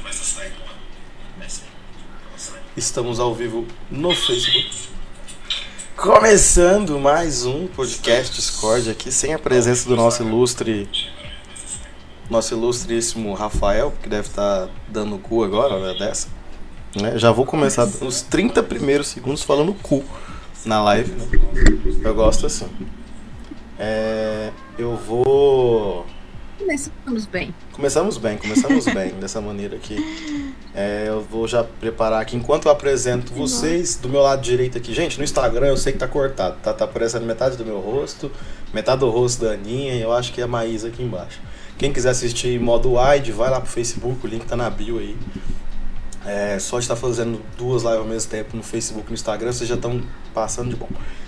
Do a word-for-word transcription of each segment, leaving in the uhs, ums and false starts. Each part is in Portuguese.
Estamos ao vivo no Facebook. Começando mais um podcast Discord aqui, sem a presença do nosso ilustre, nosso ilustríssimo Rafael, que deve estar dando cu agora, né, dessa. Né? Já vou começar os trinta primeiros segundos falando cu na live, né? Eu gosto assim. É, eu vou... Começamos bem. Começamos bem, começamos bem, dessa maneira aqui. É, eu vou já preparar aqui, enquanto eu apresento vocês, do meu lado direito aqui. Gente, no Instagram eu sei que tá cortado, tá, tá aparecendo metade do meu rosto, metade do rosto da Aninha e eu acho que é a Maísa aqui embaixo. Quem quiser assistir em modo wide, vai lá pro Facebook, o link tá na bio aí. É, só de estar fazendo duas lives ao mesmo tempo no Facebook e no Instagram, vocês já estão passando de bom.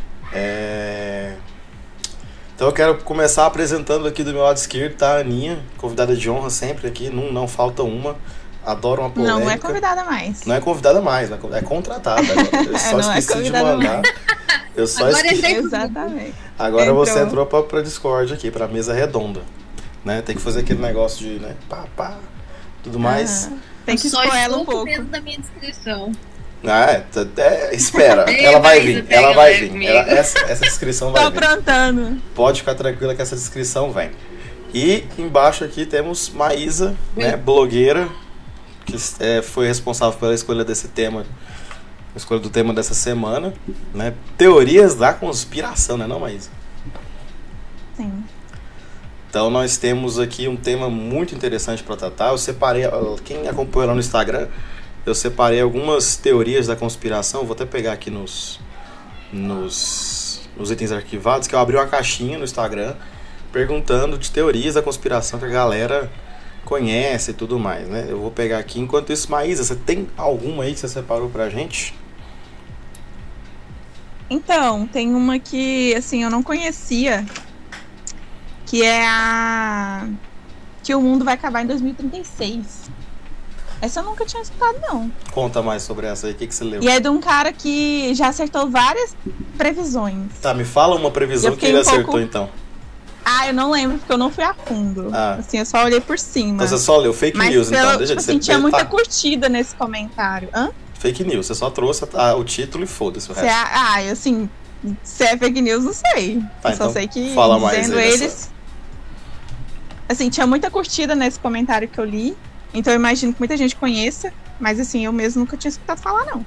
É... Então eu quero começar apresentando aqui do meu lado esquerdo, tá? A Aninha, convidada de honra sempre aqui, não, não falta uma. Adoro uma polêmica. Não, não é convidada mais. Não é convidada mais, é contratada agora. Eu só não esqueci é de mandar. Mais. Eu só agora esqueci. é Exatamente. Agora entrou. Você entrou pra, pra Discord aqui, pra mesa redonda. Né? Tem que fazer aquele negócio de, né, pá, pá, tudo mais. Ah, tem que só expor ela um estou com pouco. medo da minha descrição. Ah, é, é, espera, Ei, ela vai Maísa, vir, pega ela vai leve, vir. amigo. Ela, essa, essa descrição vai Tô vir. aprontando. Pode ficar tranquila que essa descrição vem. E embaixo aqui temos Maísa, né, blogueira, que é, foi responsável pela escolha desse tema, a escolha do tema dessa semana, né? Teorias da conspiração, né, não, Maísa? Sim. Então nós temos aqui um tema muito interessante para tratar. Eu separei, quem acompanha lá no Instagram, eu separei algumas teorias da conspiração. Vou até pegar aqui nos, nos, nos itens arquivados, que eu abri uma caixinha no Instagram perguntando de teorias da conspiração que a galera conhece e tudo mais, né? Eu vou pegar aqui. Enquanto isso, Maísa, você tem alguma aí que você separou pra gente? Então, tem uma que, assim, eu não conhecia, que é a... que o mundo vai acabar em dois mil e trinta e seis. Essa eu nunca tinha escutado, não. Conta mais sobre essa aí, o que, que você leu? E é de um cara que já acertou várias previsões. Tá, me fala uma previsão Eu que fiquei ele um pouco- acertou, então. Ah, eu não lembro, porque eu não fui a fundo. Ah. Assim, eu só olhei por cima. Então você só leu fake Mas news, pelo, então. Deixa de assim, ser tinha muita tá. curtida nesse comentário. Hã? Fake news, você só trouxe a- o título e foda-se o Se resto. é, ah, assim, se é fake news, não sei. Tá, eu só então sei que fala mais dizendo aí dessa- eles. Assim, tinha muita curtida nesse comentário que eu li. Então eu imagino que muita gente conheça. Mas assim, eu mesmo nunca tinha escutado falar, não.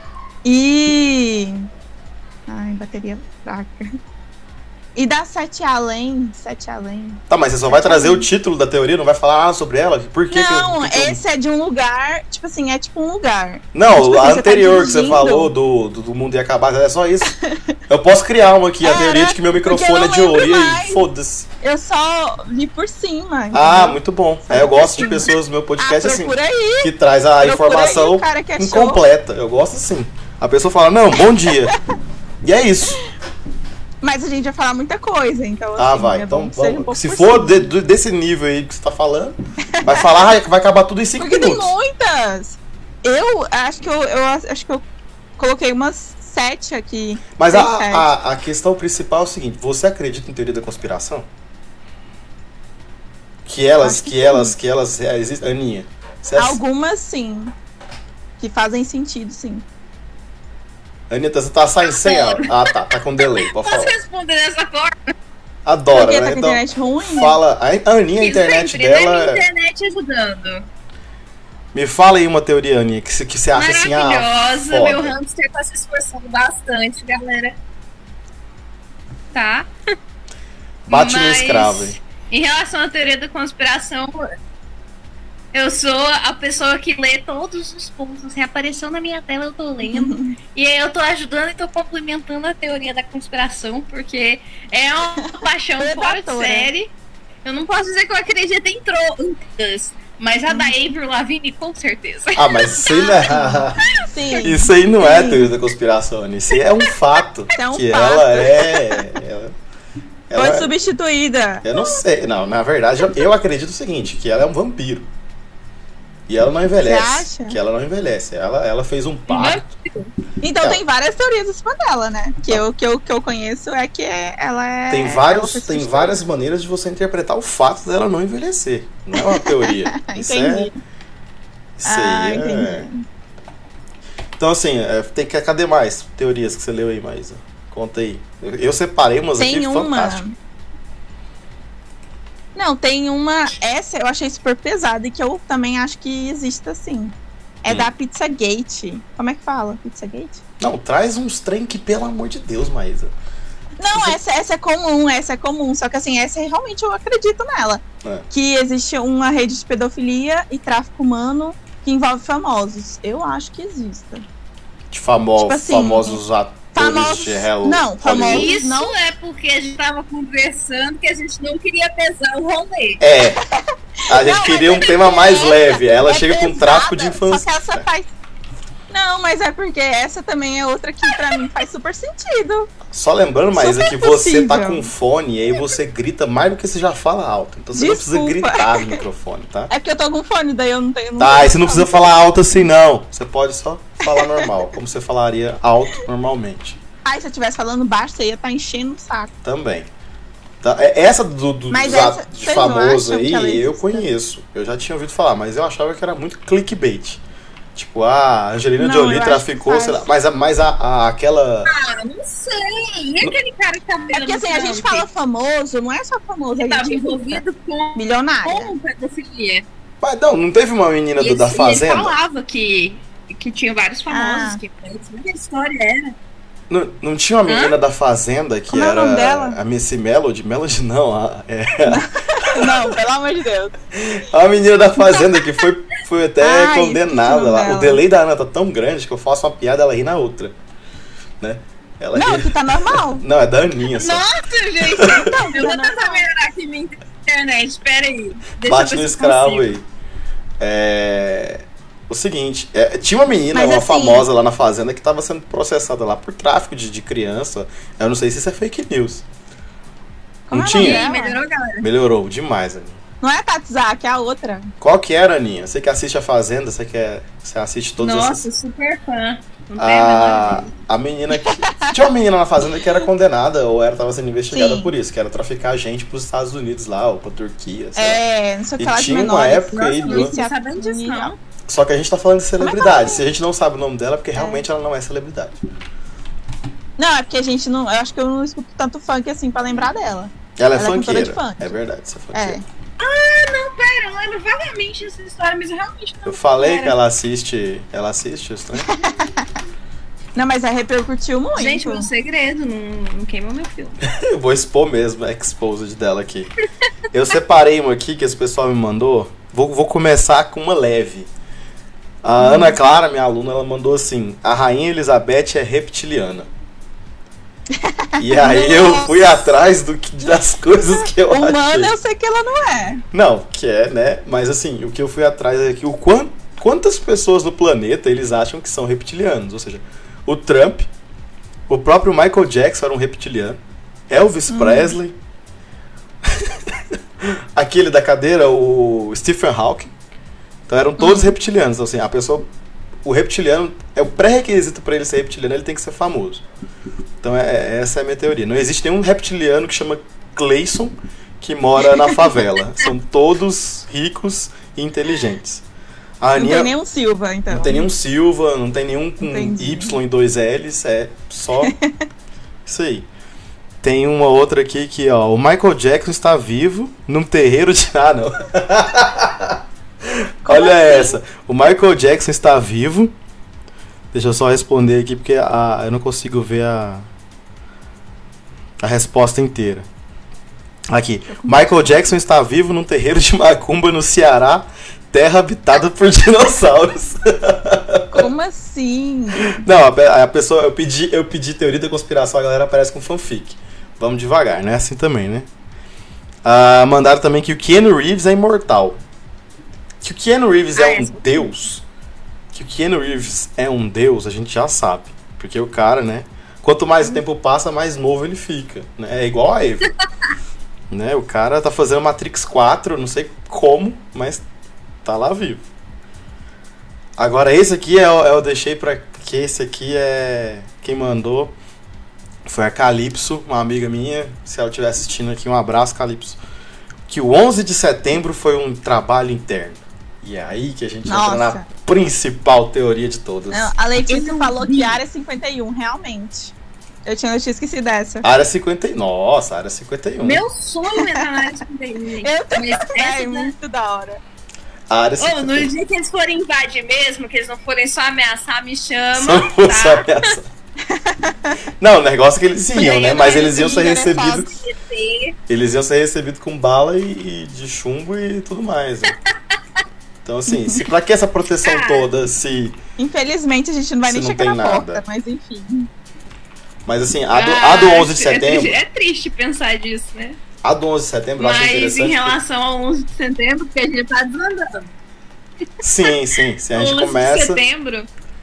E. Ai, bateria fraca. E da Sete Além. Sete Além. Tá, mas você só vai trazer o título da teoria, não vai falar nada sobre ela? Por que que eu- Não, por que que eu- esse é de um lugar. Tipo assim, é tipo um lugar. Não, tipo a assim, você tá anterior que você dirigindo. falou do, do, do mundo ia acabar, é só isso. Eu posso criar uma aqui, a Era, teoria de que meu porque microfone eu é não de lembro ouro. E aí, mais. foda-se. Eu só vi por cima. Ah, entendeu? muito bom. Só É, eu vi gosto por de cima. pessoas no meu podcast Ah, assim, procura aí. que traz a Procura informação aí o cara que achou. incompleta. Eu gosto assim. A pessoa fala, não, bom dia. E é isso. Mas a gente vai falar muita coisa, então Ah, assim, vai. é Então, bom que seja um vamos. pouco Se por for cima. de- de- desse nível aí que você tá falando, vai falar, vai acabar tudo em cinco Porque tem minutos. muitas. Eu acho que eu, eu acho que eu coloquei umas sete aqui. Mas Seis, a, sete. a, a questão principal é o seguinte: você acredita em teoria da conspiração? Que elas, Acho que que, sim. elas, que elas existem. Aninha, você acha- Algumas sim. Que fazem sentido, sim. Anitta, você tá saindo sem ela? Ah, tá, tá com delay, pode Posso falar. responder dessa forma? Adora, Porque né? tá com Então, internet ruim, né? fala. A Aninha, a internet Sempre, né? dela. Minha internet ajudando. Me fala aí uma teoria, Aninha, que você que você acha assim, ah. Maravilhosa. foda. Meu hamster tá se esforçando bastante, galera. Tá? Bate no Mas, escravo, hein? Em relação à teoria da conspiração, eu sou a pessoa que lê todos os pontos. Assim, apareceu na minha tela, eu tô lendo. E aí eu tô ajudando e tô complementando a teoria da conspiração, porque é uma paixão fora de Redatora. série. Eu não posso dizer que eu acredito em todas, mas a da Avril Lavigne, com certeza. Ah, mas isso aí não é. Sim. Isso aí não é teoria da conspiração, Aninha. Isso aí é um fato. É um que fato. ela é. Ela, ela Foi é- substituída. Eu não sei. Não, na verdade, eu, eu acredito o seguinte, que ela é um vampiro. E ela não envelhece. Você acha? Que ela não envelhece. Ela, ela fez um pacto. Então Não. tem várias teorias em cima dela, né? Que eu, que, eu, que eu conheço é que é- ela é. Tem, ela vários, foi tem substituída. várias maneiras de você interpretar o fato dela não envelhecer. Não é uma teoria. Isso é, Entendi. Isso Ah, aí é... entendi. Então, assim, é, tem que, cadê mais teorias que você leu aí, Maísa? Conta aí. Eu, eu separei umas Tem aqui uma. fantásticas. Não, tem uma. Essa eu achei super pesada e que eu também acho que existe assim. É Hum. da Pizzagate. Como é que fala? Pizzagate? Não, traz uns trem que, pelo amor de Deus, Maísa. Não, essa, essa é comum, essa é comum. Só que assim, essa realmente eu acredito nela. É. Que existe uma rede de pedofilia e tráfico humano que envolve famosos. Eu acho que existe. De famo Tipo assim, famosos atores Famosos. de Hell, Não, famosos. Hollywood. Isso Não. é porque a gente tava conversando que a gente não queria pesar o rolê. É. A gente Não, queria mas um é tema porque mais essa leve. Ela é chega com pesada, tráfico de Só infância. que essa faz. Não, mas é porque essa também é outra que pra mim faz super sentido. Só lembrando, Maísa, Super que você tá possível. com fone e aí você grita mais do que você já fala alto. Então você não Desculpa. precisa gritar no microfone, tá? É porque eu tô com fone, daí eu não tenho. Não Tá, tenho e você não precisa como. falar alto assim, não. Você pode só falar normal, como você falaria alto normalmente. Ai, se eu estivesse falando baixo, você ia estar enchendo o saco. Também. Tá, é- essa do, do Mas dos essa- atos de vocês não famoso acham aí, que ela eu existe? conheço. Eu já tinha ouvido falar, mas eu achava que era muito clickbait. Tipo, a Angelina Não, Jolie eu acho traficou, que sei lá. faz. Mas, a, mas a, a- aquela. Ah, não sei. E aquele cara que tá vendo É porque assim, a gente fala famoso, não é só famoso, a que tava gente envolvido com, milionária. com pedofilia. Mas não, não teve uma menina do, E da esse- Fazenda? Ele falava que, que tinha vários famosos. Ah. Que, que história era? Não, não tinha uma menina da Fazenda que Como é o era nome dela? a Missy Melody? Melody não, a, é, Não, pelo amor de Deus. a menina da Fazenda que foi, foi até Ai, condenada esqueci o nome lá. O dela. delay da Ana tá tão grande que eu faço uma piada ela ri na outra. Né? Ela Não, ri- que tá normal. Não, é da Aninha só. Nossa, gente. Então, Eu vou tá tentar normal. melhorar aqui minha internet. Pera aí. Deixa Bate eu no ver se escravo consigo. aí. É. O seguinte, é, tinha uma menina, Mas uma assim- famosa lá na Fazenda que tava sendo processada lá por tráfico de, de criança. Eu não sei se isso é fake news. Como não é o nome tinha? Ih, dela? melhorou, galera. Melhorou demais, Aninha. Não é a Tatzak, é a outra. Qual que era, Aninha? Você que assiste a Fazenda, você, quer, você assiste todos Nossa, esses... super fã. Não tem a menor A, dúvida. a menina que... Tinha uma menina na Fazenda que era condenada ou era tava sendo investigada Sim. por isso, que era traficar gente pros Estados Unidos lá, ou pra Turquia, sei lá. É, não sei o E que lá de tinha uma menores. época aí Nossa, do- não tô sabendo disso, não. Só que a gente tá falando de Como é que celebridade. ela Se a gente não sabe o nome dela, é porque realmente ela não é celebridade. Não, é porque a gente não. Eu acho que eu não escuto tanto funk assim pra lembrar dela. Ela é Ela é cantora funkeira. de funk. É verdade, você é funkeira. É. Pera, eu lembro vagamente dessa história, mas eu realmente não Eu falei era. que ela assiste. Ela assiste os trem? Não, mas aí repercutiu muito. Gente, meu segredo, não, não queima meu filme. Eu vou expor mesmo a exposed dela aqui. Eu separei uma aqui que esse pessoal me mandou. Vou, vou começar com uma leve. A Ana Clara, minha aluna, ela mandou assim: a Rainha Elizabeth é reptiliana. E aí eu fui atrás do que, das coisas que eu Humana, achei. eu sei que ela não é. Não, que é, né? Mas assim, o que eu fui atrás é que o quant, quantas pessoas no planeta eles acham que são reptilianos. Ou seja, o Trump, o próprio Michael Jackson era um reptiliano, Elvis Presley, aquele da cadeira, o Stephen Hawking. Então eram todos reptilianos. Então assim, a pessoa, o reptiliano, é o pré-requisito para ele ser reptiliano, ele tem que ser famoso. Então é, essa é a minha teoria. Não existe nenhum reptiliano que chama Clayson que mora na favela. São todos ricos e inteligentes. A Não Aninha, tem nenhum Silva, então. não tem nenhum Silva, não tem nenhum com Entendi. Y e dois L's, é só isso aí. Tem uma outra aqui que, ó, o Michael Jackson está vivo num terreiro de... Ah, não. Olha assim? essa. O Michael Jackson está vivo. Deixa eu só responder aqui porque a, eu não consigo ver a, a resposta inteira. Aqui. Michael Jackson está vivo num terreiro de macumba no Ceará, terra habitada por dinossauros. Como assim? Não, a, pe- a pessoa, eu pedi, eu pedi teoria da conspiração, a galera aparece com fanfic. Vamos devagar, né? Assim também, né? Ah, mandaram também que o Keanu Reeves é imortal. Que o Keanu Reeves Ah, é um essa- deus. Que o Keanu Reeves é um deus, a gente já sabe. Porque o cara, né? Quanto mais o tempo passa, mais novo ele fica. Né? É igual a Eva. Né? O cara tá fazendo Matrix quatro, não sei como, mas tá lá vivo. Agora esse aqui eu, eu deixei pra que esse aqui é quem mandou foi a Calypso, uma amiga minha. Se ela estiver assistindo aqui, um abraço, Calypso. Que o onze de setembro foi um trabalho interno. E é aí que a gente Nossa. entra na principal teoria de todas. Não, a Letícia Eu falou vi. que área cinquenta e um, realmente. Eu tinha, eu tinha esquecido dessa. Área cinquenta e um. Nossa, área cinquenta e um. Meu sonho é entrar na área cinquenta e um, gente. Eu também, Mas essa é da- muito da hora. Área Ô, cinquenta no e um. dia que eles forem invadir mesmo, que eles não forem só ameaçar, me chama. Só fosse tá? ameaça. Não, o negócio é que eles Mas iam, aí né? eu Mas não eles iam ser ia, né, recebidos. fácil. Eles iam ser recebidos com bala e, e de chumbo e tudo mais. Né? Então, assim, se, pra que essa proteção Ah. toda se. Infelizmente, a gente não vai Se nem não chegar tem na nada. porta, mas enfim. Mas assim, a do, Ah, a do onze de é setembro. triste- É triste pensar disso, né? A do onze de setembro eu acho Mas interessante. em relação ao onze de setembro, porque a gente tá desandando. porque- Sim, sim. Se a gente onze de começa. setembro,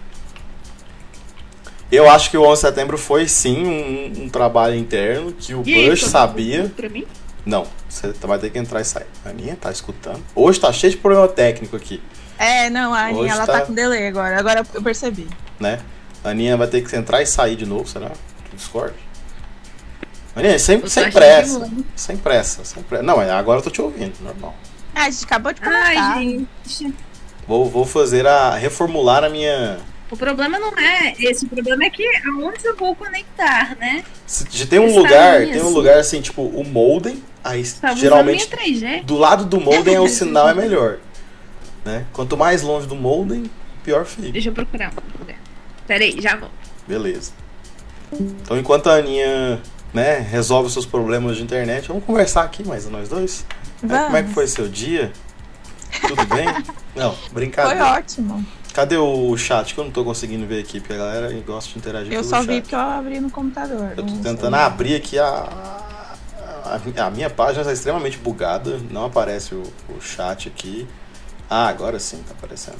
Eu acho que o onze de setembro foi sim um, um trabalho interno que o e aí, Bush foi sabia. pra mim? Não, você vai ter que entrar e sair. A Aninha tá escutando. Hoje tá cheio de problema técnico aqui, É, não, a Aninha, Hoje ela tá- tá com delay agora. Agora eu percebi. né? A Aninha vai ter que entrar e sair de novo, será? Do Discord. Aninha, sem, Eu tô sem achando pressa. que vou. Sem pressa, sem pressa. Não, agora eu tô te ouvindo, normal. Ah, a gente acabou de comentar. Ai, gente. Vou, vou fazer a. reformular a minha. O problema não é esse, o problema é que aonde eu vou conectar, né? Se- já tem um Está lugar, minha, tem um assim. lugar assim, tipo, o modem, aí Tá usando geralmente minha três G. do lado do modem o sinal é melhor. Né? Quanto mais longe do modem, pior fica. Deixa eu procurar um lugar. Pera aí, já volto. Beleza. Então enquanto a Aninha, né, resolve os seus problemas de internet, vamos conversar aqui mais nós dois. Aí, Vamos. como é que foi seu dia? Tudo bem? Não, Foi brincadeira. ótimo. Cadê o chat que eu não tô conseguindo ver aqui, porque a galera gosta de interagir Eu pelo só chat. vi porque eu abri no computador. Eu tô no tentando celular. abrir aqui a, a. A minha página está extremamente bugada, não aparece o, o chat aqui. Ah, agora sim tá aparecendo.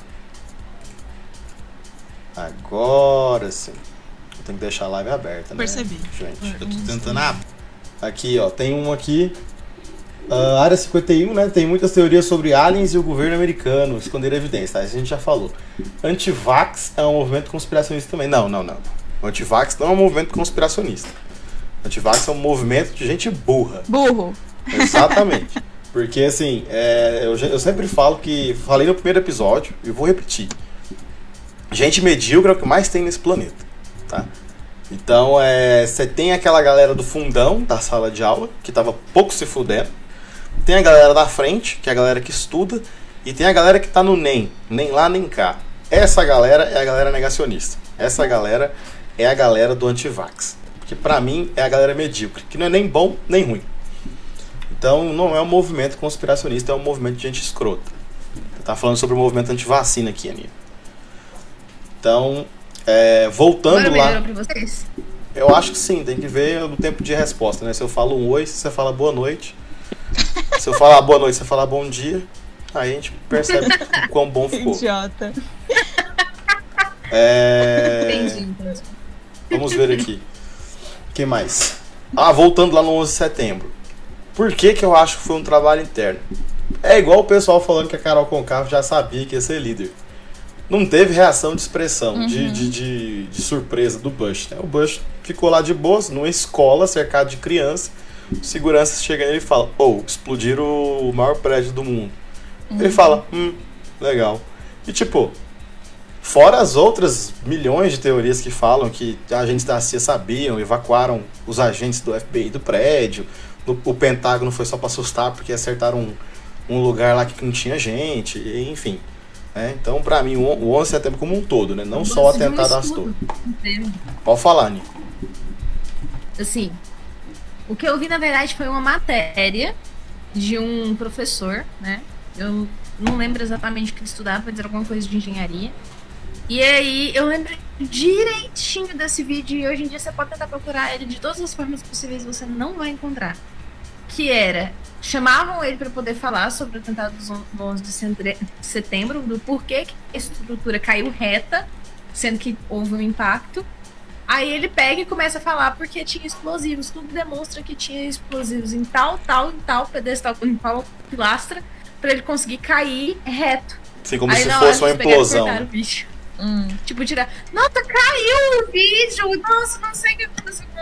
Agora sim. Eu tenho que deixar a live aberta, né? Percebi. Gente, eu Hum, tô tentando abrir. Aqui, ó, tem um aqui. Ah, área cinquenta e um, né? Tem muitas teorias sobre aliens e o governo americano esconder evidências, tá? Isso a gente já falou. Antivax é um movimento conspiracionista também. Não, não, não. O antivax não é um movimento conspiracionista. O antivax é um movimento de gente burra. Burro. Exatamente. Porque, assim, é, eu, já- eu sempre falo que... Falei no primeiro episódio e vou repetir. Gente medíocre é o que mais tem nesse planeta, tá? Então, é, você tem aquela galera do fundão da sala de aula, que tava pouco se fudendo. Tem a galera da frente, que é a galera que estuda. E tem a galera que tá no nem, nem lá, nem cá. Essa galera é a galera negacionista. Essa galera é a galera do antivax. Que pra mim é a galera medíocre, que não é nem bom, nem ruim. Então não é um movimento conspiracionista, é um movimento de gente escrota. Tá falando sobre o movimento antivacina aqui, Aninha. Então, é, voltando Agora lá... melhorou pra vocês? Eu acho que sim, tem que ver o tempo de resposta, né? Se eu falo um oi, se você fala boa noite. Se eu falar boa noite, você falar bom dia. Aí a gente percebe o quão bom ficou. Idiota. É... Entendi, entendi. Vamos ver aqui. O que mais? Ah, voltando lá no onze de setembro. Por que que eu acho que foi um trabalho interno? É igual o pessoal falando que a Carol Conká já sabia que ia ser líder. Não teve reação de expressão, de, de, de, de surpresa do Bush, né? O Bush ficou lá de boas, numa escola, cercado de criança. O segurança chega nele e fala: oh, explodiram o maior prédio do mundo. Ele fala: hum, legal. E tipo, fora as outras milhões de teorias que falam que agentes da C I A sabiam, evacuaram os agentes do F B I do prédio, o, o Pentágono foi só pra assustar porque acertaram um, um lugar lá que não tinha gente, e, enfim. Né? Então, pra mim, o o onze de setembro como um todo, né? Não só o Gosto de um atentado às estudo, torres. entende? Pode falar, Nico. Assim, o que eu vi, na verdade, foi uma matéria de um professor, né? Eu não lembro exatamente o que ele estudava, mas era alguma coisa de engenharia. E aí, eu lembro direitinho desse vídeo, e hoje em dia você pode tentar procurar ele de todas as formas possíveis, você não vai encontrar. Que era, chamavam ele para poder falar sobre o atentado do onze de setembro, do porquê que a estrutura caiu reta, sendo que houve um impacto. Aí ele pega e começa a falar porque tinha explosivos. Tudo demonstra que tinha explosivos em tal, tal, em tal pedestal, em tal pilastra, para ele conseguir cair reto. Assim, como Aí, se na hora, fosse uma eles pegaram e implosão. cortaram o bicho. Hum. Tipo, tirar. Nossa, caiu o vídeo! Nossa, não sei o que aconteceu. Nossa,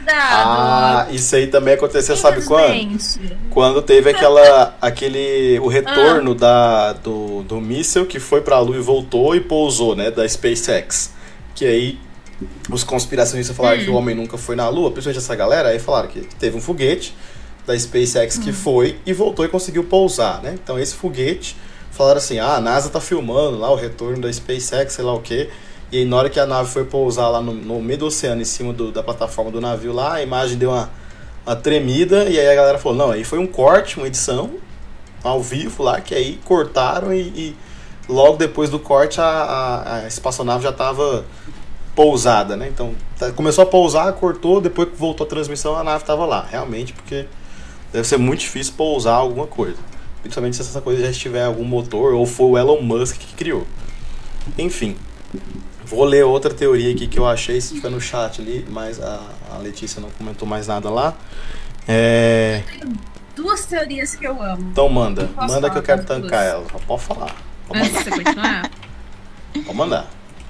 Ah, isso aí também aconteceu, sabe quando? Infelizmente. Quando teve aquela, aquele, o retorno da, do, do míssil que foi pra Lua e voltou e pousou, né, da SpaceX. Que aí os conspiracionistas falaram Hum. que o homem nunca foi na Lua, principalmente essa galera, aí falaram que teve um foguete da SpaceX que foi e voltou e conseguiu pousar, né? Então esse foguete, falaram assim, ah, a NASA tá filmando lá o retorno da SpaceX, sei lá o quê. E aí na hora que a nave foi pousar lá no, no meio do oceano, em cima do, da plataforma do navio lá, a imagem deu uma, uma tremida, e aí a galera falou, não, aí foi um corte, uma edição ao vivo lá, que aí cortaram e, e logo depois do corte a, a, a espaçonave já estava pousada, né? Então tá, começou a pousar, cortou, depois que voltou a transmissão a nave estava lá, realmente, porque deve ser muito difícil pousar alguma coisa, principalmente se essa coisa já estiver algum motor ou foi o Elon Musk que criou. Enfim, vou ler outra teoria aqui que eu achei, se tiver no chat ali, mas a, a Letícia não comentou mais nada lá. É... Duas teorias que eu amo. Então manda, Posso manda que eu quero falar das tancar duas? ela. Só pode falar. Pode Antes de mandar. você continuar. Pode mandar.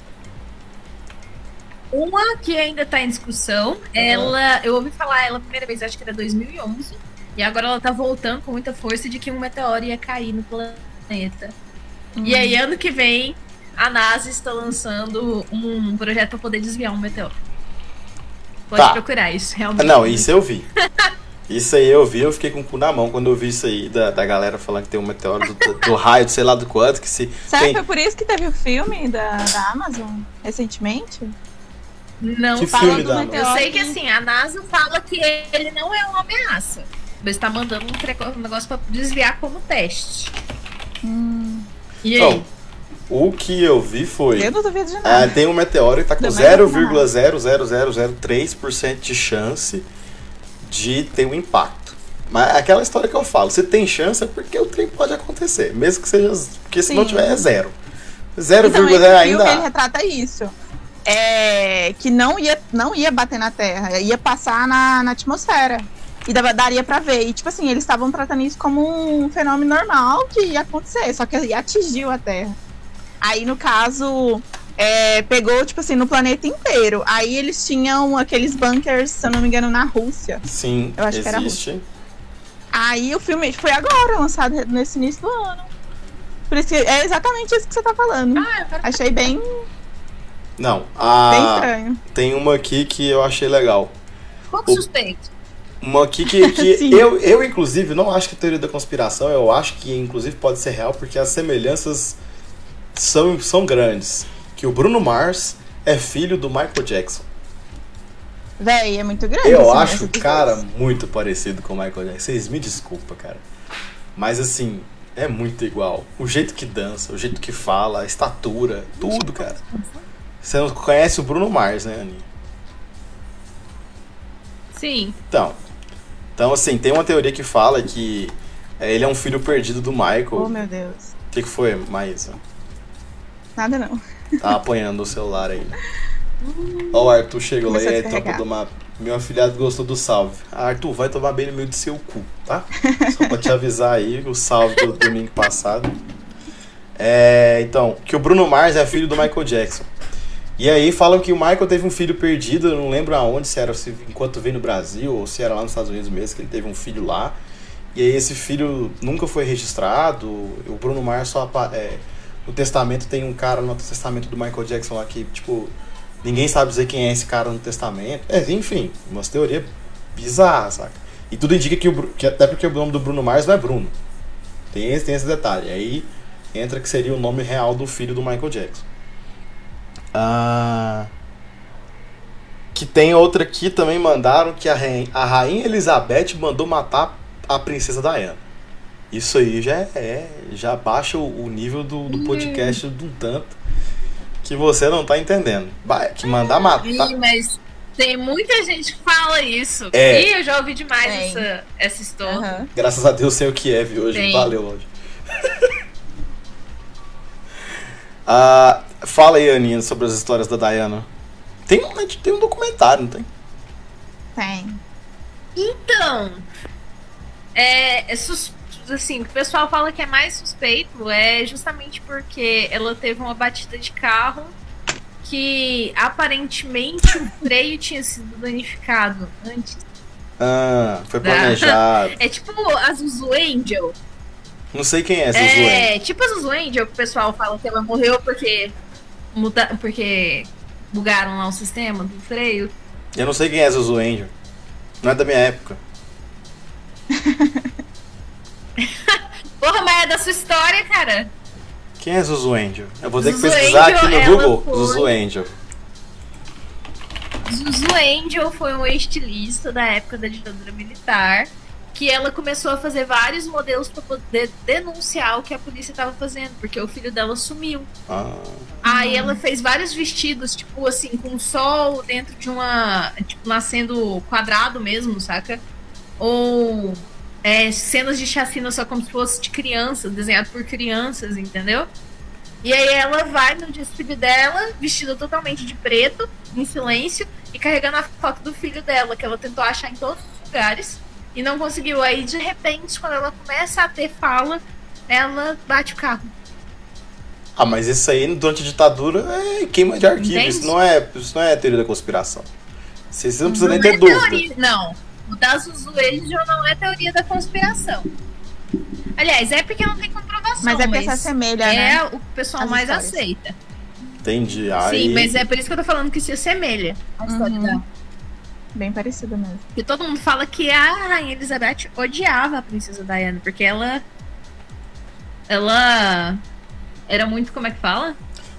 Uma que ainda tá em discussão, ela, eu ouvi falar ela a primeira vez, acho que era dois mil e onze, e agora ela tá voltando com muita força de que um meteoro ia cair no planeta. E aí, ano que vem, a NASA está lançando um projeto para poder desviar um meteoro. Pode Tá. procurar isso, realmente. Não, isso eu vi. Isso aí eu vi, eu fiquei com o cu na mão quando eu vi isso aí da, da galera falando que tem um meteoro do, do, do raio, de sei lá do quanto, que se... Será tem- que foi por isso que teve o filme da, da Amazon recentemente? Não Que fala filme do da meteoro. Amazon? Eu sei que assim, a NASA fala que ele não é uma ameaça. Mas tá mandando um, treco- um negócio pra desviar como teste. Hum, E aí? Então, o que eu vi foi... eu não duvido de nada. Ah, tem um meteoro que tá com Ainda mais zero aqui na vírgula zero zero zero zero três por cento de chance de ter um impacto. Mas é aquela história que eu falo, se tem chance é porque o trem pode acontecer, mesmo que seja... Porque se não Sim. tiver é zero. zero Então, vírgula esse zero filme, ainda ele há. retrata isso. É, que não ia, não ia bater na Terra, ia passar na, na atmosfera. E dava- daria pra ver. E, tipo assim, eles estavam tratando isso como um fenômeno normal que ia acontecer, só que ia atingiu a Terra. Aí, no caso, é, pegou, tipo assim, no planeta inteiro. Aí eles tinham aqueles bunkers, se eu não me engano, na Rússia. Sim, Eu acho que era existe. Aí o filme foi agora, lançado nesse início do ano. Por isso que é exatamente isso que você tá falando. Ah, eu quero... Achei bem, Não, bem a... estranho. tem uma aqui que eu achei legal. pouco o- suspeito. Uma aqui que, que Sim. eu, eu, inclusive, não acho que é teoria da conspiração, eu acho que, inclusive, pode ser real, porque as semelhanças são, são grandes. Que o Bruno Mars é filho do Michael Jackson. Véi, é muito grande. Eu assim, acho essa o cara diferença. muito parecido com o Michael Jackson. Vocês me desculpam, cara. Mas, assim, é muito igual. O jeito que dança, o jeito que fala, a estatura, tudo, cara. Você não conhece o Bruno Mars, né, Aninha? Sim. Então, então, assim, tem uma teoria que fala que é, ele é um filho perdido do Michael. Oh, O meu Deus. que, que foi, Maísa? Nada não. Tá apanhando o celular aí. Ó, o Arthur chegou lá e Começou a aí, tropa descarregar. do mapa. Meu afilhado gostou do salve. Ah, Arthur, vai tomar bem no meio do seu cu, tá? Só pra te avisar aí, o salve do domingo passado. É, então, que o Bruno Mars é filho do Michael Jackson. E aí falam que o Michael teve um filho perdido, eu não lembro aonde, se era se, enquanto veio no Brasil ou se era lá nos Estados Unidos mesmo, que ele teve um filho lá. E aí esse filho nunca foi registrado. O Bruno Mars só apa- é, no testamento tem um cara no testamento do Michael Jackson lá que, tipo, ninguém sabe dizer quem é esse cara no testamento. É, enfim, umas teorias bizarras, saca? E tudo indica que, o, Bru- que até porque o nome do Bruno Mars não é Bruno. Tem esse, tem esse detalhe. Aí entra que seria o nome real do filho do Michael Jackson. Ah, que tem outra aqui também mandaram que a rainha, a rainha Elizabeth mandou matar a princesa Diana. Isso aí já é, já baixa o, o nível do, do podcast de um tanto que você não tá entendendo. Vai, que mandar matar. Ih, mas tem muita gente que fala isso. É. Ih, eu já ouvi demais Tem. essa, essa história. Aham. Graças a Deus sei o que é, viu, hoje. Tem. Valeu, hoje. Ah, fala aí, Aninha, sobre as histórias da Diana. Tem um, tem um documentário, não tem? Tem. Então, é, é sus- assim, o que o pessoal fala que é mais suspeito é justamente porque ela teve uma batida de carro que aparentemente o freio tinha sido danificado antes. Ah, foi Da- planejado. É tipo a Zuzu Angel. Não sei quem é essa É, zoeira. tipo a Zuzu Angel, que o pessoal fala que ela morreu porque, muda, porque bugaram lá o sistema do freio. Eu não sei quem é essa Zuzu Angel. Não é da minha época. Porra, mas é da sua história, cara. Quem é Zuzu Angel? Eu vou ter que Zuzu pesquisar Angel, aqui no ela Google. foi- Zuzu Angel. Zuzu Angel foi uma estilista da época da ditadura militar, que ela começou a fazer vários modelos para poder denunciar o que a polícia estava fazendo, porque o filho dela sumiu. Ah, Aí ela fez vários vestidos, tipo assim, com o sol dentro de uma. Tipo, nascendo quadrado mesmo, saca? Ou é, cenas de chacina só como se fosse de crianças, desenhado por crianças, entendeu? E aí ela vai no desfile dela, vestida totalmente de preto, em silêncio, e carregando a foto do filho dela, que ela tentou achar em todos os lugares e não conseguiu. Aí, de repente, quando ela começa a ter fala, ela bate o carro. Ah, mas isso aí durante a ditadura é queima de arquivo. Entende? Isso não é, isso não é teoria da conspiração. Vocês não precisam nem Não ter é dúvida. teoria, não. O da Zuzu Angel não é teoria da conspiração. Aliás, é porque não tem comprovação. Mas é porque se assemelha, é né? o que o pessoal As mais histórias. aceita. Entendi. Aí... Sim, mas é por isso que eu tô falando que se assemelha à história Uhum. dela. Bem parecido mesmo. Porque todo mundo fala que a Rainha Elizabeth odiava a Princesa Diana, porque ela. Ela. Era muito. Como é que fala?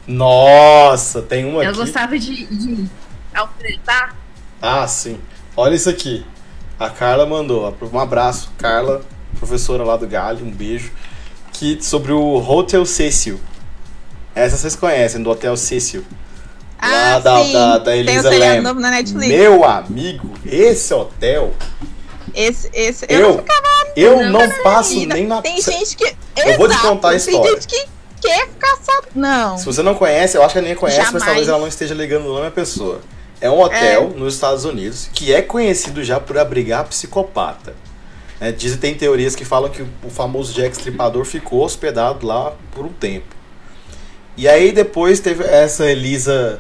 Nossa, tem uma Ela aqui. gostava de, de alfinetar. Ah, sim. Olha isso aqui. A Carla mandou. Um abraço, Carla, professora lá do Galho, um beijo. Que, sobre o Hotel Cecil. Essa vocês conhecem, do Hotel Cecil. Lá Ah, da, sim. da, da Tem o Elisa seriado Lam. novo na Netflix. Meu amigo, esse hotel, Esse, esse, eu, não ficava eu não não passo ainda. nem na... Tem gente que. Eu vou te Exato, contar a história. Tem gente que quer ficar só. Não. Se você não conhece, eu acho que a Aninha conhece, mas Jamais. talvez ela não esteja ligando o nome da pessoa. É um hotel nos Estados Unidos que é conhecido já por abrigar psicopata. É, dizem, tem teorias que falam que o famoso Jack Stripador ficou hospedado lá por um tempo. E aí depois teve essa Elisa...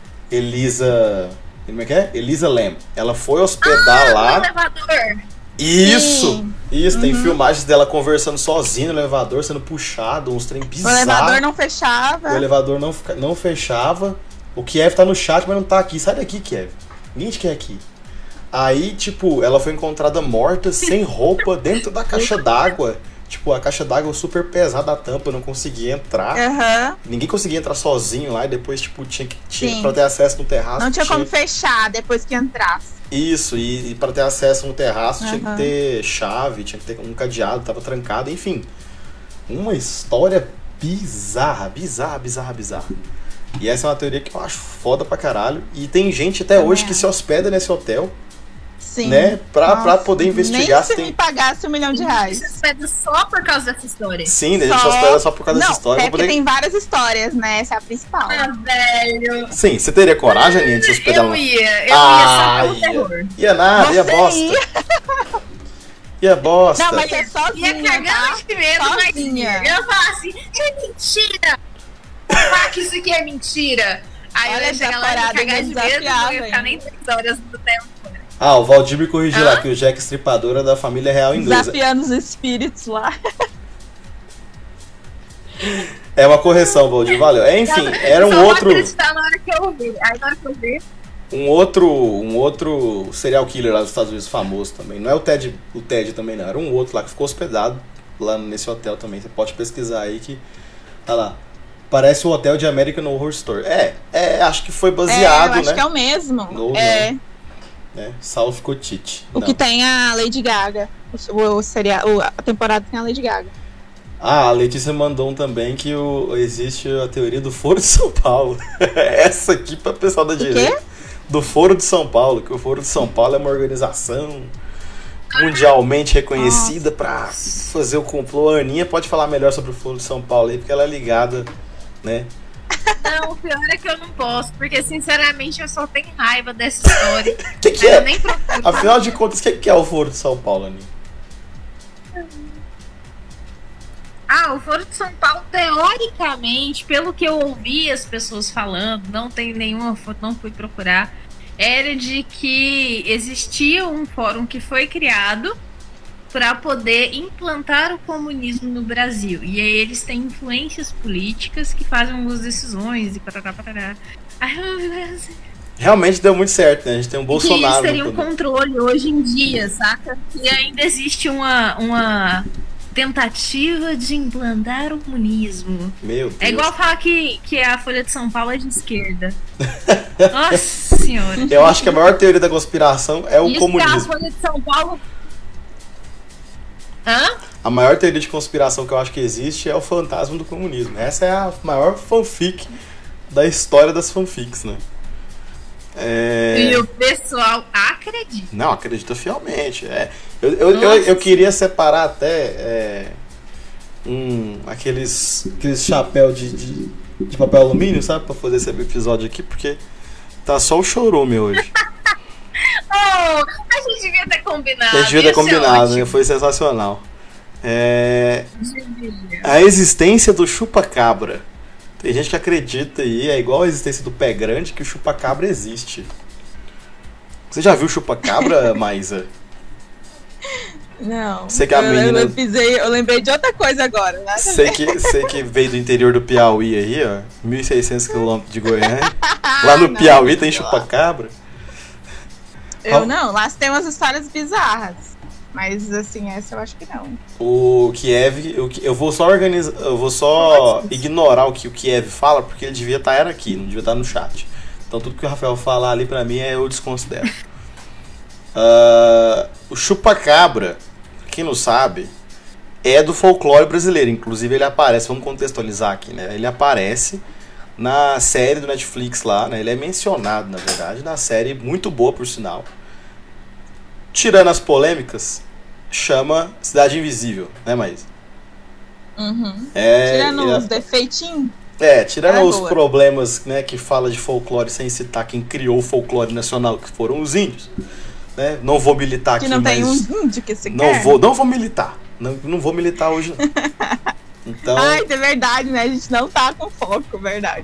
Elisa... Como é que é? Elisa Lam. Ela foi hospedar No lá... elevador. Isso! Sim. Isso, tem Uhum. filmagens dela conversando sozinha no elevador, sendo puxado, uns trem O bizarros. elevador não fechava. O elevador não, fica- não fechava. O Kiev tá no chat, mas não tá aqui. Sai daqui, Kiev. Ninguém te quer aqui. Aí, tipo, ela foi encontrada morta, sem roupa, dentro da caixa d'água. Tipo, a caixa d'água super pesada, a tampa, não conseguia entrar. Aham. Ninguém conseguia entrar sozinho lá e depois, tipo, tinha que. Tinha, Sim. pra ter acesso no terraço. Não tinha como fechar depois que entrasse. Isso, e, e pra ter acesso no terraço tinha que Aham. ter chave, tinha que ter um cadeado, tava trancado, enfim. Uma história bizarra, bizarra, bizarra, bizarra. E essa é uma teoria que eu acho foda pra caralho. E tem gente até Também hoje que acho. se hospeda nesse hotel, Sim. né? Pra, pra Nossa, poder investigar Nem se se tem. me pagasse um milhão de reais. Você espera só por causa dessa história. Sim, né? A gente se hospeda só por causa Não, dessa história. é Pra porque poder... tem várias histórias, né? Essa é a principal. Ah, velho. Sim, você teria coragem, Aninha, de se hospedar Eu lá? ia, eu Ah, ia só pelo ia. terror. Ia nada, ia Você bosta. ia. Ia bosta. Não, mas é Ia sozinha, cagando tá? de medo, mas Sozinha. ia. Eu ia falar assim, é mentira! Ah, que isso aqui é mentira! Aí Olha eu ia essa chegar lá e ia parada, cagar me de medo, não desafiava, ia ficar hein? nem três horas do tempo. Ah, o Valdir me corrigiu lá Hã? que o Jack Stripador é da família real inglesa. Desafiando os espíritos lá. É uma correção, Valdir, valeu. É, enfim, era um Só vou outro, acreditar na hora que eu ver. Aí na hora que eu ver, um outro, um outro serial killer lá dos Estados Unidos famoso também. Não é o Ted, o Ted também não, era um outro lá que ficou hospedado lá nesse hotel também. Você pode pesquisar aí que tá lá. Parece o hotel de American Horror Story. É, é, acho que foi É, eu baseado, acho né? que é o mesmo. No- é. né? South Cochiti. O Não. que tem a Lady Gaga. O, o, seria, o, a temporada tem a Lady Gaga. Ah, a Letícia mandou um também que o, existe a teoria do Foro de São Paulo. Essa aqui para o pessoal da quê? direita. Do Foro de São Paulo, que o Foro de São Paulo é uma organização mundialmente reconhecida para fazer o complô. A Aninha pode falar melhor sobre o Foro de São Paulo aí, porque ela é ligada, né? não, o pior é que eu não posso, porque sinceramente eu só tenho raiva dessa história. O que, que Aí eu é? nem procuro. Afinal de contas, o que, que é o Foro de São Paulo, Aninha? Ah, o Foro de São Paulo, teoricamente, pelo que eu ouvi as pessoas falando, não tem nenhuma foto, não fui procurar, era de que existia um fórum que foi criado para poder implantar o comunismo no Brasil. E aí eles têm influências políticas que fazem algumas decisões e parará, parará. Realmente deu muito certo, né? A gente tem um Bolsonaro. Que eles teriam controle hoje em dia, saca? E ainda existe uma, uma tentativa de implantar o comunismo. Meu Deus. É igual falar que, que a Folha de São Paulo é de esquerda. Nossa senhora. Eu acho que a maior teoria da conspiração é o Isso comunismo. Que a Folha de São Paulo... Hã? A maior teoria de conspiração que eu acho que existe é o fantasma do comunismo. Essa é a maior fanfic da história das fanfics, né? É... E o pessoal acredita. Não, acredita fielmente. É. Eu, eu, eu, eu queria separar até é, um, aqueles, aqueles chapéu de, de, de papel alumínio, sabe? Pra fazer esse episódio aqui, porque tá só o chorume hoje. Oh, a gente devia ter combinado. A gente devia ter Isso é combinado, né? ótimo. Foi sensacional. É... A existência do chupa-cabra. Tem gente que acredita aí, é igual a existência do pé grande, que o chupa-cabra existe. Você já viu o chupa-cabra, Maísa? Não. Sei que a eu, menina... eu, pisei, eu lembrei de outra coisa agora. Nada Sei que, sei que veio do interior do Piauí aí, ó. mil e seiscentos quilômetros de Goiânia. Lá no Não, Piauí tem não. chupa-cabra. Eu não, lá tem umas histórias bizarras. Mas assim, essa eu acho que não. O Kiev, eu, eu vou só organizar, eu vou só ignorar o que o Kiev fala, porque ele devia estar aqui, não devia estar no chat. Então tudo que o Rafael falar ali pra mim é eu desconsidero. uh, o chupa-cabra, quem não sabe, é do folclore brasileiro. Inclusive ele aparece, vamos contextualizar aqui, né? Ele aparece na série do Netflix lá, né? Ele é mencionado, na verdade, na série muito boa, por sinal. Tirando as polêmicas, chama Cidade Invisível, né, Maísa? Uhum. É, Tirando é, os defeitinhos. É, tirando é os boa. problemas, né, que fala de folclore sem citar quem criou o folclore nacional, que foram os índios. Né? Não vou militar Que aqui, não tem mas... um índio que se não quer. vou, não vou militar. Não, não vou militar hoje, não. Então... Ai, é verdade, né? A gente não tá com foco, verdade.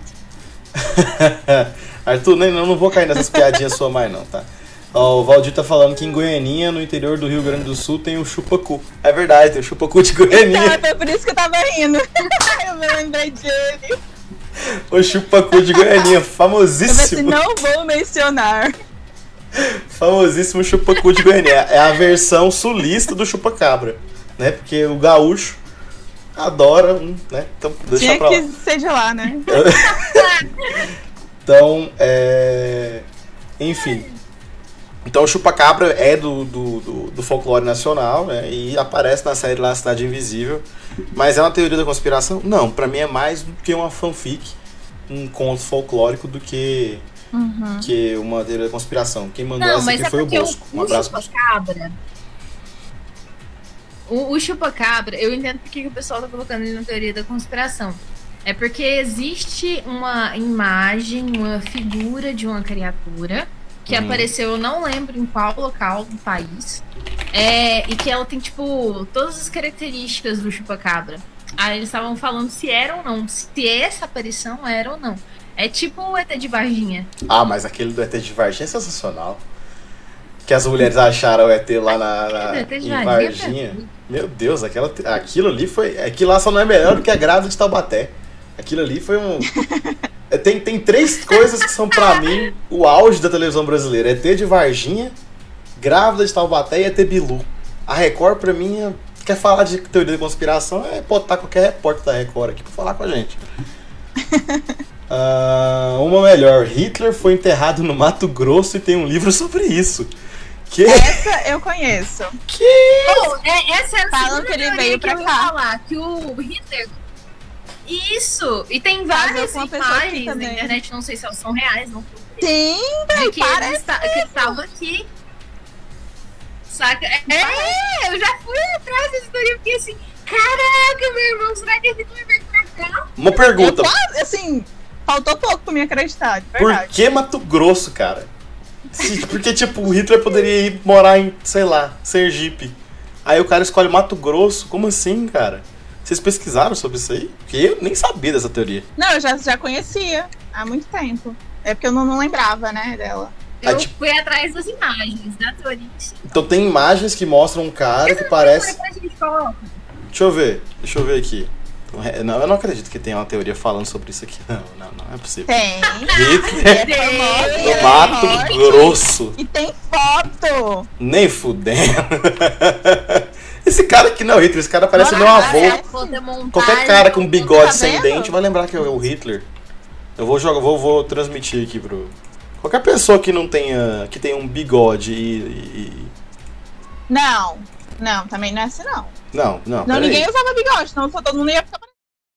Arthur, nem, não vou cair nessas piadinhas suas mais, não, tá? Ó, o Valdir tá falando que em Goianinha, no interior do Rio Grande do Sul, tem o chupacu. É verdade, tem o chupacu de Goianinha. Então, foi por isso que eu tava rindo. Eu me lembrei dele. O chupacu de Goianinha, Eu pensei, famosíssimo. não vou mencionar. Famosíssimo chupacu de Goiânia. É a versão sulista do chupacabra, né? Porque o gaúcho adora, um, né? Então, deixa Tinha pra lá. que ser de lá, né? Então, é... enfim. Então, o chupacabra é do, do, do, do folclore nacional, né? E aparece na série lá Cidade Invisível. Mas é uma teoria da conspiração? Não, pra mim é mais do que uma fanfic, um conto folclórico do que... Uhum. que uma teoria da conspiração. Quem mandou Não, essa mas aqui é foi o porque Bosco. Um o, o abraço, Bosco. chupacabra. O, o chupacabra, eu entendo porque que o pessoal tá colocando ele na teoria da conspiração. É porque existe uma imagem, uma figura de uma criatura que Uhum. apareceu, eu não lembro em qual local do país, é, e que ela tem, tipo, todas as características do chupacabra. Aí eles estavam falando se era ou não, se essa aparição era ou não. É tipo o E T de Varginha. Ah, mas aquele do E T de Varginha é sensacional. Que as mulheres acharam o E T lá na, na, O E T de em Varginha, Varginha. Meu Deus, aquela, aquilo ali foi... Aquilo lá só não é melhor do que a grávida de Taubaté. Aquilo ali foi um... Tem, tem três coisas que são, pra mim, o auge da televisão brasileira. E T de Varginha, grávida de Taubaté e E T Bilu. A Record, pra mim, é... quer falar de teoria da conspiração, é botar qualquer repórter da Record aqui pra falar com a gente. Uh, uma melhor, Hitler foi enterrado no Mato Grosso e tem um livro sobre isso. Que? Essa eu conheço. Que? Oh, é, essa é a Falam segunda que ele teoria veio que pra eu ia cá. falar, que o Hitler... Isso! E tem Casou várias com uma pessoa aqui imagens na também. internet, não sei se elas são reais, não. Sim, De velho, que ele parece. está- que estava aqui. Saca? É, eu já fui atrás dessa teoria, porque assim, caraca, meu irmão, será que esse Hitler veio pra cá? Uma pergunta. Eu quase, assim, faltou pouco pra me acreditar, de Por verdade. que Mato Grosso, cara? Se- Porque, tipo, o Hitler poderia ir morar em, sei lá, Sergipe. Aí o cara escolhe Mato Grosso. Como assim, cara? Vocês pesquisaram sobre isso aí? Porque eu nem sabia dessa teoria. Não, eu já, já conhecia há muito tempo. É porque eu não, não lembrava, né, dela. Eu Ah, tipo- fui atrás das imagens, da teoria. Então tem imagens que mostram um cara que parece... Depois a gente coloca. Deixa eu ver, deixa eu ver aqui. Não, eu não acredito que tenha uma teoria falando sobre isso aqui. Não, não, não é possível. Tem. Hitler É famosa, do é Mato forte. Grosso. E tem foto. Nem fudendo. Esse cara aqui não é o Hitler, esse cara parece Olha, meu olha, avô. é. Fotomontagem, Qualquer cara com bigode Tá sem vendo? dente vai lembrar que é o Hitler. Eu vou jogar, vou, vou transmitir aqui pro. Qualquer pessoa que não tenha. Que tenha um bigode e. e- Não, não, também não é assim, não. Não, não. Não, peraí. ninguém usava bigode, senão todo mundo ia ficar.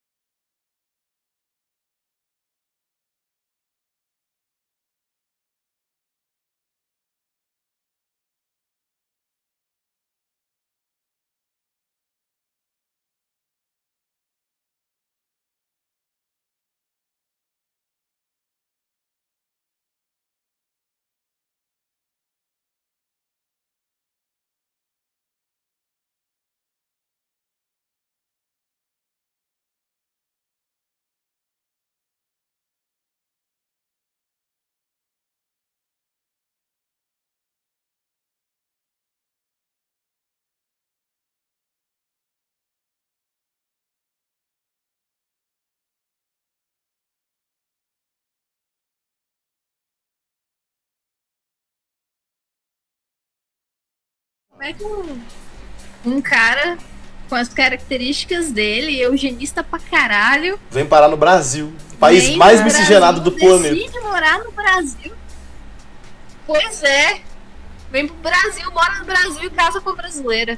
Como é que um, um cara com as características dele, eugenista pra caralho, Vem parar no Brasil. País vem mais pro miscigenado do Brasil, planeta. decide morar no Brasil. Pois é. Vem pro Brasil, mora no Brasil e casa com a brasileira.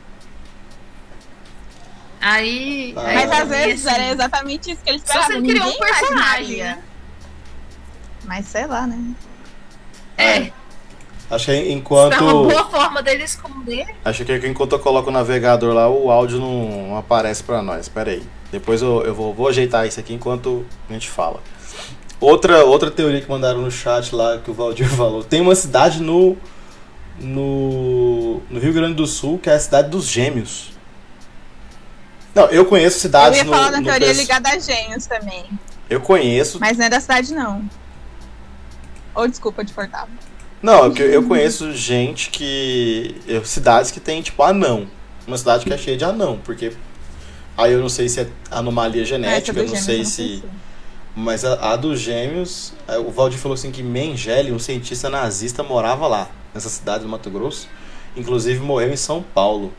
Aí. Ah, aí Mas às também, vezes assim, era exatamente isso que eles só esperavam. você criou um Ninguém personagem, imaginaria. né? Mas sei lá, né? É. Acho que Isso é enquanto. uma boa forma dele esconder. Acho que enquanto eu coloco o navegador lá, o áudio não, não aparece pra nós. Pera aí. Depois eu, eu vou, vou ajeitar isso aqui enquanto a gente fala. Outra, outra teoria que mandaram no chat lá, que o Valdir falou. Tem uma cidade no, no, no Rio Grande do Sul, que é a cidade dos Gêmeos. Não, eu conheço Eu cidades ia no... falar da no teoria pes- ligada a gêmeos também. Eu conheço... Mas não é da cidade, não. Ou desculpa te cortar. Não, é que eu conheço gente que... eu- cidades que tem, tipo, anão. Uma cidade que é cheia de anão, porque... Aí eu não sei se é anomalia genética, eu não sei se... Mas a, a dos Gêmeos, é, o Valdir falou assim que Mengele, um cientista nazista, morava lá, nessa cidade do Mato Grosso. Inclusive morreu em São Paulo.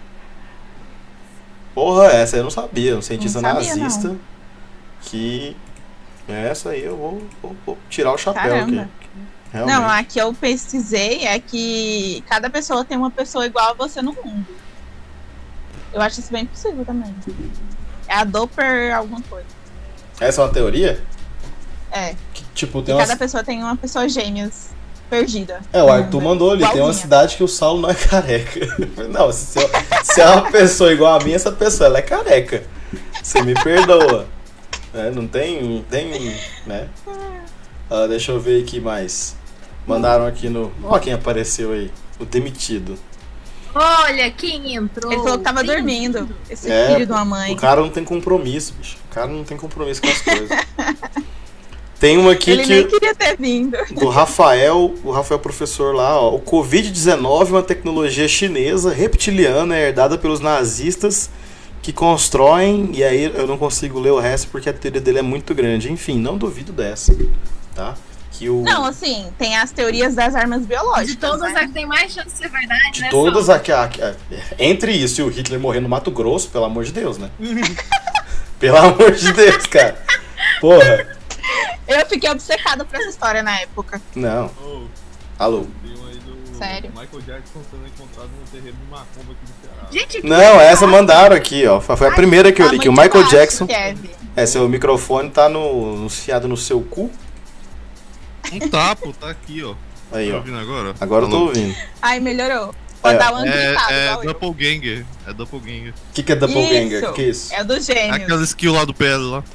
Porra, essa eu não sabia. Um cientista Não sabia, nazista não. que... Essa aí eu vou, vou- vou tirar o chapéu Caramba. aqui. Realmente. Não, a que eu pesquisei é que cada pessoa tem uma pessoa igual a você no mundo. Eu acho isso bem possível também. É a Doppler alguma coisa. Essa é uma teoria? É. Que, tipo, E tem uma... cada pessoa tem uma pessoa gêmeas perdida. É, o Arthur mandou ali, tem uma Igualzinha. cidade que o Saulo não é careca. Não, se, eu, se é uma pessoa igual a mim, essa pessoa ela é careca. Você me perdoa. É, não tem, não tem, né? Ah, deixa eu ver aqui mais. Mandaram aqui no... Ó quem apareceu aí, o demitido. Olha quem entrou. Ele falou que tava Quem dormindo. entrou? Esse É, filho de uma mãe. O cara não tem compromisso, bicho. O cara não tem compromisso com as coisas. Tem uma aqui Ele que... nem queria ter vindo. Do Rafael, o Rafael professor lá, ó. O covid dezenove é uma tecnologia chinesa reptiliana herdada pelos nazistas que constroem, e aí eu não consigo ler o resto porque a teoria dele é muito grande. Enfim, não duvido dessa, tá? Que o Não, assim, tem as teorias das armas biológicas. De todas, né? a que tem mais chance de ser verdade, de né? todas Saulo? aqui, aqui, entre isso e o Hitler morrer no Mato Grosso, pelo amor de Deus, né? Pelo amor de Deus, cara. Porra. Eu fiquei obcecada por essa história na época. Não. Oh, Alô. tem um aí do Sério? Michael Jackson sendo encontrado no terreno de Macumba aqui no Ceará. Gente, que Não, essa mandaram aqui, ó. Foi a primeira que eu Tá li, que o muito Michael baixo, Jackson. Kevin. É, seu microfone tá no, no fiado no seu cu. Não tá, pô, tá aqui, ó. Aí, Tá ó. ouvindo agora? Agora eu tô Alô? ouvindo. Ai, melhorou. Pode É, dar uma gritada, É, igual é eu. Doppelganger. É Doppelganger. O que, que é Doppelganger? Isso. O que, que é isso? É o dos gêmeos. Aquela skill lá do P L lá.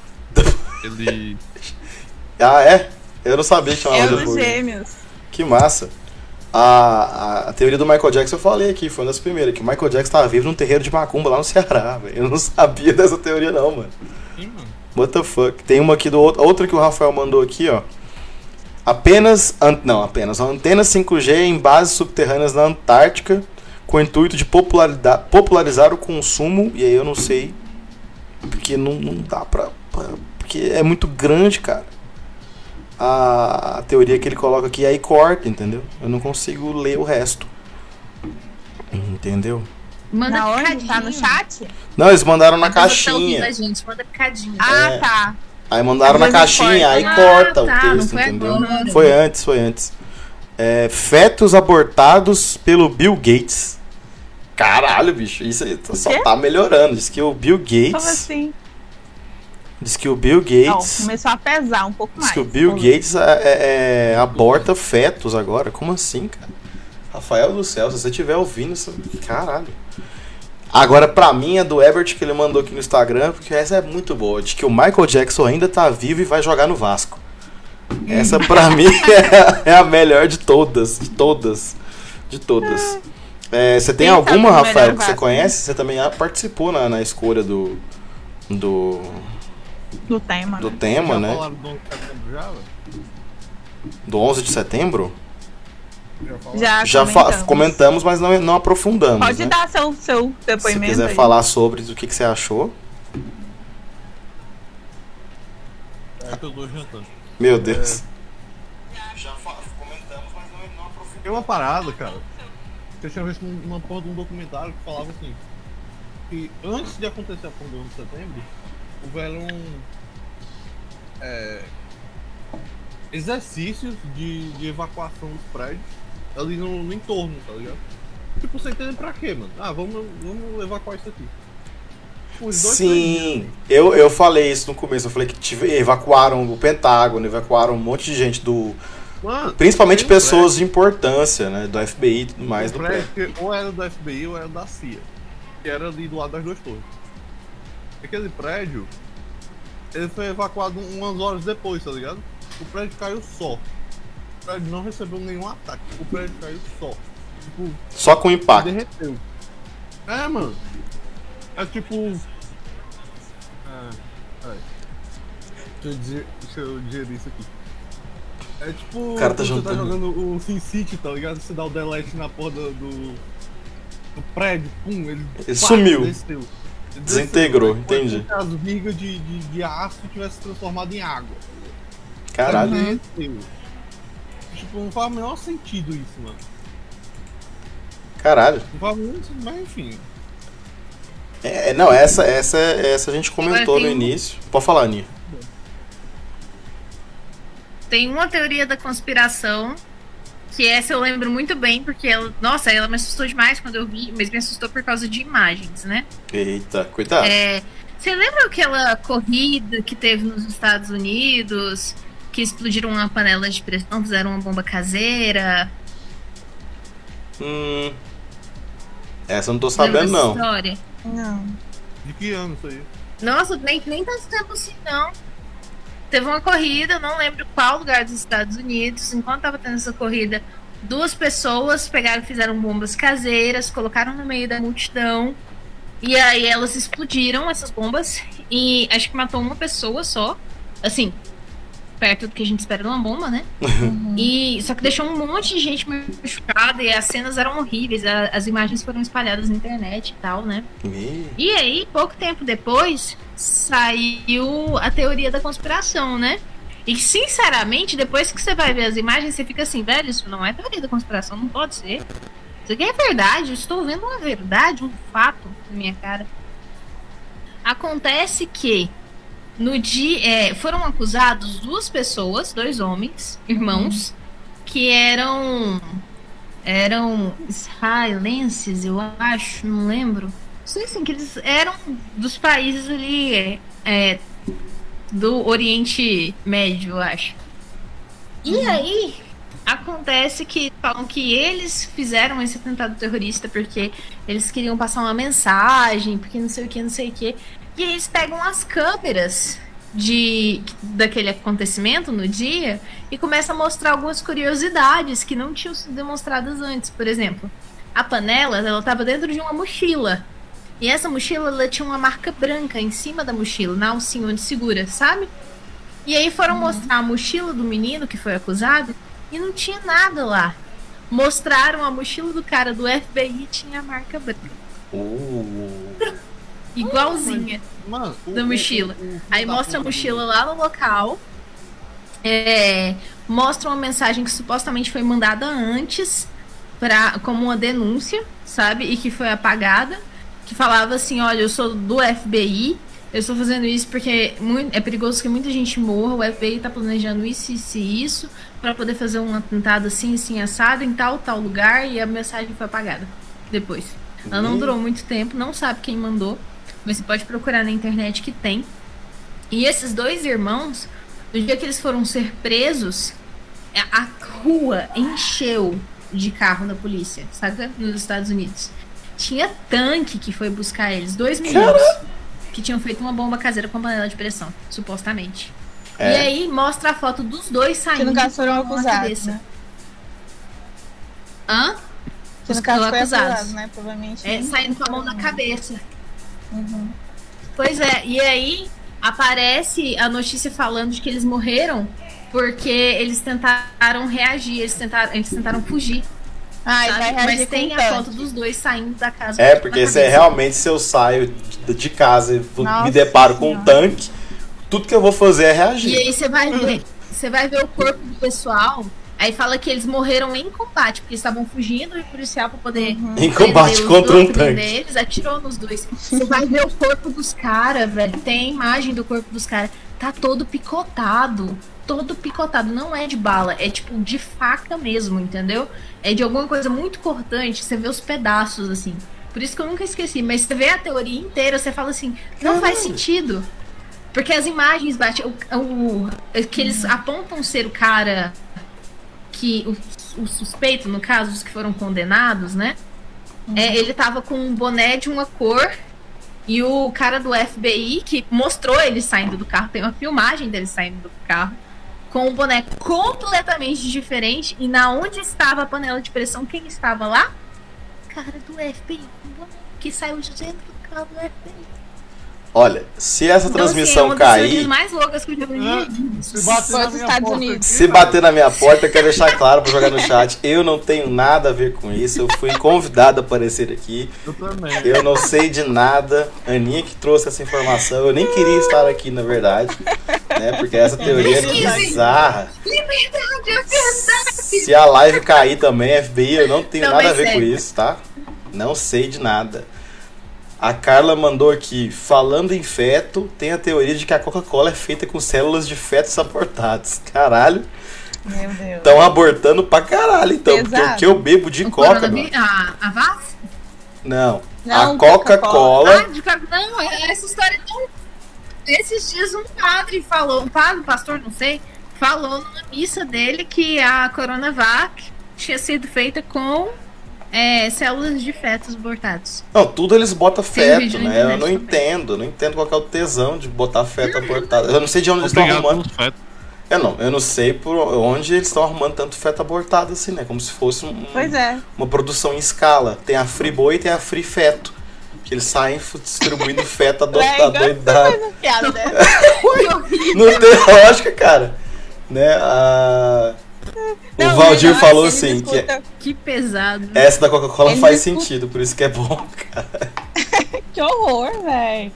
Ele. Ah, é? Eu não sabia que É chamava o dos Doppelganger. gêmeos. Que massa. A, a, a teoria do Michael Jackson eu falei aqui, foi uma das primeiras, que o Michael Jackson tava vivo num terreiro de macumba lá no Ceará, velho. Eu não sabia dessa teoria não, mano. Sim, mano. What the fuck? Tem uma aqui do outro, outra que o Rafael mandou aqui, ó. Apenas, an, não, apenas, antenas cinco G em bases subterrâneas na Antártica, com o intuito de popularizar, popularizar o consumo, e aí eu não sei, porque não, não dá pra, pra, porque é muito grande, cara. A, a teoria que ele coloca aqui aí corta, entendeu? Eu não consigo ler o resto. Entendeu? Manda Na onde? picadinho. Tá no chat? Não, eles mandaram na A pessoa que tá ouvindo caixinha. a gente, manda picadinho. Ah, É. tá. Aí mandaram Às na vezes caixinha, aí corta. corta Ah, o tá, texto, não foi entendeu? agora. Foi antes, foi antes. É, fetos abortados pelo Bill Gates. Caralho, bicho, isso aí só quê? tá melhorando. Diz que o Bill Gates. Como assim? Diz que o Bill Não, Gates. começou a pesar um pouco Diz mais. que o Bill Gates é, é, é, aborta fetos agora. Como assim, cara? Rafael do céu, se você estiver ouvindo isso. Caralho. Agora, pra mim, é do Ebert que ele mandou aqui no Instagram, porque essa é muito boa. De que o Michael Jackson ainda tá vivo e vai jogar no Vasco. Essa, pra mim, é, é a melhor de todas. De todas. De todas. É, você tem Quem alguma, sabe o Rafael, melhor que você Vasco? conhece? Você também ah, participou na, na escolha do. Do. Do tema. Do né? tema, Já né? falaram do onze de setembro já, velho? Do onze de setembro? Já falaram? Já, Já fa- comentamos. comentamos, mas não, não aprofundamos. Pode né? dar seu, seu Se depoimento quiser aí. falar sobre o que, que você achou. É que eu tô jantando. Meu Deus. Tem uma parada, cara. Que eu tinha visto numa porra de um documentário que falava assim: que antes de acontecer a porra do onze de setembro, houveram é, exercícios de, de evacuação dos prédios ali no, no entorno, tá ligado? Tipo, você entende pra quê, mano? Ah, vamos, vamos evacuar isso aqui. Os dois, três Sim, dias, eu, eu falei isso no começo. Eu falei que tive- evacuaram o Pentágono, evacuaram um monte de gente do. mano, Principalmente tem um pessoas de importância, né? Do F B I e tudo mais do um prédio. prédio que ou era do F B I ou era da C I A, que era ali do lado das duas torres. Aquele prédio, ele foi evacuado umas horas depois, tá ligado? O prédio caiu só. O prédio não recebeu nenhum ataque. O prédio caiu só. Tipo, Só com impacto. derreteu. É, mano. É tipo. É. é. Deixa eu dizer, deixa eu dizer isso aqui. É tipo. O cara tá quando você juntando. tá jogando o SimCity, tá ligado? Você dá o delete na porra do. do, do prédio, pum, ele. Ele sumiu. Desceu. Ele Desintegrou, desceu. Foi entendi. como se as vigas de, de, de aço tivessem se transformado em água. Caralho. Ele derreteu. Tipo, não faz o menor sentido isso, mano. Caralho. Não faz o menor sentido, mas enfim. É, não, essa, essa, essa a gente comentou Agora no tem um- início. Pode falar, Aninha. Tem uma teoria da conspiração, que essa eu lembro muito bem, porque ela, nossa, ela me assustou demais quando eu vi, mas me assustou por causa de imagens, né? Eita, cuidado. É, você lembra aquela corrida que teve nos Estados Unidos, que explodiram uma panela de pressão, fizeram uma bomba caseira? Hum. Essa eu não tô Lembra sabendo, dessa não. história? Não. De que ano isso aí? Nossa, nem, nem tanto tempo assim, não. Teve uma corrida, eu não lembro qual lugar dos Estados Unidos. Enquanto tava tendo essa corrida, duas pessoas pegaram, fizeram bombas caseiras, colocaram no meio da multidão. E aí elas explodiram, essas bombas. E acho que matou uma pessoa só. Assim, perto do que a gente espera de uma bomba, né? E só que deixou um monte de gente machucada. E as cenas eram horríveis. a- As imagens foram espalhadas na internet e tal, né? Ih, E aí, pouco tempo depois, saiu a teoria da conspiração, né? E sinceramente, depois que você vai ver as imagens, você fica assim, velho, isso não é teoria da conspiração, não pode ser. Isso aqui é verdade, eu estou vendo uma verdade, um fato na minha cara. Acontece que no dia é, foram acusados duas pessoas, dois homens, irmãos, que eram eram israelenses, eu acho, não lembro. Sei assim, que eles eram dos países ali é, é, do Oriente Médio, eu acho. E aí acontece que falam que eles fizeram esse atentado terrorista porque eles queriam passar uma mensagem, porque não sei o que, não sei o que. E aí eles pegam as câmeras de daquele acontecimento no dia e começa a mostrar algumas curiosidades que não tinham sido demonstradas antes. Por exemplo, a panela, ela estava dentro de uma mochila. E essa mochila, ela tinha uma marca branca em cima da mochila, na alcinha onde segura, sabe? E aí foram uhum. mostrar a mochila do menino que foi acusado e não tinha nada lá. Mostraram a mochila do cara do F B I e tinha a marca branca. Uh. Igualzinha Mano, o, da mochila. O, o, o, aí mostra a mochila lá no local. É, mostra uma mensagem que supostamente foi mandada antes pra, como uma denúncia, sabe? E que foi apagada. Que falava assim, olha, eu sou do F B I, eu estou fazendo isso porque muito, é perigoso que muita gente morra, o F B I tá planejando isso, isso e isso, pra poder fazer um atentado assim, assim, assado, em tal, tal lugar, e a mensagem foi apagada depois. Ela não durou muito tempo, não sabe quem mandou, mas você pode procurar na internet que tem. E esses dois irmãos, no dia que eles foram ser presos, a rua encheu de carro da polícia, sabe? Nos Estados Unidos. Tinha tanque que foi buscar eles. Dois meninos Caramba. que tinham feito uma bomba caseira com panela de pressão, supostamente. É. E aí mostra a foto dos dois saindo. Que no caso foram acusados, né? Hã? Que no caso foi acusado, né? Provavelmente. É, saindo com a mão na cabeça. Uhum. Pois é, e aí aparece a notícia falando de que eles morreram porque eles tentaram reagir, eles tentaram, eles tentaram fugir. Ah, vai reagir. Mas tem a foto dos dois saindo da casa. É, porque se é realmente se eu saio de, de casa e Nossa, me deparo com senhora. um tanque, tudo que eu vou fazer é reagir. E aí você vai ver, você vai ver o corpo do pessoal. Aí fala que eles morreram em combate, porque estavam fugindo do policial pra poder. Uhum. Em combate contra um tanque. Eles atirou nos dois. Você vai ver o corpo dos caras, velho. Tem a imagem do corpo dos caras. Tá todo picotado. Todo picotado. Não é de bala, é tipo de faca mesmo, entendeu? É de alguma coisa muito cortante. Você vê os pedaços assim. Por isso que eu nunca esqueci. Mas você vê a teoria inteira, você fala assim: não faz sentido. Porque as imagens batem. O, o, que eles apontam ser o cara. Que o, o suspeito, no caso, os que foram condenados, né? Uhum. É, ele tava com um boné de uma cor. E o cara do F B I, que mostrou ele saindo do carro, tem uma filmagem dele saindo do carro, com um boné completamente diferente. E na onde estava a panela de pressão, quem estava lá? Cara do F B I, com um boné que saiu de dentro do carro do F B I. Olha, se essa então, transmissão assim, é uma das cair. mais loucas que eu já vi. Ah, se bater na minha Estados porta Unidos. aqui, Se bater na minha porta, eu quero deixar claro pra jogar no chat. Eu não tenho nada a ver com isso. Eu fui convidado a aparecer aqui. Eu também. Eu não sei de nada. Aninha que trouxe essa informação. Eu nem queria estar aqui, na verdade. Né? Porque essa teoria é bizarra. Liberdade, é verdade. Se a live cair também, F B I, eu não tenho Não, nada a mas ver com sério. isso, tá? Não sei de nada. A Carla mandou aqui, falando em feto, tem a teoria de que a Coca-Cola é feita com células de fetos abortados. Caralho. Meu Deus. Estão abortando pra caralho, então. Porque o que eu bebo de O Coca, coronavírus- mano. A, a vacina? Não. Não, a Coca-Cola. Ah, de Coca- não, essa história não. Esses dias um padre falou, um padre, um pastor, não sei, falou numa missa dele que a Coronavac tinha sido feita com é, células de fetos abortados. Não, tudo eles botam Tem feto, vídeo na né? Eu internet não também. entendo. Não entendo qual que é o tesão de botar feto abortado. Eu não sei de onde eles estão Obrigado arrumando. pelos fetos. Eu não, eu não sei por onde eles estão arrumando tanto feto abortado assim, né? Como se fosse um, Pois é. uma produção em escala. Tem a Free Boy e tem a Free Feto. Que eles saem fu- distribuindo feto adotado, doidado. Piada, né? Não tem lógica, cara. Né? A... O Não, Valdir melhor falou que assim eles que escutam- Que pesado. essa da Coca-Cola Eles faz escutam- sentido, por isso que é bom, cara. Que horror, velho.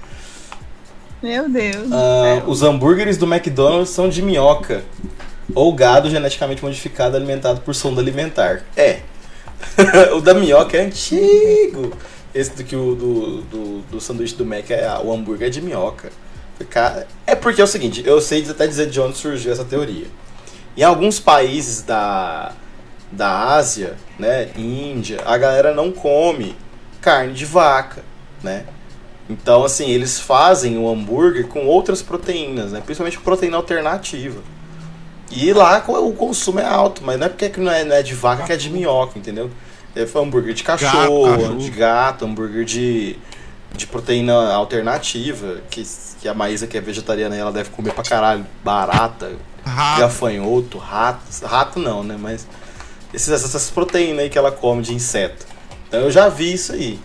Meu Deus. Ah, os hambúrgueres do McDonald's são de minhoca ou gado geneticamente modificado alimentado por sonda alimentar. É. O da minhoca é antigo. Esse do que o do, do, do sanduíche do Mac é o hambúrguer é de minhoca. Cara, é porque é o seguinte, eu sei até dizer de onde surgiu essa teoria. Em alguns países da, da Ásia, né, Índia, a galera não come carne de vaca, né? Então, assim, eles fazem o hambúrguer com outras proteínas, né? Principalmente proteína alternativa. E lá o consumo é alto, mas não é porque não é, não é de vaca que é de minhoca, entendeu? É hambúrguer de cachorro, Gato, cachorro. de gato, hambúrguer de, de proteína alternativa, que, que a Maísa, que é vegetariana, ela deve comer pra caralho, barata, Rato. gafanhoto, rato, rato não, né, mas esses, essas proteínas aí que ela come de inseto. Então eu já vi isso aí.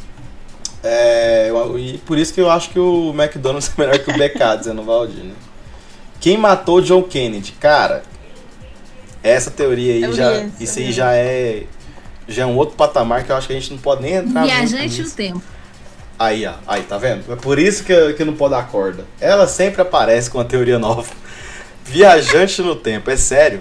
É, eu, e por isso que eu acho que o McDonald's é melhor que o B K, dizendo o Valdir, né? Quem matou John Kennedy? Cara, essa teoria aí, Eu já, vi essa, isso aí né? já é, já é um outro patamar que eu acho que a gente não pode nem entrar muito Viajante no nisso. tempo. Aí, ó, aí, tá vendo? É por isso que eu, que eu não pode dar corda. Ela sempre aparece com uma teoria nova. Viajante no tempo, é sério.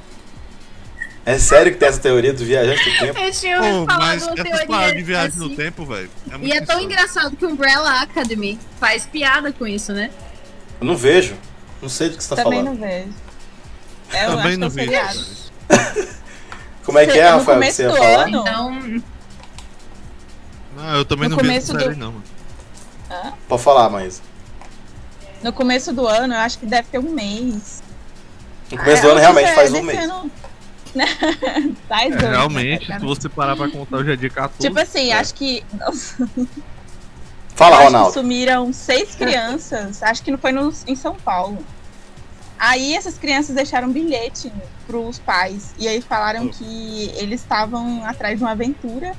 É sério que tem essa teoria do viajante no tempo? Eu tinha Pô, falado mas uma essas teoria paradas de viagem assim, no tempo, velho. É muito e é tão insano. engraçado que o Umbrella Academy faz piada com isso, né? Eu não vejo. Não sei do que você tá Também falando. não vejo. É, eu Também acho não que é um vi. seriado. Como é que é, No Rafael, que começo você ia do falar? ano- Então, Não, eu também No não vi começo essa série, do- não, mano. Pode falar, mas No começo do ano, eu acho que deve ter um mês. no começo É, do ano ou realmente seja, faz um desse mês. ano- Faz É, anos, né, realmente, cara? se você parar pra contar, hoje é dia quatorze. Tipo assim, É. acho que. Fala, eu acho que Ronaldo. sumiram seis crianças, acho que não foi no, em São Paulo. Aí essas crianças deixaram um bilhete pros pais. E aí falaram que eles estavam atrás de uma aventura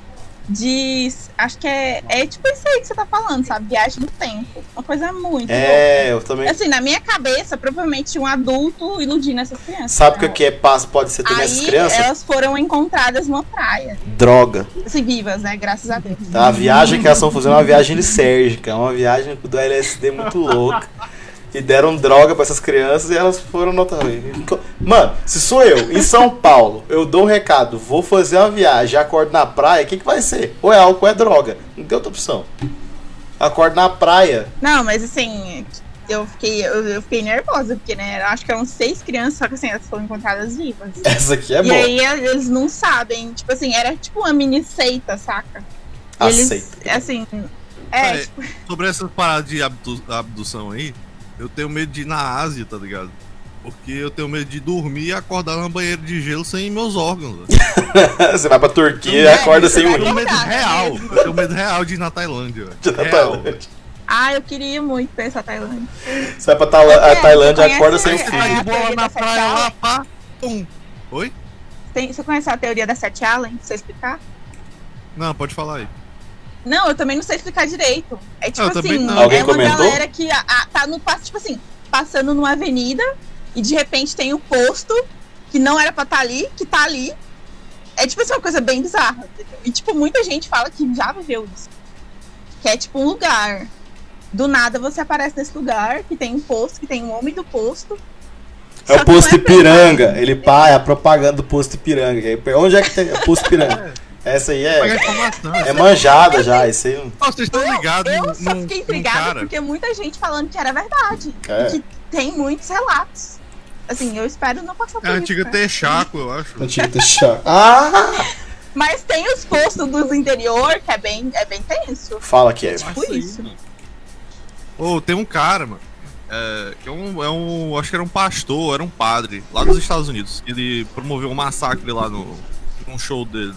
de. Acho que é, é tipo isso aí que você tá falando, sabe? Viagem no tempo. Uma coisa muito É, eu louca. também. Assim, na minha cabeça, provavelmente um adulto iludindo essas crianças. Sabe o que né? que é passo pode ser também essas Aí crianças? elas foram encontradas numa praia. Droga. Assim, vivas, né? Graças a Deus. A viagem que elas estão fazendo é uma viagem lisérgica, é uma viagem do L S D muito louca. E deram droga pra essas crianças e elas foram notar. Mano, se sou eu, em São Paulo, eu dou um recado, vou fazer uma viagem, acordo na praia, o que, que vai ser? Ou é álcool ou é droga. Não tem outra opção. Acordo na praia. Não, mas assim, eu fiquei, eu, eu fiquei nervosa, porque, né, eu acho que eram seis crianças, só que assim, elas foram encontradas vivas. Essa aqui é e boa. aí eles não sabem, tipo assim, era tipo uma mini seita, saca? E A eles, seita. assim, é, É, tipo, Sobre essas paradas de abdu- abdução aí, eu tenho medo de ir na Ásia, tá ligado? Porque eu tenho medo de dormir e acordar numa banheira de gelo sem meus órgãos. velho. Você vai pra Turquia e É, acorda você sem vai um Eu tenho medo Acordar, real. mesmo. Eu tenho medo real de ir na Tailândia. velho. De na Real, Tailândia. velho. ah, eu queria muito pensar Tailândia. Você vai pra Tailândia, É, a Tailândia você acorda conhece, sem Você um é, tá filho. de boa lá teoria na da sete praia, lá, aulas? pá, pum. Oi? Tem, você conhece a teoria da Sete Allen? Pra você explicar? Não, pode falar aí. Não, eu também não sei explicar direito. É tipo Eu também assim, não. Alguém é uma comentou? galera que a- a- tá no passo, tipo assim, passando numa avenida e de repente tem um posto que não era pra estar ali, que tá ali. É tipo assim, uma coisa bem bizarra. Entendeu? E tipo, muita gente fala que já viveu isso. Que é tipo um lugar. Do nada você aparece nesse lugar, que tem um posto, que tem um homem do posto. É Só o que não posto é Ipiranga. Ele pá, é a propaganda do posto Ipiranga. E aí, onde é que tem o posto Ipiranga? Essa aí Pagar é, informação. é manjada já. Isso aí não. Ó, vocês estão ligados Eu num- só num- fiquei num intrigada cara. porque muita gente falando que era verdade. É. E que tem muitos relatos. Assim, eu espero não passar por É a isso. antiga né? Texaco, eu acho. Não tinha que deixar. Ah! Mas tem os postos dos interior que é bem, é bem tenso. Fala que é. Tipo isso. Ô, tem um cara, mano. É, que é um, é um. Acho que era um pastor, era um padre, lá dos Estados Unidos. Ele promoveu um massacre lá no, num show dele.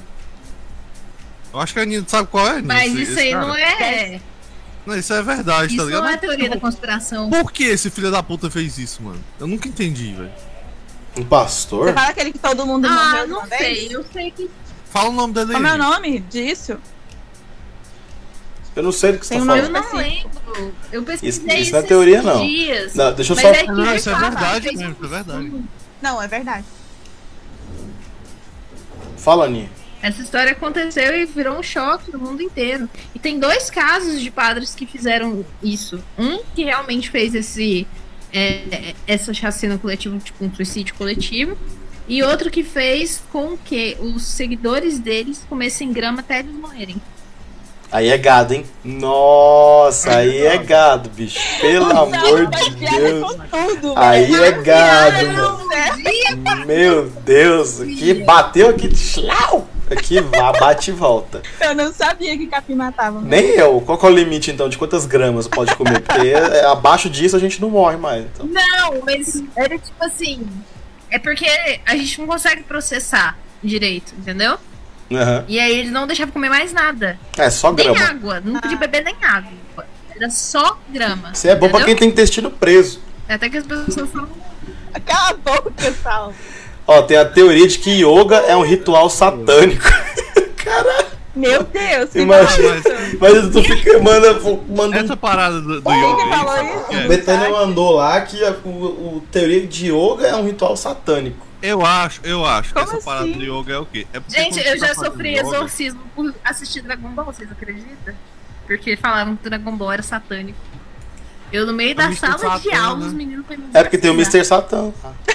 Eu acho que a Nina sabe qual é, Nina? mas esse- isso esse aí cara? não é. Não, isso é verdade, Isso tá ligado? não é Mas teoria da conspiração. por que esse filho da puta fez isso, mano? Eu nunca entendi, velho. Um Você pastor? fala aquele que todo mundo Ah, morreu de não uma sei. vez? Eu sei que. Fala o nome dele aí. Como é o gente. nome disso? Eu não sei do que você Tem tá um nome Eu falando. não específico. lembro. Eu pesquisei Isso- isso, isso não é teoria, esses não. dias. Não, deixa eu Mas só. é que Não, ele isso é fala, verdade fez mesmo, um isso é verdade. estudo. Não, é verdade. Fala, Aninha. Essa história aconteceu e virou um choque no mundo inteiro. E tem dois casos de padres que fizeram isso. Um que realmente fez esse é, essa chacina coletiva, tipo um suicídio coletivo. E outro que fez com que os seguidores deles comessem grama até eles morrerem. Aí é gado, hein? Nossa, aí é gado, bicho. Pelo amor de Deus. Tudo, Aí velho. é gado, mano. Né? Meu Deus, aqui bateu aqui, schlau, aqui vá, bate e volta. Eu não sabia que capim matava. né? Nem eu. Qual que é o limite então de quantas gramas pode comer? Porque é- é abaixo disso a gente não morre mais. Então. Não, mas era tipo assim. É porque a gente não consegue processar direito, entendeu? Uhum. E aí ele não deixava comer mais nada. É, só Nem grama. água. Não podia beber nem água. Era só grama. Isso é bom pra entendeu? quem tem intestino preso. Até que as pessoas falam. Cala a boca, Sal. Ó, tem a teoria de que yoga é um ritual satânico. Caralho. Meu Deus, que Imagina. maravilha. Mas tu fica, manda, manda Essa parada do, do Quem yoga que aí, falou sabe isso? o que é? O Betânia mandou lá que a o, o teoria de yoga é um ritual satânico. Eu acho, eu acho que Como essa parada assim? do yoga é o quê? É porque Gente, quando eu você já tá fazendo sofri yoga- exorcismo por assistir Dragon Ball, vocês acreditam? Porque falavam que Dragon Ball era satânico. Eu, no meio da mister sala de Satan, aula, né? os meninos foi me É porque tem o exorcizar. mister Satan.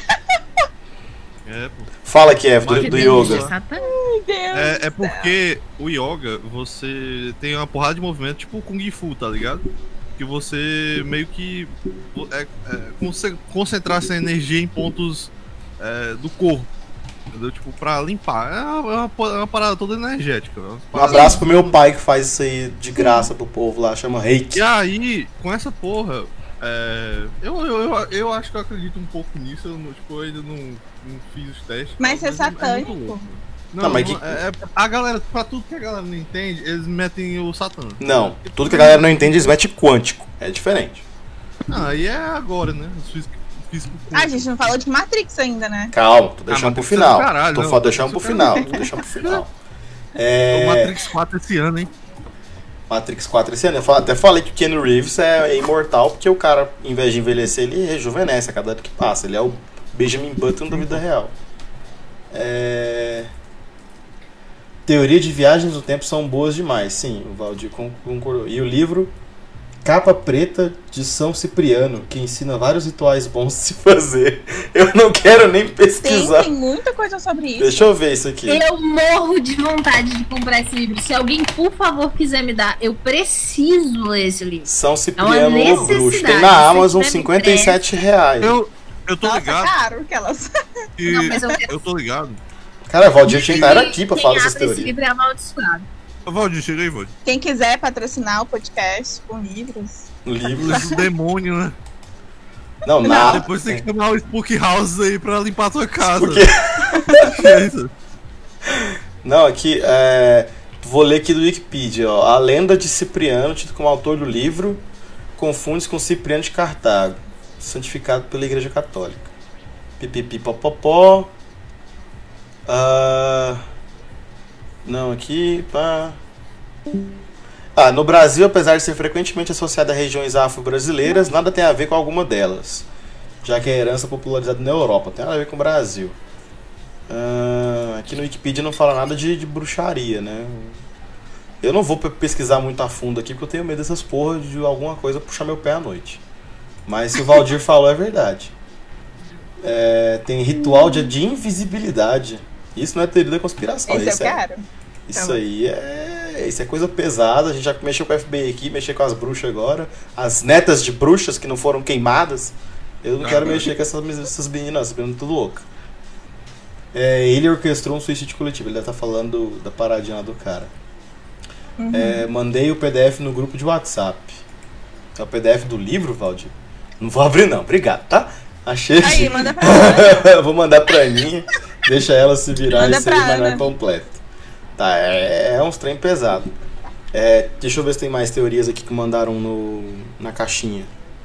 É, pô. Fala, Kev, do, Mas do Porque tem o yoga. mister Satan. Meu Deus. É, é porque o yoga, você tem uma porrada de movimento, tipo o Kung Fu, tá ligado? Que você meio que é, é, como se concentrasse a energia em pontos é, do corpo, entendeu? Tipo, pra limpar. É uma, é uma, é uma parada toda energética. Né? Um abraço pro meu pai que faz isso aí de graça pro povo lá, chama Reiki. E aí, com essa porra, é, eu, eu, eu, eu acho que eu acredito um pouco nisso. Eu, não- tipo, eu ainda não, não fiz os testes. Mas é muito satânico. louco. Não, Não, mas não, que- é, é- a galera, pra tudo que a galera não entende, eles metem o Satã. Não, tudo que a galera não entende, eles metem quântico. É diferente. Ah, aí é agora, né? Os físico, físico Ah, a gente não falou de Matrix ainda, né? Calma, tô deixando Ah, pro Matrix final. é do caralho, Tô não, fa- deixando pro Matrix é do final. caralho. Tô deixando pro final. O É. Matrix quatro esse ano, hein? Matrix quatro esse ano. Eu fa- até falei que o Keanu Reeves é imortal porque o cara, em vez de envelhecer, ele rejuvenesce a cada ano que passa. Ele é o Benjamin Button da vida real. É... Teoria de viagens no tempo são boas demais. Sim, o Valdir con- concordou. E o livro Capa Preta de São Cipriano, que ensina vários rituais bons de se fazer. Eu não quero nem Tem, pesquisar. tem muita coisa sobre isso. Deixa eu ver isso aqui. Eu morro de vontade de comprar esse livro. Se alguém, por favor, quiser me dar, eu preciso ler esse livro. São É Cipriano uma o Bruxo. Tem necessidade. na Se Amazon tiver cinquenta e sete reais. Eu, eu tô Nossa, ligado caro que elas. que. Não, mas eu quero- Eu tô ligado. Cara, o Valdir tinha que estar aqui pra Quem falar dessas abre esse teorias. livro é amaldiçoado. Ô, Valdir, chega aí, Valdir. Quem quiser patrocinar o podcast com livros. Livros. Luz do demônio, né? Não, nada. Depois tem que chamar o Spook House aí pra limpar a sua casa. Porque... É isso. Não, aqui, é... vou ler aqui do Wikipedia, ó. A lenda de Cipriano, tido como autor do livro, confunde-se com Cipriano de Cartago, santificado pela Igreja Católica. Pipipi popopó. Ah... Não, aqui, pá... Ah, no Brasil, apesar de ser frequentemente associada a regiões afro-brasileiras, nada tem a ver com alguma delas, já que é herança popularizada na Europa, tem nada a ver com o Brasil. Ah, aqui no Wikipedia não fala nada de, de bruxaria, né? Eu não vou pe- pesquisar muito a fundo aqui, porque eu tenho medo dessas porra de alguma coisa puxar meu pé à noite. Mas se o Valdir falou, é verdade. É, tem ritual de, de invisibilidade. Isso não é teoria da conspiração. Esse eu isso é, quero. isso aí é. Isso é coisa pesada. A gente já mexeu com o F B I aqui, mexeu com as bruxas agora. As netas de bruxas que não foram queimadas. Eu não quero mexer com essas, essas meninas, essas meninas tudo louca. É, ele orquestrou um suicídio coletivo. Ele deve estar falando da paradinha lá do cara. Uhum. É, mandei o P D F no grupo de WhatsApp. É o P D F do livro, Valdir? Não vou abrir não, obrigado, tá? Achei. Aí, manda pra ela. Vou mandar pra Aninha. Deixa ela se virar Manda e ser pra mais Ana. completo. Tá, é, é uns trem pesado. É, deixa eu ver se tem mais teorias aqui que mandaram no, na caixinha.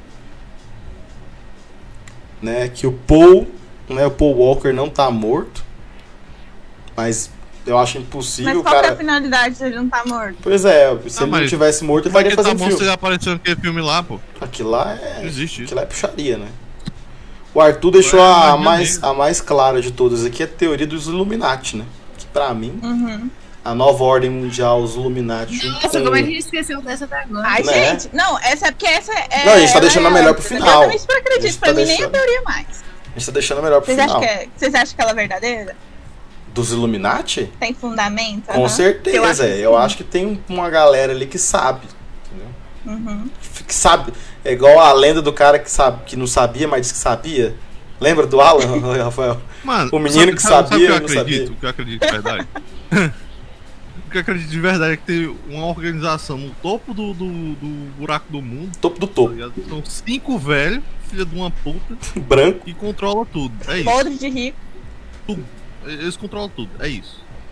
Né, que o Paul, né, o Paul Walker não tá morto. Mas eu acho impossível Mas o qual que é cara... a finalidade se ele não tá morto? Pois é, se Ah, ele não mas tivesse morto, ele Como é estaria que tá fazendo bom filme. você apareceu naquele filme lá, pô? Aquilo lá é. Não existe isso. Aquilo lá é puxaria, né? O Arthur deixou É, a, mas mais, mesmo. a mais clara de todas aqui, a teoria dos Illuminati, né? Que pra mim, Uhum. a nova ordem mundial, os Illuminati. junto Nossa, com- como é que a gente esqueceu dessa até agora? Ai, Né? gente. Não, essa é porque essa é. Não, a gente tá ela deixando é a melhor pro óbvia, final. Eu também super A acredito. gente Pra tá mim nem deixando- a teoria mais. A gente tá deixando a melhor pro Vocês final. acham, que é, vocês acham que ela é verdadeira? Dos Illuminati? Tem fundamento? Com Aham. certeza. Eu acho que Eu sim. acho que tem uma galera ali que sabe. Entendeu? Uhum. Que sabe. É igual a lenda do cara que, sabe, que não sabia, mas disse que sabia. Lembra do Alan, Rafael? Mano, O menino que sabia, sabe o que eu não sabia. acredito? O que eu acredito de verdade? O que eu acredito de verdade é que tem uma organização no topo do, do, do buraco do mundo. Topo do Tá topo. ligado? São cinco velhos, filha de uma puta, Branco. que controla tudo. É isso. Podre de rico. Tudo. Eles controlam tudo. É isso.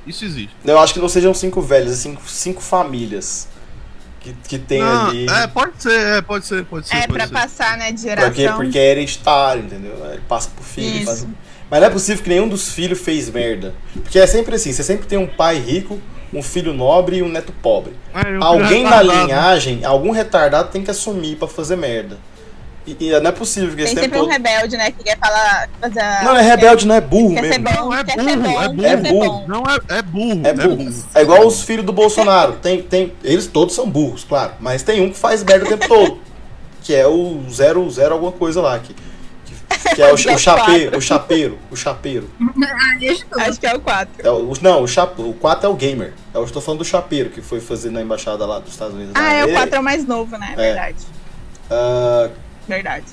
Isso existe. Eu acho que não sejam cinco velhos, é cinco, cinco famílias que, que tem Não, ali. É, pode ser, é, pode ser, pode ser. É, pode pra ser. passar, né, de Porque, geração. porque é hereditário, entendeu? Ele passa pro filho. Isso. Passa... Mas não é possível que nenhum dos filhos fez merda. Porque é sempre assim, você sempre tem um pai rico, um filho nobre e um neto pobre. É, eu Alguém fui na retardado. linhagem, algum retardado tem que assumir pra fazer merda. E, e não é possível que Tem esse sempre tempo um todo... rebelde, né, que quer falar... Fazer a- Não, é rebelde, não é burro Quer ser mesmo. bom, Não, é quer burro, ser bom, é quer burro. ser É bom. Não, é, é burro. É burro. É igual os filhos do Bolsonaro. Tem, tem, eles todos são burros, claro. Mas tem um que faz merda o tempo todo. Que é o zero, zero alguma coisa lá. Que, que, que é o, o chapeiro. O chapeiro. O chapeiro. Ah, deixa eu. Acho que é o quatro. É o, não, o, chape, o quatro é o gamer. Eu estou falando do chapeiro, que foi fazer na embaixada lá dos Estados Unidos. Ah, é o Ele- quatro é o mais novo, né? É. Verdade. ah, Verdade.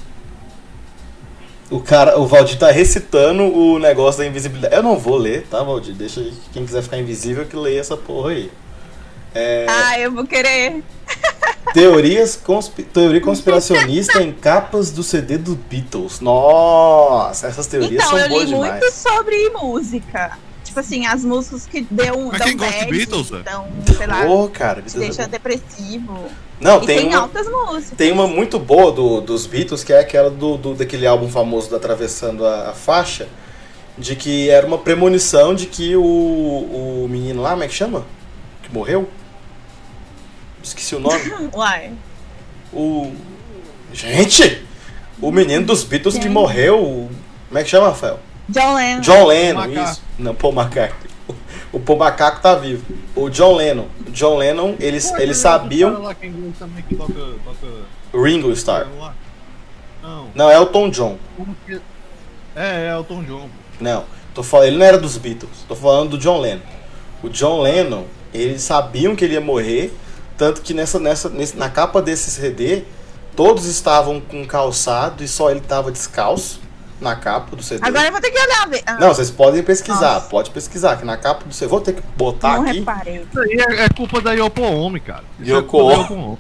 o cara, o Valdir tá recitando o negócio da invisibilidade. Eu não vou ler, tá, Valdir? Deixa aí, quem quiser ficar invisível que leia essa porra aí. É, Ah, eu vou querer. teorias conspi- teoria conspiracionista em capas do C D do Beatles. Nossa, essas teorias Então, são eu boas li demais. muito sobre música. Tipo assim, as músicas que deu, Mas dão quem gosta de bad, Beatles, velho? dão, sei lá, Pô, cara, te Beatles é deixa bom. depressivo. Não, E tem tem uma, altas músicas. tem uma muito boa do, dos Beatles, que é aquela do, do- daquele álbum famoso do Atravessando a, a Faixa, de que era uma premonição de que o, o menino lá, como é que chama? Que morreu? Esqueci o nome. Uai. O. Gente! O menino dos Beatles que Quem? morreu. Como é que chama, Rafael? John Lennon. John Lennon, Macaco. isso. Não, Paul McCartney. O Paul Macaco tá vivo. O John Lennon. O John Lennon, eles, Pô, eles aquele sabiam. cara lá que é inglês também que toca, toca Ringo Starr. piano lá. Não. Não, é Elton John. Como que... É, é Elton John. Não. Tô falando, ele não era dos Beatles. Tô falando do John Lennon. O John Lennon, eles sabiam que ele ia morrer. Tanto que nessa, nessa, nesse- na capa desse C D, todos estavam com calçado e só ele tava descalço na capa do C D. Agora eu vou ter que olhar. ver. Ah, Não, vocês podem pesquisar, Nossa. pode pesquisar, que na capa do C D. Vou ter que botar não aqui. reparei. Isso aí é, é culpa da Yoko Ono, cara. Isso Yoko é culpa da Ono. Yoko Ono.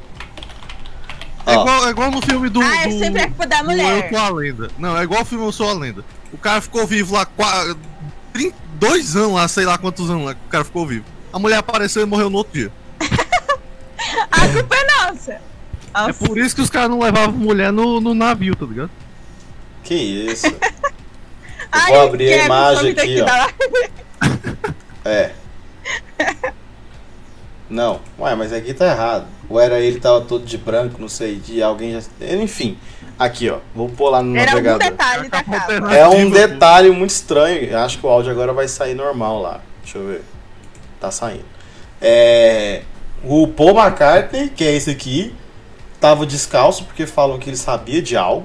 É Ó. igual, é igual no filme do. Ah, é do- sempre a culpa da do mulher. Eu Sou a Lenda. Não, é igual o filme Eu Sou a Lenda. O cara ficou vivo lá, qua- trinta, dois anos lá, sei lá quantos anos lá que o cara ficou vivo. A mulher apareceu e morreu no outro dia. A culpa é nossa. É Nossa. por isso que os caras não levavam mulher no, no navio, tá ligado? Que isso. Eu Ai, vou abrir a Kevin, imagem some daqui aqui, ó. da live. É. Não, ué, mas aqui tá errado. Ou era ele tava todo de branco, não sei, de alguém já. Enfim, aqui ó, vou pôr lá no Era algum navegador. detalhe da Acabou capa. perdendo. É um Ativa, pô. detalhe muito estranho. Eu acho que o áudio agora vai sair normal lá. Deixa eu ver. Tá saindo. É. O Paul McCartney, que é esse aqui, tava descalço porque falam que ele sabia de algo.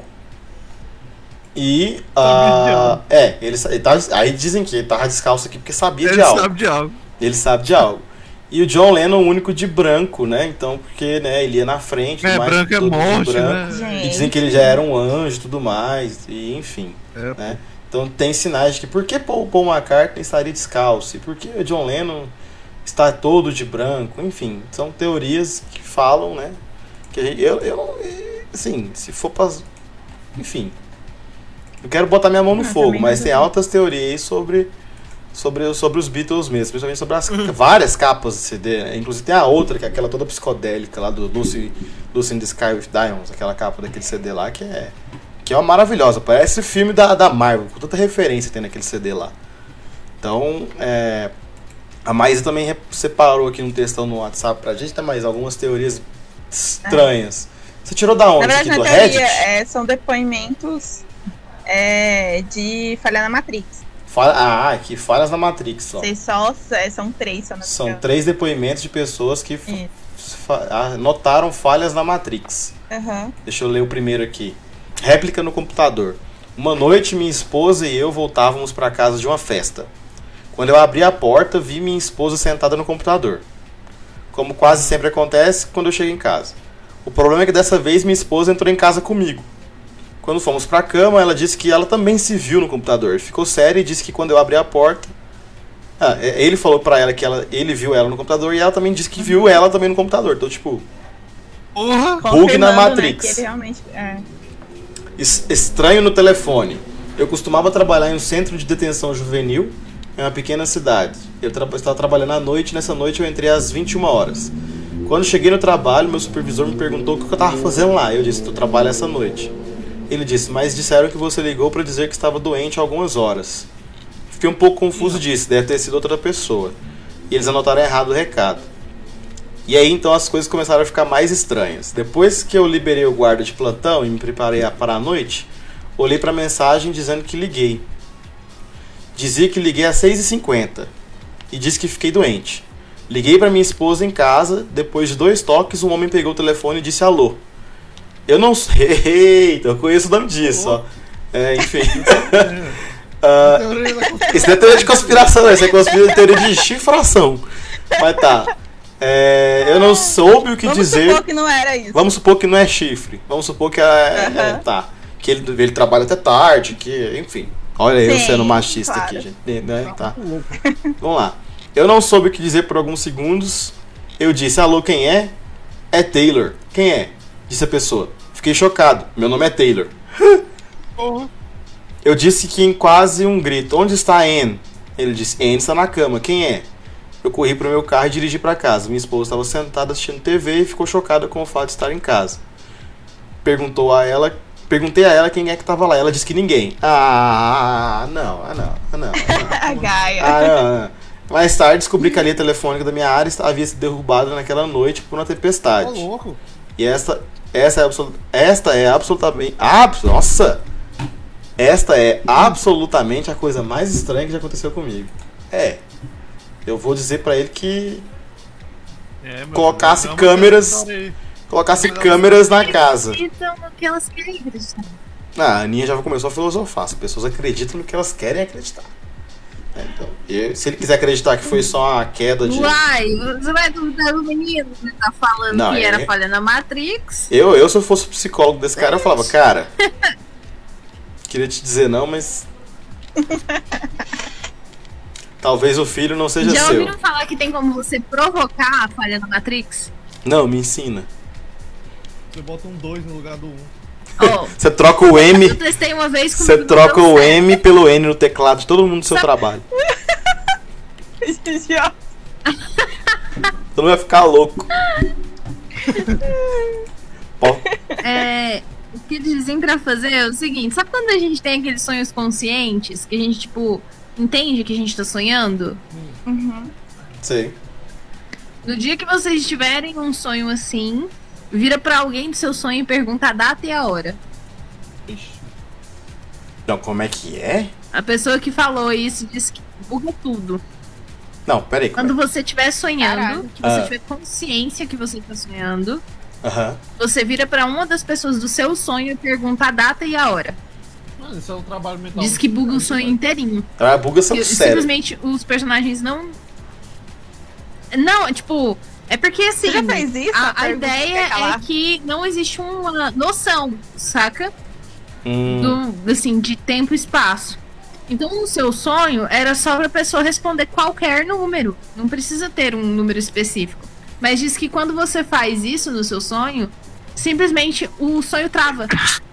E. Sabia de ah, algo. é, ele, sa- ele tava, aí dizem que ele tava descalço aqui porque sabia Ele de algo. sabe de algo. Ele sabe de algo. E o John Lennon, o único de branco, né? Então, porque né, ele ia na frente. É, tudo mais, branco é todo de morte, branco. né? Gente. E dizem que ele já era um anjo e tudo mais. E enfim. É, Né? Então tem sinais de que por que Paul, Paul McCartney estaria descalço? E por que o John Lennon está todo de branco? Enfim, são teorias que falam, né? Que a gente, eu, eu não. Assim, se for pra. Enfim. Eu quero botar minha mão no Eu fogo, também mas não tem sei. altas teorias aí sobre. Sobre, sobre os Beatles mesmo, principalmente sobre as várias capas de C D, né? Inclusive tem a outra, que é aquela toda psicodélica lá do Lucy, Lucy in the Sky with Diamonds, aquela capa daquele C D lá, que é, que é uma maravilhosa, parece filme da, da Marvel, com tanta referência tem naquele C D lá. Então, é, a Maísa também re- separou aqui um textão no WhatsApp pra gente, tem mais algumas teorias estranhas. Você tirou da Na onde? verdade, Aqui na do teoria, Reddit? é, são depoimentos é, de falha na Matrix. Fala- ah, aqui, falhas na Matrix só. Vocês só, é, são três, só não São três depoimentos de pessoas que Isso. fa- ah, notaram falhas na Matrix. Aham. Deixa eu ler o primeiro aqui. Réplica no computador. Uma noite, minha esposa e eu voltávamos para casa de uma festa. Quando eu abri a porta, vi minha esposa sentada no computador. Como quase sempre acontece quando eu chego em casa. O problema é que dessa vez minha esposa entrou em casa comigo. Quando fomos pra cama, ela disse que ela também se viu no computador. Ficou séria e disse que quando eu abri a porta... Ah, é- ele falou pra ela que ela, ele viu ela no computador e ela também disse que viu ela também no computador. Então, tipo, Porra! Bug na Confirmando, Matrix. Né, que ele realmente, é. es- estranho no telefone. Eu costumava trabalhar em um centro de detenção juvenil é uma pequena cidade. Eu tra- estava trabalhando à noite, nessa noite eu entrei às vinte e uma horas. Quando cheguei no trabalho, meu supervisor me perguntou o que eu estava fazendo lá. Eu disse, tu trabalha essa noite. Ele disse, mas disseram que você ligou para dizer que estava doente há algumas horas. Fiquei um pouco confuso disso, deve ter sido outra pessoa. E eles anotaram errado o recado. E aí então as coisas começaram a ficar mais estranhas. Depois que eu liberei o guarda de plantão e me preparei para a noite, olhei para a mensagem dizendo que liguei. Dizia que liguei às seis e cinquenta e disse que fiquei doente. Liguei para minha esposa em casa, depois de dois toques, um homem pegou o telefone e disse alô. Eu não sei, eita, eu conheço o nome disso, ó. É, enfim. uh, isso não é teoria de conspiração, isso é conspira- teoria de chifração. Mas tá. É, eu não soube o que Vamos dizer. Vamos supor que não era isso. Vamos supor que não é chifre. Vamos supor que é, Uhum. é, tá. Que ele, ele trabalha até tarde, que, enfim. Olha eu Sim, sendo machista claro. aqui, gente. Né? Tá. Vamos lá. Eu não soube o que dizer por alguns segundos. Eu disse, alô, quem é? É Taylor. Quem é? Disse a pessoa. Fiquei chocado. Meu nome é Taylor. Porra. Eu disse que em quase um grito. Onde está a Anne? Ele disse, Anne está na cama. Quem é? Eu corri pro meu carro e dirigi para casa. Minha esposa estava sentada assistindo T V e ficou chocada com o fato de estar em casa. Perguntou a ela... Perguntei a ela quem é que estava lá. Ela disse que ninguém. Ah, não. Ah, não. Ah, não. Ah, A não. Gaia. Ah, não, não. Mais tarde descobri que a linha telefônica da minha área havia sido derrubada naquela noite por uma Tá tempestade. louco. E esta, esta é absolut, esta é absolutamente, abs, nossa, esta é absolutamente a coisa mais estranha que já aconteceu comigo. É, eu vou dizer pra ele que É, meu Colocasse Deus, é uma câmeras- história aí. colocasse câmeras na casa. Acreditam no que elas querem acreditar. Ah, a Aninha já começou a filosofar. As pessoas acreditam no que elas querem acreditar. É, então, e se ele quiser acreditar que foi só uma queda de... Uai, você vai duvidar do menino que tá falando Não, que é- era falha na Matrix? Eu, eu, se eu fosse psicólogo desse cara, eu falava, cara, queria te dizer não, mas... Talvez o filho não seja Já seu. ouviram falar que tem como você provocar a falha na Matrix? Não, me ensina. Você bota um dois no lugar do um. Oh, Você troca o M, eu testei uma vez com você troca o M pelo N no teclado de todo mundo do seu Sabe- trabalho. Todo mundo vai ficar louco. Pô, É, o que dizem pra fazer é o seguinte, sabe quando a gente tem aqueles sonhos conscientes, que a gente, tipo, entende que a gente tá sonhando? Uhum. sei. No dia que vocês tiverem um sonho assim, vira pra alguém do seu sonho e pergunta a data e a hora. Ixi. Não, como é que é? A pessoa que falou isso disse que buga tudo. Não, peraí. como Quando você estiver sonhando, Caralho. que você Ah. tiver consciência que você tá sonhando, é? Aham. você vira pra uma das pessoas do seu sonho e pergunta a data e a hora. Mano, isso é um trabalho mental. Diz que buga o sonho inteirinho. Ah, buga seu E, cérebro. simplesmente os personagens não. Não, tipo. É porque assim. Você já fez isso? A, a Pergunta, ideia quer calar? é que não existe uma noção, saca? Hum, Do, assim, de tempo e espaço. Então o seu sonho era só pra pessoa responder qualquer número. Não precisa ter um número específico. Mas diz que quando você faz isso no seu sonho, simplesmente o sonho trava.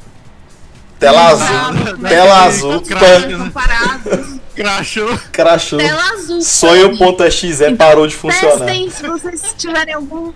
tela Trava, azul. mas Tela os azul. outros Pan, sonhos são parados. Crashou. crashou. Tela azul. Sonho.exe Então, parou de funcionar. Testem se vocês tiverem algum.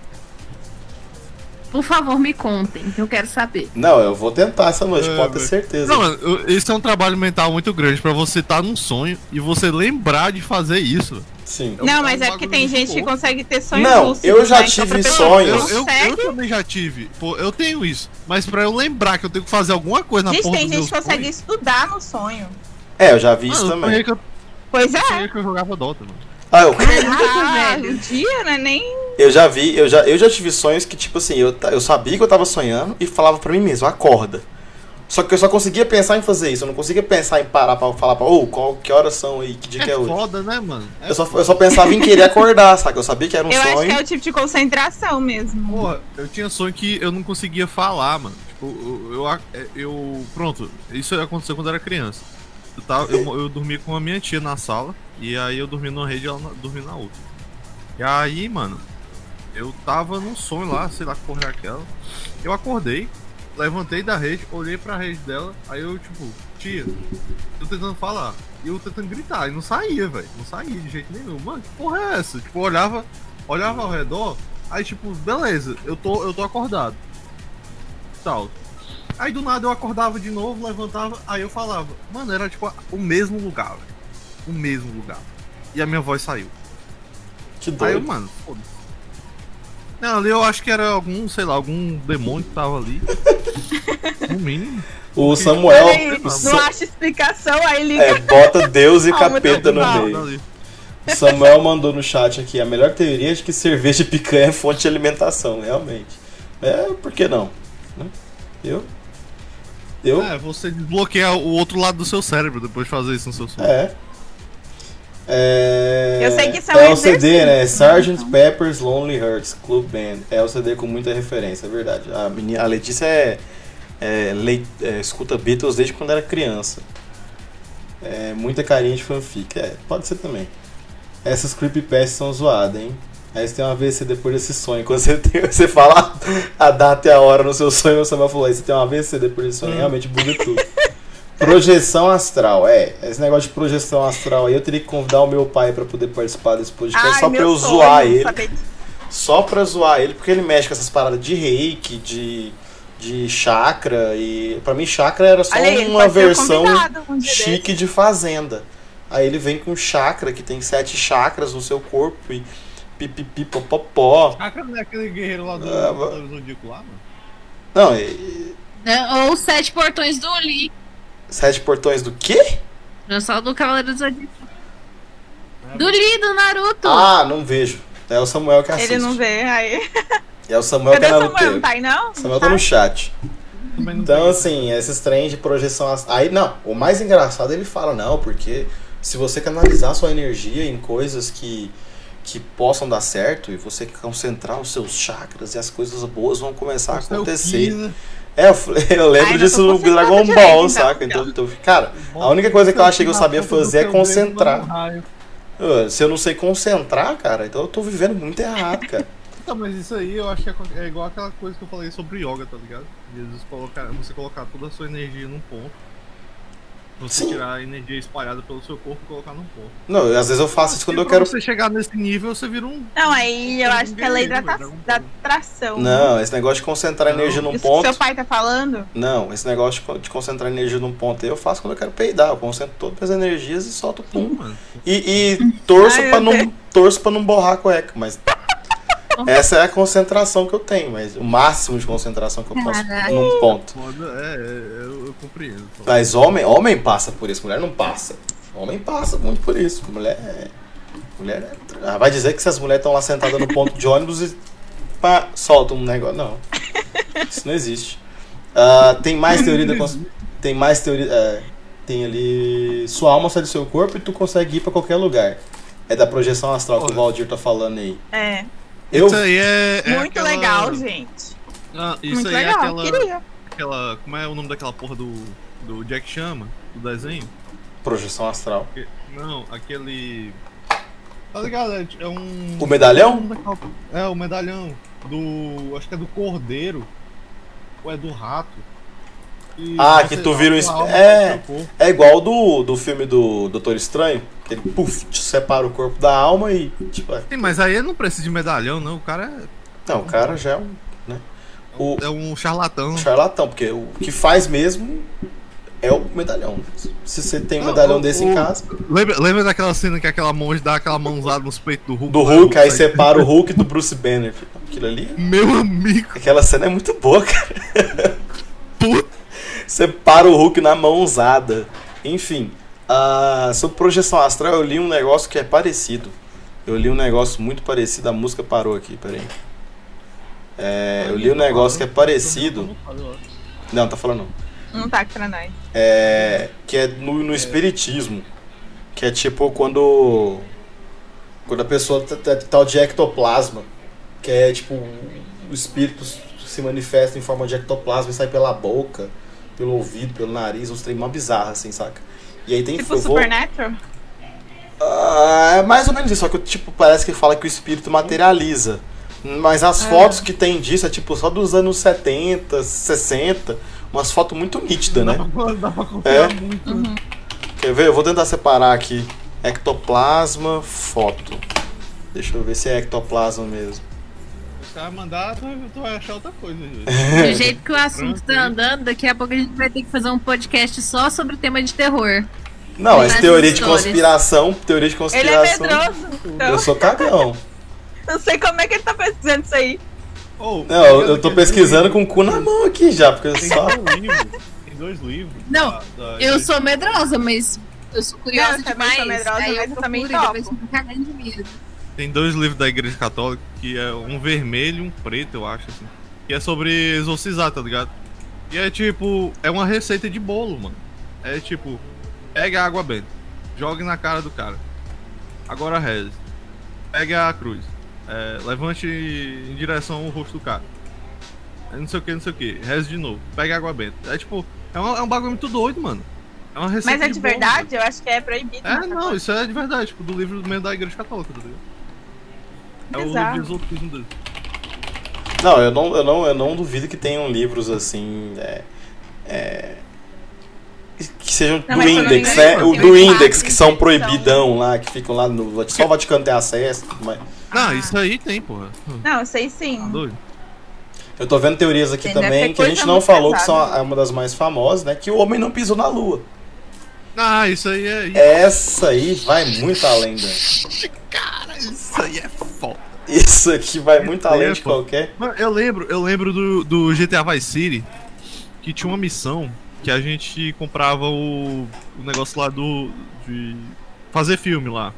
Por favor, me contem, que eu quero saber. Não, eu vou tentar essa noite, É, pode ter velho. certeza. Não, mano, eu- isso é um trabalho mental muito grande pra você estar num sonho e você lembrar de fazer isso. Sim. É um- Não, é mas um é porque bagulho tem muito gente que louco. consegue ter sonhos Não, lúcidos, eu já né? Então, pra tive pessoa sonhos. Eu, que eu, consegue- eu também já tive. Pô, eu tenho isso. Mas pra eu lembrar que eu tenho que fazer alguma coisa na Gente, porra tem do gente meu que consegue sonho. estudar no sonho. É, eu já vi isso Mano, eu também. sonhei que eu, Pois é. sonhei que eu jogava Dota, mano. Ah, eu, Ah, velho. um dia, né? Nem. eu já vi, eu já, eu já tive sonhos que, tipo assim, eu, ta- eu sabia que eu tava sonhando e falava pra mim mesmo, acorda. Só que eu só conseguia pensar em fazer isso, eu não conseguia pensar em parar pra falar pra, ô, qual, que horas são aí, que dia que é É hoje. foda, né, mano? É Eu só, eu só pensava em querer acordar, saca? Eu sabia que era um Eu acho sonho. que é o tipo de concentração mesmo. Porra, eu tinha sonho que eu não conseguia falar, mano. Tipo, eu, eu, eu, eu- Pronto, isso aconteceu quando eu era criança. Eu, tava, eu, eu dormi com a minha tia na sala, e aí eu dormi numa rede e ela na- dormia na outra. E aí, mano, eu tava num sonho lá, sei lá que porra era aquela. Eu acordei, levantei da rede, olhei pra rede dela, aí eu, tipo, tia, tô tentando falar. E eu tentando gritar, e não saía, velho. Não saía de jeito nenhum. Mano, que porra é essa? Tipo, eu olhava, olhava ao redor, aí tipo, beleza, eu tô, eu tô acordado. Tal. Aí do nada eu acordava de novo, levantava, aí eu falava. Mano, era tipo o mesmo lugar, velho. O mesmo lugar. E a minha voz saiu. Que doido. Aí eu, mano, foda-se. Não, ali eu acho que era algum, sei lá, algum demônio que tava ali. No mínimo. O Samuel. Olha aí, o não Sa- acha explicação, aí liga. É, bota Deus e Ah, capeta muito no mal. meio. O Samuel mandou no chat aqui: a melhor teoria é de que cerveja e picanha é fonte de alimentação, realmente. É, por que não? Né? Eu? Eu? É, você desbloqueia o outro lado do seu cérebro depois de fazer isso no seu sonho. É. É... Eu sei que isso é um é o C D, né? exercício, sergeant então. Pepper's Lonely Hearts Club Band. É o C D com muita referência, é verdade. A, menina, a Letícia é, é, lei- é, escuta Beatles desde quando era criança. É, muita carinha de fanfic. É, pode ser também. Essas creepypastas são zoadas, hein? Aí você tem uma V C depois desse sonho. Quando você, tem, você fala a data e a hora no seu sonho, o Samuel falou: aí você tem uma V C depois desse sonho. Realmente buga tudo. Projeção astral, é. Esse negócio de projeção astral aí, eu teria que convidar o meu pai pra poder participar desse podcast. Ai, só pra meu eu sonho, zoar ele. saber disso. Só pra zoar ele, porque ele mexe com essas paradas de reiki, de, de chakra. E pra mim, chakra era só Olha aí, ele uma pode ser o versão convidado um dia chique de fazenda. Aí ele vem com chakra, que tem sete chakras no seu corpo e pipipi popopó. Chakra não é aquele guerreiro lá do, Ah, do Zodíaco lá, mano? Não, e- Né? Ou os sete portões do Lee. sete portões do quê? Não só do Cavaleiro do Zodíaco. Do Lee, do Naruto. Ah, não vejo. É o Samuel que assiste. Ele não vê, aí. É o Samuel Cadê que é o Samuel? Não naruteiro. tá aí, não? O Samuel tá no chat. Também não Então, tem. assim, esses trens de projeção astral. Aí, não, o mais engraçado ele fala, não, porque se você canalizar sua energia em coisas que, que possam dar certo e você concentrar os seus chakras e as coisas boas vão começar a Esse é o acontecer. Ki, né? É, eu, falei- eu lembro Ai, não disso tô no concentrada Dragon direito, Ball, então, saca? então. Então, então, cara, a única coisa que eu achei que eu sabia fazer é concentrar. Uh, Se eu não sei concentrar, cara, então eu tô vivendo muito errado, cara. Então, mas isso aí eu acho que é, co- é igual aquela coisa que eu falei sobre yoga, tá ligado? De vezes colocar, você colocar toda a sua energia num ponto. Você Sim. tirar a energia espalhada pelo seu corpo e colocar num ponto. Não, às vezes eu faço isso quando eu Pra quero. você chegar nesse nível, você vira um. Não, aí eu Um acho que é lei da, guerreiro, tra- Dragon da Ball. atração. Não, esse negócio de concentrar Não. energia num Isso que ponto. seu pai tá falando? Não, esse negócio de co- de concentrar energia num ponto aí eu faço quando eu quero peidar. Eu concentro todas as energias e solto Pum, pum. mano. E, e torço, Ai, pra meu não, torço pra não borrar a cueca, mas. Essa é a concentração que eu tenho, mas o máximo de concentração que eu posso Caraca. num ponto. Foda, é, é, eu, eu compreendo. Mas homem, homem passa por isso, mulher não passa. Homem passa muito por isso. Mulher. Mulher é- ah, vai dizer que se as mulheres estão lá sentadas no ponto de ônibus e pá, solta um negócio. Não. Isso não existe. Ah, tem mais teoria da cons... Tem mais teoria. é, tem ali. Sua alma sai do seu corpo e tu consegue ir pra qualquer lugar. É da projeção astral que o Olha. Valdir tá falando aí. É. Eu. Isso aí é. é Muito aquela- legal, gente. Ah, isso Muito aí legal. é aquela, Queria. aquela. Como é o nome daquela porra do. Do Jack Chama? Do desenho? Projeção astral. Que- Não, aquele. Tá ligado? É, é um. O medalhão? o nome daquela- É, o medalhão. Do. Acho que é do Cordeiro. Ou é do Rato. E Ah, você que tu dá vira o uma esp- alma é. pro seu corpo. É igual do, do filme do Doutor Estranho, que ele puf, te separa o corpo da alma e. Tipo, é. Sim, mas aí ele não precisa de medalhão, não. O cara é, Não, o cara já é um, né, o, é um charlatão. um charlatão, porque o que faz mesmo é o medalhão. Se você tem um Não, medalhão o- desse o- em casa, Lembra, lembra daquela cena que aquela monge dá aquela mãozada nos peitos do Hulk? do lá, Hulk, aí sai- separa o Hulk do Bruce Banner. Aquilo ali, Meu amigo, aquela cena é muito boa, cara. puta. Separa o Hulk na mãozada. Enfim, ah, sobre projeção astral, eu li um negócio que é parecido. Eu li um negócio muito parecido. A música parou aqui, peraí. É, eu li um negócio que é parecido. Não, tá falando não. Não tá aqui pra nós. É, que é no, no espiritismo. Que é tipo quando. Quando a pessoa tá, tá, tal de ectoplasma. Que é tipo. O espírito se manifesta em forma de ectoplasma e sai pela boca, pelo ouvido, pelo nariz, uns trem mó bizarros, assim, saca? E aí tem Tipo eu vou- Supernatural? Ah, é mais ou menos isso, só que tipo, parece que fala que o espírito materializa. Mas as Ah. fotos que tem disso é tipo só dos anos setenta, sessenta. Umas fotos muito nítidas, né? Dá pra, dá pra confiar É. muito. Uhum. Quer ver? Eu vou tentar separar aqui. Ectoplasma, foto. Deixa eu ver se é ectoplasma mesmo. Os caras mandar, tu, tu vai achar outra coisa, gente. Do jeito que o assunto tá andando, daqui a pouco a gente vai ter que fazer um podcast só sobre o tema de terror. Não, Tem é teoria de histórias. conspiração. Teoria de Ele é conspiração. medroso. Então, Eu sou cagão. não sei como é que ele tá pesquisando isso aí. Oh, Não, eu, eu tô pesquisando com o cu na mão aqui já, porque eu Tem só. dois livros. Tem dois livros. Não, da- da- Eu sou medrosa, mas eu sou curiosa Não, eu também demais. sou medrosa, aí mas eu também procuro e topo. depois fico cagando de medo. Tem dois livros da Igreja Católica, que é um vermelho e um preto, eu acho, assim. Que é sobre exorcizar, tá ligado? E é tipo, é uma receita de bolo, mano. É tipo, pega a água benta, jogue na cara do cara. Agora reze. Pega a cruz. É, levante em direção ao rosto do cara. É não sei o que, não sei o que. Reze de novo. Pega a água benta. É tipo, é um, é um bagulho muito doido, mano. É uma receita Mas é de bolo, verdade? Eu acho que é proibido. mano. É, né? não, isso é de verdade, tipo, do livro mesmo da Igreja Católica, tá ligado? É o livro Bizarro. de exorcismo dele. Não, eu não, eu não, eu não duvido que tenham livros assim. É, é, que sejam Não, do mas Index, também né? tem O do uns Index, partes que são que proibidão lá, que ficam lá no. Só o Vaticano tem acesso. Mas Não, isso aí tem, porra. Hum, Não, eu sei Tá sim. doido? eu tô vendo teorias aqui Tem, deve também ter que a gente coisa não muito falou que são pesada. a- uma das mais famosas, né? Que o homem não pisou na lua. Ah, isso aí é. Essa aí vai muito além da. Cara, isso aí é foda. Isso aqui vai muito Isso aí além é de foda. qualquer. Mano, eu lembro, eu lembro do, do G T A Vice City que tinha uma missão que a gente comprava o, o negócio lá do. de fazer filme lá.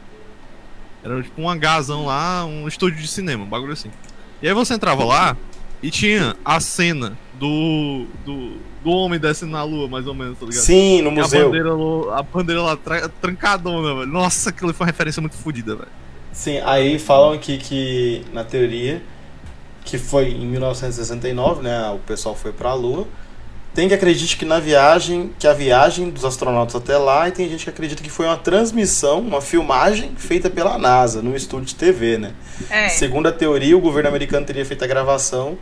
Era tipo um hangazão lá, um estúdio de cinema, um bagulho assim. E aí você entrava lá e tinha a cena do. do, do homem descendo na lua, mais ou menos, tá ligado? Sim, no E a museu. bandeira, lo- a bandeira lá tra- trancadona, velho. Nossa, aquilo foi uma referência muito fodida, velho. Sim, aí falam aqui que, na teoria, que foi em mil novecentos e sessenta e nove, né? O pessoal foi pra Lua. Tem que acreditar que na viagem, que a viagem dos astronautas até lá, e tem gente que acredita que foi uma transmissão, uma filmagem feita pela NASA, num estúdio de T V, né? É. Segundo a teoria, o governo americano teria feito a gravação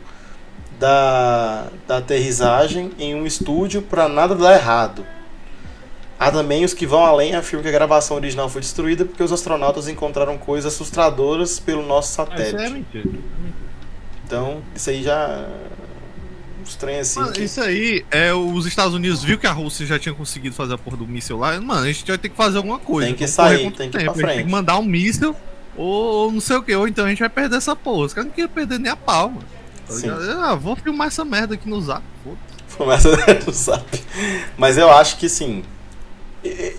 da, da aterrissagem em um estúdio para nada dar errado. Há também os que vão além e afirmam que a gravação original foi destruída porque os astronautas encontraram coisas assustadoras pelo nosso Ah, isso aí é satélite. mentira. Então, isso aí já... estranho assim. Mano, que- isso aí, é, os Estados Unidos viu que a Rússia já tinha conseguido fazer a porra do míssil lá. Mano, a gente vai ter que fazer alguma coisa. Tem que Vamos sair, correr contra tem o que ir tempo. pra A gente frente. tem que mandar um míssil ou, ou não sei o que. Ou então a gente vai perder essa porra. Os caras não queriam perder nem a pau, mano. Tá Sim. ligado? Ah, vou filmar essa merda aqui no Zap. foda-se. Começa no zap. Mas eu acho que sim. E-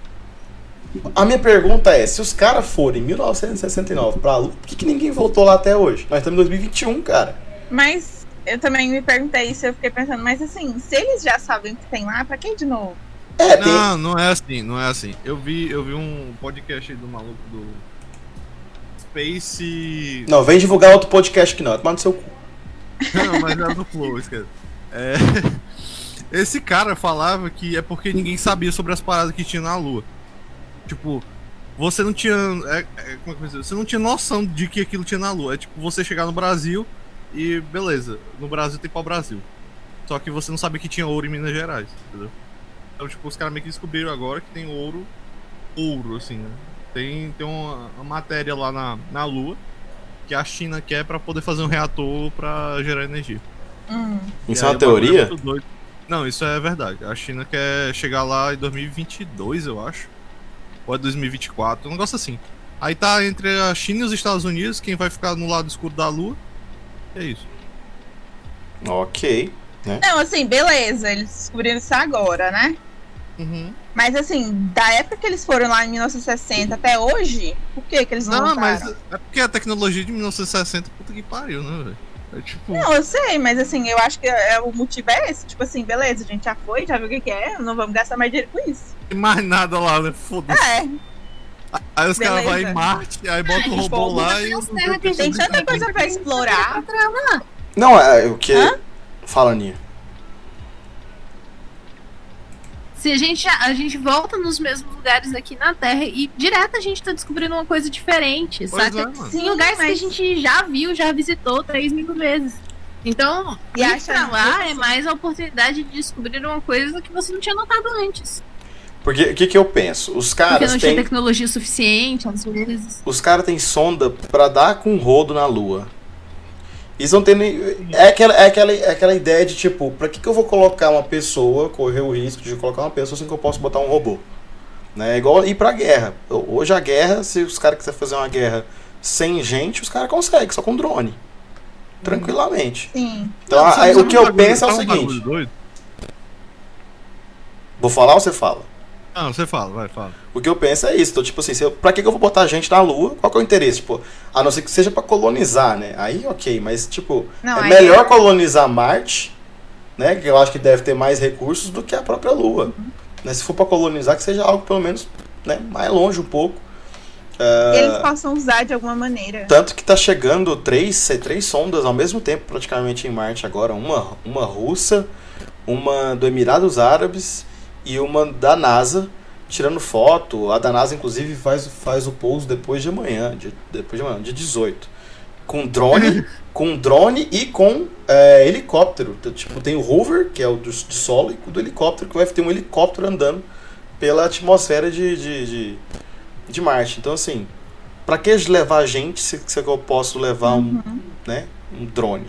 A minha pergunta é, se os caras forem em mil novecentos e sessenta e nove pra Lua, por que, que ninguém voltou lá até hoje? Nós estamos em dois mil e vinte e um, cara. Mas eu também me perguntei isso, eu fiquei pensando, mas assim, se eles já sabem o que tem lá, pra que de novo? É, tem... Não, não é assim, não é assim. Eu vi, eu vi um podcast aí do maluco do Space. Não, vem divulgar outro podcast que não, é tomar no seu cu. Não, mas era do Flow, esquece. É... Esse cara falava que é porque ninguém sabia sobre as paradas que tinha na Lua. Tipo, você não tinha. É, é, como é que eu vou dizer? Você não tinha noção de que aquilo tinha na Lua. É tipo você chegar no Brasil e beleza, no Brasil tem pau-brasil. Só que você não sabia que tinha ouro em Minas Gerais, entendeu? Então, tipo, os caras meio que descobriram agora que tem ouro, ouro, assim, né? Tem, tem uma, uma matéria lá na, na Lua que a China quer pra poder fazer um reator pra gerar energia. Hum. Isso E é aí uma o bagulho é teoria? muito doido. Não, isso é verdade. A China quer chegar lá em dois mil e vinte e dois, eu acho. Ou é dois mil e vinte e quatro, um negócio assim. Aí tá entre a China e os Estados Unidos, quem vai ficar no lado escuro da Lua. É isso. Ok. Não, assim, beleza, eles descobriram isso agora, né? Uhum. Mas assim, da época que eles foram lá em mil novecentos e sessenta até hoje, por que que eles não Não, voltaram? mas é porque a tecnologia de mil novecentos e sessenta, puta que pariu, né, velho? É tipo. Não, eu sei, mas assim, eu acho que é, o motivo é esse. Tipo assim, beleza, a gente já foi, já viu o que, que é, não vamos gastar mais dinheiro com isso. Tem mais nada lá, né? Foda-se. É, Aí os caras vão beleza. em Marte, aí bota o Ai, robô fogo. lá e. Tem uns terra que a tem gente tanta coisa pra explorar. Não, é o que... Hã? Fala, Aninha. Se a gente, a gente volta nos mesmos lugares aqui na Terra e direto a gente tá descobrindo uma coisa diferente, Pois saca? é, mano. Em lugares mas- que a gente já viu, já visitou três mil vezes. Então, E ir acha- pra lá assim- é mais a oportunidade de descobrir uma coisa que você não tinha notado antes. Porque o que, que eu penso? Os Porque caras não tinha têm. tecnologia suficiente, às vezes. Os caras têm sonda pra dar com rodo na Lua. Eles não tem nem. É aquela, é, aquela, é aquela ideia de tipo, pra que, que eu vou colocar uma pessoa, correr o risco de colocar uma pessoa assim que eu posso botar um robô? Né? É igual ir pra guerra. Hoje a guerra, se os caras quiserem fazer uma guerra sem gente, os caras conseguem, só com drone. Tranquilamente. Sim. Então, Não, aí, sabe o que um eu bagulho- penso é o sabe um bagulho seguinte. doido? Vou falar ou você fala? Não, você fala, vai, fala. O que eu penso é isso. Então, tipo assim, se eu, pra que, que eu vou botar gente na Lua? Qual que é o interesse? Tipo, a não ser que seja pra colonizar, né? Aí, ok. Mas, tipo, Não, é aí melhor é- colonizar Marte, né? Que eu acho que deve ter mais recursos do que a própria Lua. Né? Se for pra colonizar, que seja algo, pelo menos, né, mais longe um pouco. E eles possam usar de alguma maneira. Tanto que tá chegando três, três sondas ao mesmo tempo, praticamente, em Marte agora. Uma, uma russa, uma do Emirados Árabes e uma da NASA, tirando foto. A da NASA, inclusive, faz, faz o pouso depois de amanhã, de, depois de amanhã, dia dezoito. Com drone, com drone e com é, helicóptero. Então, tipo, tem o rover, que é o do, de solo, e o do helicóptero, que vai ter um helicóptero andando pela atmosfera de, de, de, de Marte. Então, assim, pra que levar gente se, se eu posso levar um, né, um drone?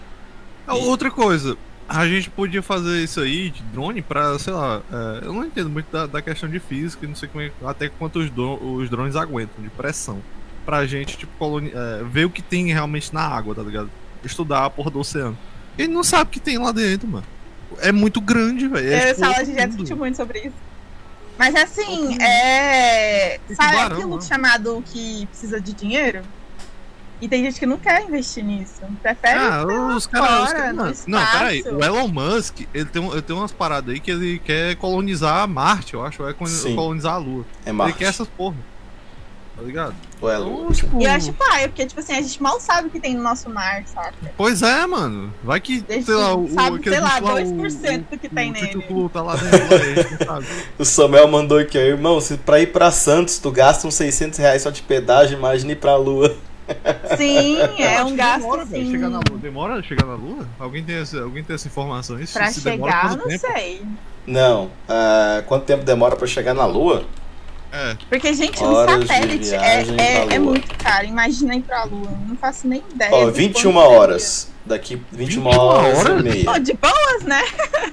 Ah, Outra coisa, a gente podia fazer isso aí de drone pra, sei lá, é, eu não entendo muito da, da questão de física, não sei como é, até quanto os, dro- os drones aguentam de pressão. Pra gente, tipo, coloni- é, ver o que tem realmente na água, tá ligado? Estudar a porra do oceano. Ele não sabe o que tem lá dentro, mano. É muito grande, velho. É, Eu e tipo, Sala, a outro gente já mundo. discutiu muito sobre isso. Mas assim, Outro é. Tem Sabe tubarão, aquilo né? chamado que precisa de dinheiro? E tem gente que não quer investir nisso. Prefere. Ah, os caras. os fora, caras- no mano, não, peraí. espaço. O Elon Musk, ele tem, um- ele tem umas paradas aí que ele quer colonizar Marte, eu acho. Ou é colo- Sim. colonizar a Lua. É Ele Marte. quer essas porra. Tá ligado? Ou é Então, Lua? tipo, E eu acho paia, porque, tipo assim, a gente mal sabe o que tem no nosso mar, sabe? Pois é, mano. Vai que, Deixa- sei lá, o, sabe, aquele sei lá, bicho lá, dois por cento do que tem o nele. Chuchuclu tá lá dentro, lá, a gente não sabe. O Samuel mandou aqui, ó, irmão, se pra ir pra Santos tu gasta uns seiscentos reais só de pedágio, imagina ir pra Lua. Sim, é Acho um que gasto demora, velho, assim. chegar na Lua. Demora a chegar na Lua? Alguém tem essa, alguém tem essa informação? Isso, Pra se demora chegar, quanto não tempo? sei. Não, ah, quanto tempo demora pra chegar na Lua? É, Porque, gente, um Horas de satélite é, viagem é, pra é Lua. muito caro. Imagina ir pra Lua. Não faço nem ideia. Ó, de vinte e quanto uma seria. horas. Daqui vinte e uma vinte e uma horas, horas? e meia. Pô, de boas, né?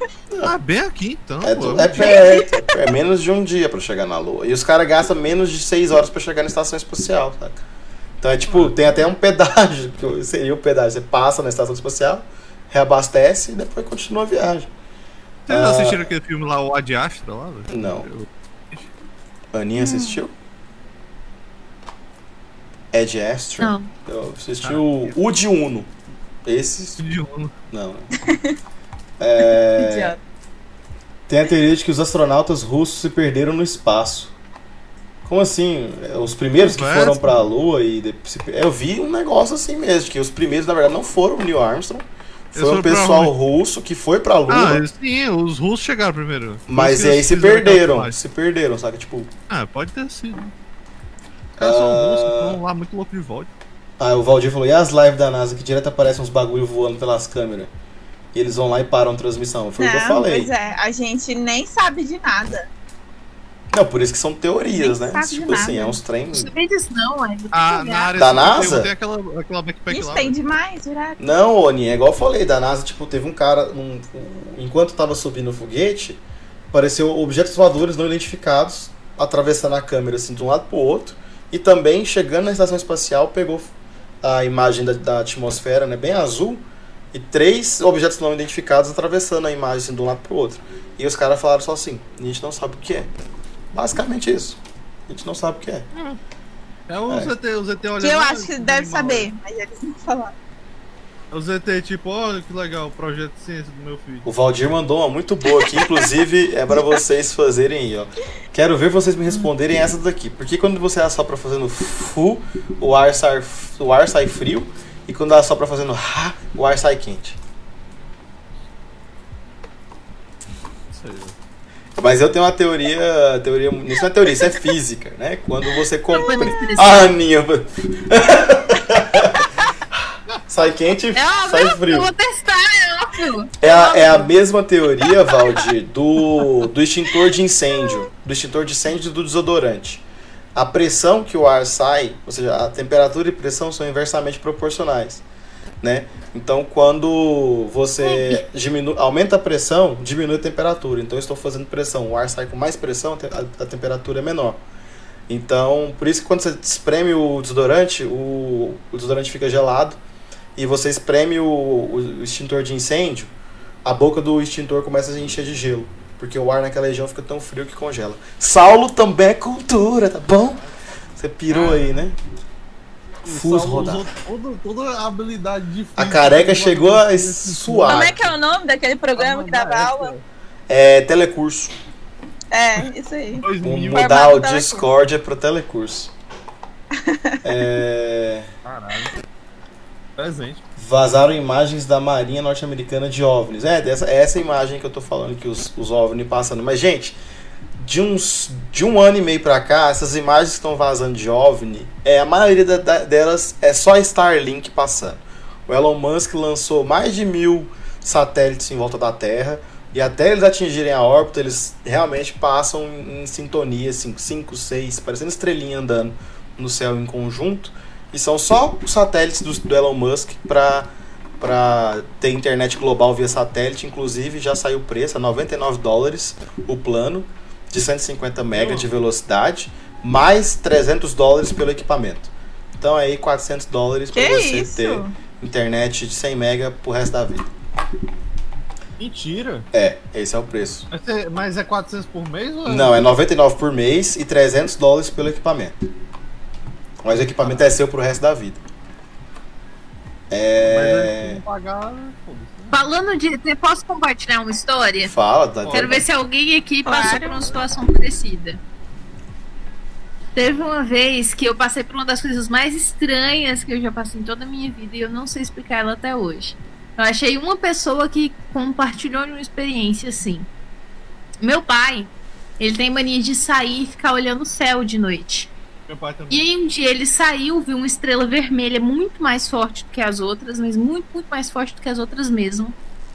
ah, bem aqui então. É, pô. do- é perto, é menos de um dia pra chegar na Lua. E os caras gastam menos de seis horas pra chegar na estação espacial, saca? Então é tipo, tem até um pedágio, que seria o pedágio. Você passa na estação espacial, reabastece e depois continua a viagem. Vocês Ah. assistiram aquele filme lá, o Ad Astra lá? velho? Não. Eu- Aninha assistiu? Ed Astra? Não. Eu assisti o O de Uno. Esse. de Uno. Não. É, Idiota. tem a teoria de que os astronautas russos se perderam no espaço. Como assim? Os primeiros que Conversa. foram pra Lua e depois se... Eu vi um negócio assim mesmo, que os primeiros, na verdade, não foram o Neil Armstrong. Foi Eles um foram pra pessoal onde? russo que foi pra Lua, Ah, eles- sim, os russos chegaram primeiro. Por mas isso que aí eles se fizeram aquela perderam. filmagem. Se perderam, sabe? Tipo, Ah, pode ter sido. Os caras são Ah. russos, estão lá muito louco de volta. ah, o Valdir falou, e as lives da NASA que direto aparecem uns bagulho voando pelas câmeras? E eles vão lá e param a transmissão. Foi o que eu Não, falei. pois é, a gente nem sabe de nada. Não, por isso que são teorias, Nem né? sabe de Tipo assim, nada. é uns treinos. Não sabia disso, não, é. Ah, na área Da assim, NASA? Tem aquela, aquela backpack Isso lá. tem velho. demais, direto. Não, Oni, é igual eu falei, da NASA, tipo, teve um cara, um- um- enquanto tava subindo o foguete, apareceu objetos voadores não identificados atravessando a câmera, assim, de um lado pro outro, e também, chegando na estação espacial, pegou a imagem da, da atmosfera, né, bem azul, e três objetos não identificados atravessando a imagem, assim, de um lado pro outro. E os caras falaram só assim, a gente não sabe o que é. Basicamente isso. A gente não sabe o que é. É o É. Z T, o Z T olhando. Que eu acho que esse deve animal saber, mas eles não falaram. aí. O Z T, tipo, olha que legal, o projeto de ciência do meu filho. O Valdir mandou uma muito boa aqui, inclusive é pra vocês fazerem aí, ó. Quero ver vocês me responderem essa daqui. Por que quando você assopra fazendo fu, o ar sai, o ar sai frio, e quando assopra fazendo ha, o ar sai quente? Não sei. Mas eu tenho uma teoria, teoria, isso não é teoria, isso é física, né? Quando você compra... Ah, Aninha! Sai quente, é sai frio. Eu vou testar, é óbvio. É a, é a mesma teoria, Valdir, do, do extintor de incêndio, do extintor de incêndio e do desodorante. A pressão que o ar sai, ou seja, a temperatura e pressão são inversamente proporcionais, né? Então, quando você diminui, aumenta a pressão, diminui a temperatura. Então, eu estou fazendo pressão, o ar sai com mais pressão, a, a temperatura é menor. Então, por isso que quando você espreme o desodorante, o, o desodorante fica gelado, e você espreme o, o extintor de incêndio, a boca do extintor começa a encher de gelo. Porque o ar naquela região fica tão frio que congela. Saulo também é cultura, tá bom? Você pirou ah, aí, né? Fuso rodado. Toda, toda a habilidade de A careca chegou a suar. Como é que é o nome daquele programa ah, que dava aula? É Telecurso. É, isso aí. Vamos mudar o Discord pro Telecurso. É... Caralho. Presente. Vazaram imagens da Marinha Norte-Americana de OVNIs. É, dessa, é essa imagem que eu tô falando, que os, os OVNIs passando. Mas, gente, de, uns, de um ano e meio pra cá, essas imagens que estão vazando de OVNI, é, a maioria da, da, delas é só Starlink passando. O Elon Musk lançou mais de mil satélites em volta da Terra, e até eles atingirem a órbita, eles realmente passam em, em sintonia, assim, cinco, seis, parecendo estrelinha andando no céu em conjunto. E são só os satélites do, do Elon Musk para para ter internet global via satélite. Inclusive já saiu o preço, a noventa e nove dólares o plano de cento e cinquenta megas de velocidade, mais trezentos dólares pelo equipamento. Então aí quatrocentos dólares para você isso? ter internet de cem megas pro resto da vida. Mentira! É, esse é o preço. Mas é, mas é quatrocentos por mês? Ou é... Não, é noventa e nove por mês e trezentos dólares pelo equipamento. Mas o equipamento é seu pro resto da vida. É... Mas pagar... Falando de... Posso compartilhar uma história? Fala, tá. Quero ver se alguém aqui Claro. passou por uma situação parecida. Teve uma vez que eu passei por uma das coisas mais estranhas que eu já passei em toda a minha vida e eu não sei explicar ela até hoje. Eu achei uma pessoa que compartilhou uma experiência assim. Meu pai, ele tem mania de sair e ficar olhando o céu de noite. Meu pai também. E aí um dia ele saiu, viu uma estrela vermelha muito mais forte do que as outras, mas muito, muito mais forte do que as outras mesmo.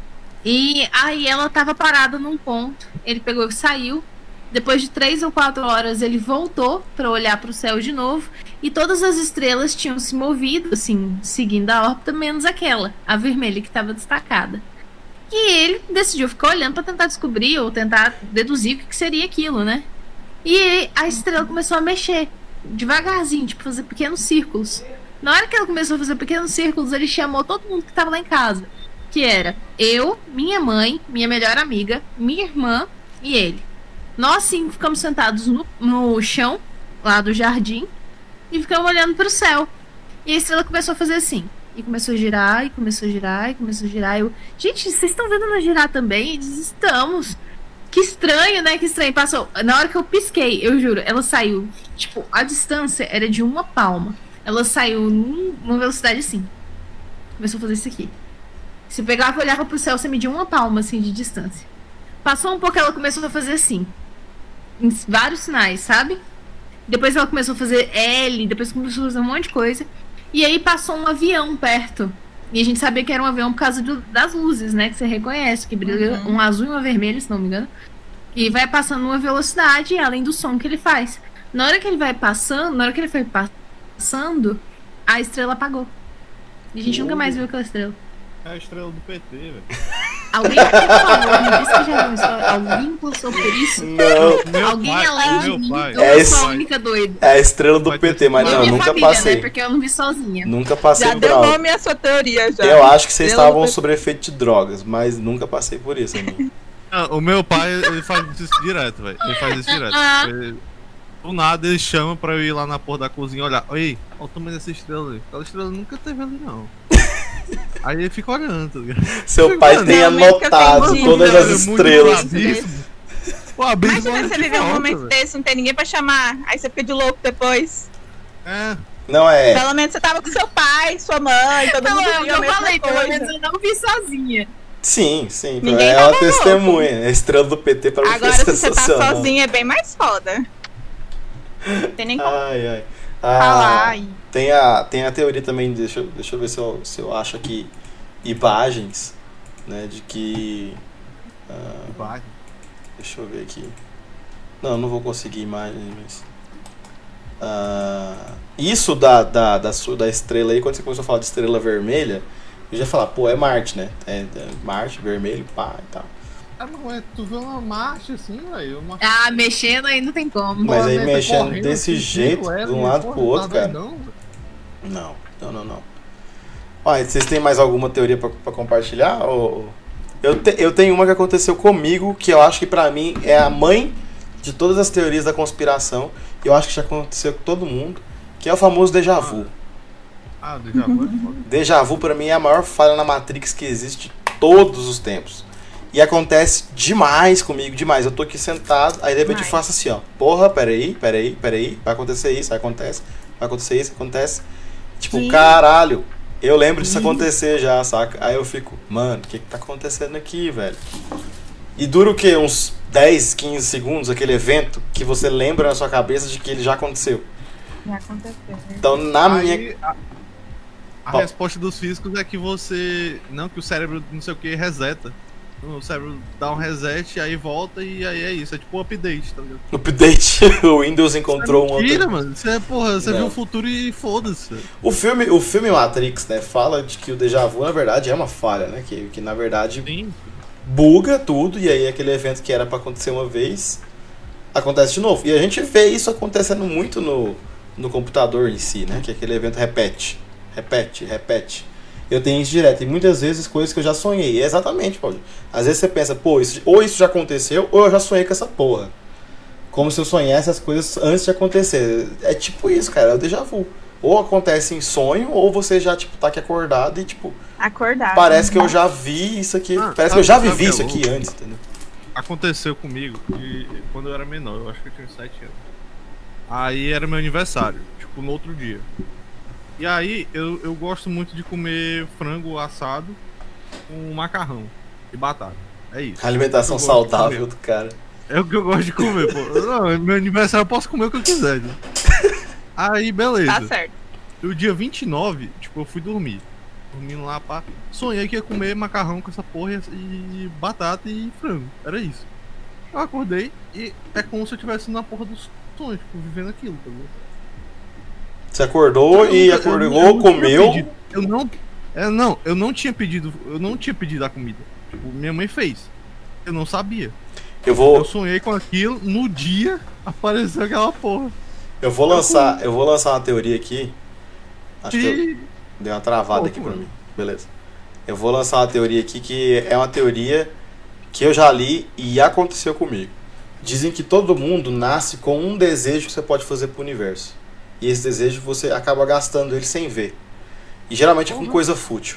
E aí ela tava parada num ponto, ele pegou e saiu. Depois de três ou quatro horas ele voltou para olhar para o céu de novo e todas as estrelas tinham se movido, assim, seguindo a órbita, menos aquela, a vermelha que estava destacada. E ele decidiu ficar olhando para tentar descobrir ou tentar deduzir o que seria aquilo, né? E a estrela começou a mexer devagarzinho, tipo, fazer pequenos círculos. Na hora que ela começou a fazer pequenos círculos, ele chamou todo mundo que estava lá em casa, que era eu, minha mãe, minha melhor amiga, minha irmã e ele. Nós sim ficamos sentados no, no chão lá do jardim e ficamos olhando para o céu. E a estrela começou a fazer assim, e começou a girar, e começou a girar, e começou a girar. Eu, gente, vocês estão vendo ela girar também? Eles estamos. Que estranho, né? Que estranho. Passou. Na hora que eu pisquei, eu juro, ela saiu. Tipo, a distância era de uma palma. Ela saiu num, numa velocidade assim. Começou a fazer isso aqui. Você pegava e olhava pro céu, você media uma palma assim de distância. Passou um pouco, ela começou a fazer assim. Em vários sinais, sabe? Depois ela começou a fazer L, depois começou a fazer um monte de coisa. E aí passou um avião perto. E a gente sabia que era um avião por causa do, das luzes, né? Que você reconhece, que brilha uhum. um azul e uma vermelha, se não me engano. E vai passando uma velocidade, além do som que ele faz. Na hora que ele vai passando, na hora que ele foi passando, a estrela apagou. E a gente oh. nunca mais viu aquela estrela. É a estrela do P T, velho. Alguém falou, me disse que já viu isso. Alguém passou por isso? Não. Meu Alguém pai, além de meu mim, pai. ou É eu sou esse- a única doida? É a estrela do Vai P T, ter- mas E a não, minha nunca família, passei. né? Porque eu não vi sozinha. Nunca passei Já por deu algo. nome à sua teoria, já. Eu acho que vocês Pelo estavam P- sob efeito de drogas, mas nunca passei por isso, amigo. Ah, o meu pai, ele faz isso direto, velho. Ele faz isso direto. Ele- do nada ele chama pra eu ir lá na porra da cozinha e olhar. Oi, olha o tamanho dessa estrela ali. Aquela estrela nunca teve ali, não. Aí ele fica olhando, tá ligado? Seu pai tem Realmente que eu anotado tenho todas dúvida. as É muito estrelas. abismo. O abismo Imagina olha você de viver um volta, momento velho. desse, não tem ninguém pra chamar. Aí você fica de louco depois. É. Não é. Pelo menos você tava com seu pai, sua mãe, todo Não, mundo é o que viu a eu mesma falei, pelo coisa. menos eu não vi sozinha. Sim, sim. Ninguém é tava uma testemunha. É a estrela do P T pra mim foi Agora, se você tá sensacional. sozinho, é bem mais foda. Não tem nem como Ai, ai. falar. Ah, e- tem, a, tem a teoria também, deixa, eu- deixa eu ver se eu, se eu acho aqui imagens, né, de que... ah, Vai. deixa eu ver aqui. Não, não vou conseguir imagens, mas... ah, isso da, da, da, su- da estrela aí, quando você começou a falar de estrela vermelha, eu já ia falar, pô, é Marte, né? É, é Marte, vermelho, pá e tal. Ah, não é, tu vê uma marcha assim, velho. Uma... Ah, mexendo aí não tem como. Mas aí planeta mexendo correndo desse assim, jeito, ela, de um e, lado porra, pro outro, tá cara. doidão, velho. Não, não, não, não. Olha, vocês têm mais alguma teoria pra, pra compartilhar? Ou... Eu, te, eu tenho uma que aconteceu comigo, que eu acho que pra mim é a mãe de todas as teorias da conspiração. E eu acho que já aconteceu com todo mundo, que é o famoso déjà vu. Ah, déjà vu é foda. Déjà vu pra mim é a maior falha na Matrix que existe de todos os tempos. E acontece demais comigo, demais. Eu tô aqui sentado, aí de repente eu Demais. faço assim, ó. Porra, peraí, peraí, peraí. Vai acontecer isso, aí acontece. Vai acontecer isso, acontece. Tipo, Sim. caralho, eu lembro disso acontecer já, saca? Aí eu fico, mano, o que que tá acontecendo aqui, velho? E dura o quê? Uns dez, quinze segundos, aquele evento que você lembra na sua cabeça de que ele já aconteceu. Já aconteceu. Então, na minha... Aí, a, a Bom. resposta dos físicos é que você. Não, que o cérebro não sei o que reseta. O cérebro dá um reset, aí volta e aí é isso. É tipo um update, tá ligado? No update, o Windows encontrou um Mentira, outro... mano. Você, é, porra, você Não. viu o futuro e foda-se. O filme, o filme Matrix, né, fala de que o déjà vu, na verdade, é uma falha, né? Que, que na verdade Sim. buga tudo e aí aquele evento que era pra acontecer uma vez acontece de novo. E a gente vê isso acontecendo muito no, no computador em si, né? Que aquele evento repete, repete, repete. Eu tenho isso direto. E muitas vezes coisas que eu já sonhei. É exatamente, Paulo. Às vezes você pensa, pô, isso, ou isso já aconteceu, ou eu já sonhei com essa porra. Como se eu sonhasse as coisas antes de acontecer. É tipo isso, cara. É o déjà vu. Ou acontece em sonho, ou você já, tipo, tá aqui acordado e, tipo, Acordar. parece que eu já vi isso aqui. Ah, parece sabe- que eu já sabe vivi que é isso aqui louco? antes, entendeu? Aconteceu comigo e, quando eu era menor, eu acho que eu tinha sete anos. Aí era meu aniversário, tipo, no outro dia. E aí eu, eu gosto muito de comer frango assado com macarrão e batata. É isso. Alimentação Eu gosto de saudável comer. do cara. É o que eu gosto de comer, pô. Não, meu aniversário eu posso comer o que eu quiser. Né? Aí, beleza. Tá certo. No dia vinte e nove, tipo, eu fui dormir. Dormindo lá, pá. Sonhei que ia comer macarrão com essa porra e, e batata e frango. Era isso. Eu acordei e é como se eu estivesse na porra dos sonhos, tipo, vivendo aquilo, tá ligado? Você acordou Eu e nunca- eu acordou, não- eu não tinha comeu. pedido- Eu não. É, não, eu não tinha pedido. Eu não tinha pedido a comida. Tipo, minha mãe fez. Eu não sabia. Eu Eu vou, sonhei com aquilo, no dia apareceu aquela porra. eu vou lançar, eu vou lançar uma teoria aqui. Acho que eu E. dei uma travada Pô, aqui pô. pra mim. Beleza. Eu vou lançar uma teoria aqui que é uma teoria que eu já li e aconteceu comigo. Dizem que todo mundo nasce com um desejo que você pode fazer pro universo. E esse desejo você acaba gastando ele sem ver. E geralmente é com Uhum. coisa fútil.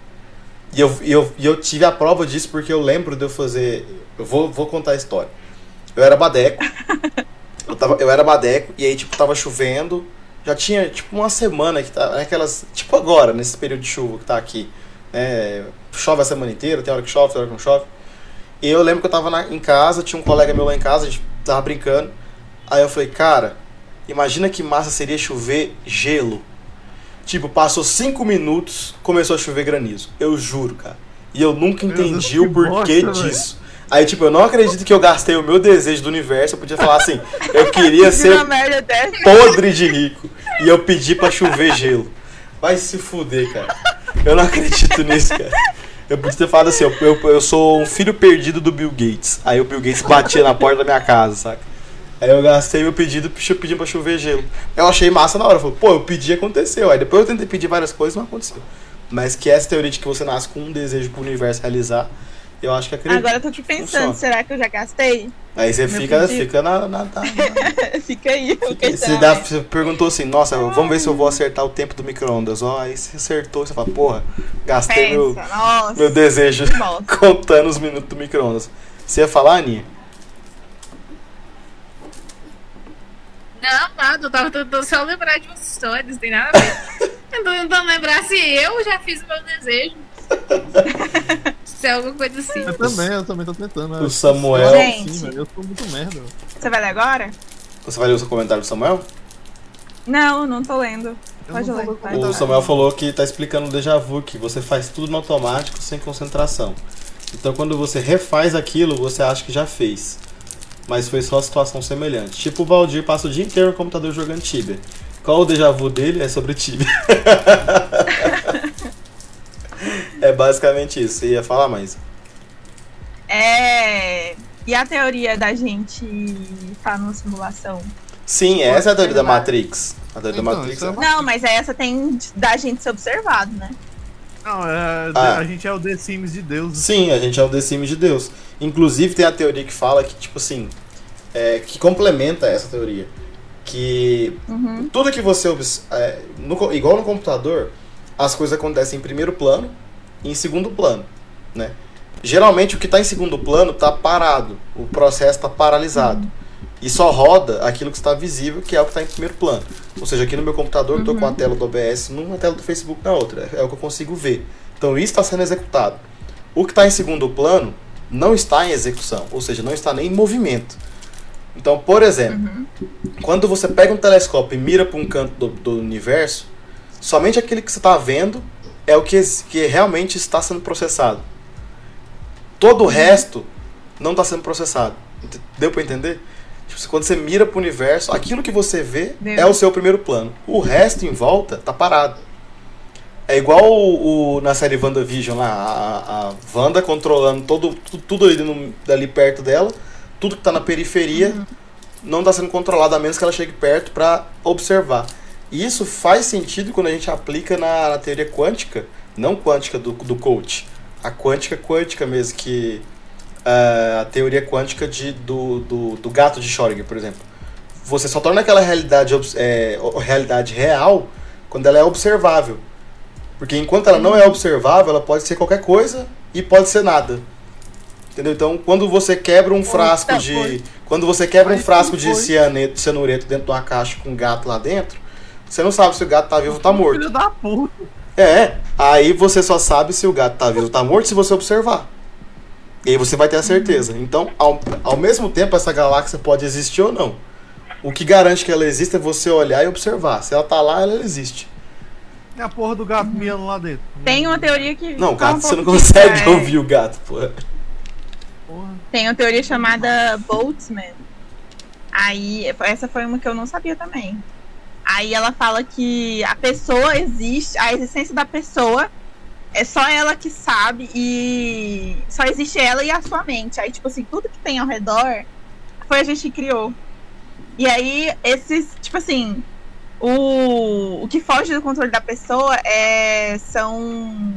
E eu, e eu, e eu tive a prova disso porque eu lembro de eu fazer. Eu vou, vou contar a história. Eu era badeco. eu, tava, eu era badeco e aí, tipo, tava chovendo. Já tinha, tipo, uma semana que tá. Aquelas. Tipo agora, nesse período de chuva que tá aqui. Né, chove a semana inteira, tem hora que chove, tem hora que não chove. E eu lembro que eu tava na, em casa, tinha um colega meu lá em casa, a gente tava brincando. Aí eu falei, cara, imagina que massa seria chover gelo. Tipo, passou cinco minutos, começou a chover granizo. Eu juro, cara. E eu nunca Meu Deus, entendi que o porquê bosta, disso. Aí, tipo, eu não acredito que eu gastei o meu desejo do universo. Eu podia falar assim, eu queria Fiz uma ser merda dessa. podre de rico. E eu pedi pra chover gelo. Vai se fuder, cara. Eu não acredito nisso, cara. Eu podia ter falado assim, eu, eu, eu sou um filho perdido do Bill Gates. Aí o Bill Gates batia na porta da minha casa, saca? Aí eu gastei meu pedido pedindo pra chover gelo. Eu achei massa na hora. Eu falei, pô, eu pedi, aconteceu. Aí depois eu tentei pedir várias coisas, não aconteceu. Mas que essa teoria de que você nasce com um desejo pro universo realizar, eu acho que acredito. Agora eu tô aqui pensando, Funciona. será que eu já gastei? Aí você meu fica, pedido. fica na... na, na, na Fica aí, o Você, questionamento. dá, você perguntou assim, nossa, vamos ver se eu vou acertar o tempo do micro-ondas. Ó, aí você acertou, você fala, porra, gastei meu, Pensa, nossa. meu desejo que bosta. contando os minutos do micro-ondas. Você ia falar, Aninha? Não, nada, eu tava tentando só lembrar de umas histórias, não tem nada a ver. Eu tô tentando lembrar se eu já fiz o meu desejo. Se é alguma coisa assim. Eu também, eu também tô tentando. O Samuel... Eu, Gente. assim, velho, eu sou muito merda. Você vai ler agora? Você vai ler o seu comentário do Samuel? Não, não tô lendo. Eu Pode não ler. tô vai. O Samuel falou que tá explicando o déjà vu, que você faz tudo no automático, sem concentração. Então quando você refaz aquilo, você acha que já fez. Mas foi só situação semelhante. Tipo o Valdir passa o dia inteiro no computador jogando Tibia. Qual o déjà vu dele? É sobre Tibia. É basicamente isso. Você ia falar mais? É... E a teoria da gente estar numa simulação? Sim, essa é a teoria da observar. Matrix. A teoria Então, da Matrix. isso é É... uma- Não, mas essa tem da gente ser observado, né? Não, é, Ah. a gente é o The Sims de Deus. Sim, a gente é o The Sims de Deus. Inclusive tem a teoria que fala que, tipo assim, é, que complementa essa teoria. Que Uhum. tudo que você obs- é, no co- igual no computador, as coisas acontecem em primeiro plano e em segundo plano, né? Geralmente o que está em segundo plano está parado, o processo está paralisado. E só roda aquilo que está visível, que é o que está em primeiro plano. Ou seja, aqui no meu computador eu estou com a tela do O B S numa, a tela do Facebook na outra. É o que eu consigo ver. Então isso está sendo executado. O que está em segundo plano não está em execução, ou seja, não está nem em movimento. Então, por exemplo, Uhum. quando você pega um telescópio e mira para um canto do, do universo, somente aquele que você está vendo é o que, ex- que realmente está sendo processado. Todo o resto não está sendo processado. Ent- Deu para entender? Tipo, quando você mira para o universo, aquilo que você vê Deu. é o seu primeiro plano. O resto em volta está parado. É igual o, o- na série WandaVision lá, a, a Wanda controlando todo, tu- tudo ali, no- ali perto dela, tudo que está na periferia não está sendo controlado, a menos que ela chegue perto para observar. E isso faz sentido quando a gente aplica na, na teoria quântica, não quântica do, do coach, a quântica quântica mesmo, que ah, a teoria quântica de, do, do, do gato de Schrödinger, por exemplo. Você só torna aquela realidade, obs- é, o- realidade real quando ela é observável. Porque enquanto ela não é observável, ela pode ser qualquer coisa e pode ser nada. Entendeu? Então, quando você quebra um frasco de... foi. Quando você quebra um Mas frasco que de foi? cianeto, cianureto dentro de uma caixa com um gato lá dentro, você não sabe se o gato tá vivo ou tá morto. Filho da puta. É, aí você só sabe se o gato tá vivo ou tá morto se você observar. E aí você vai ter a certeza. Então, ao, ao mesmo tempo, essa galáxia pode existir ou não. O que garante que ela existe é você olhar e observar. Se ela tá lá, ela existe. É a porra do gato miando lá dentro. Tem uma teoria que. Não, fala um gato, você não pouco disso, consegue é. ouvir o gato, porra. Porra. Tem uma teoria chamada Boltzmann. Aí, essa foi uma que eu não sabia também. Aí ela fala que a pessoa existe, a existência da pessoa é só ela que sabe e só existe ela e a sua mente. Aí, tipo assim, tudo que tem ao redor foi a gente que criou. E aí, esses, tipo assim, o, o que foge do controle da pessoa é, são...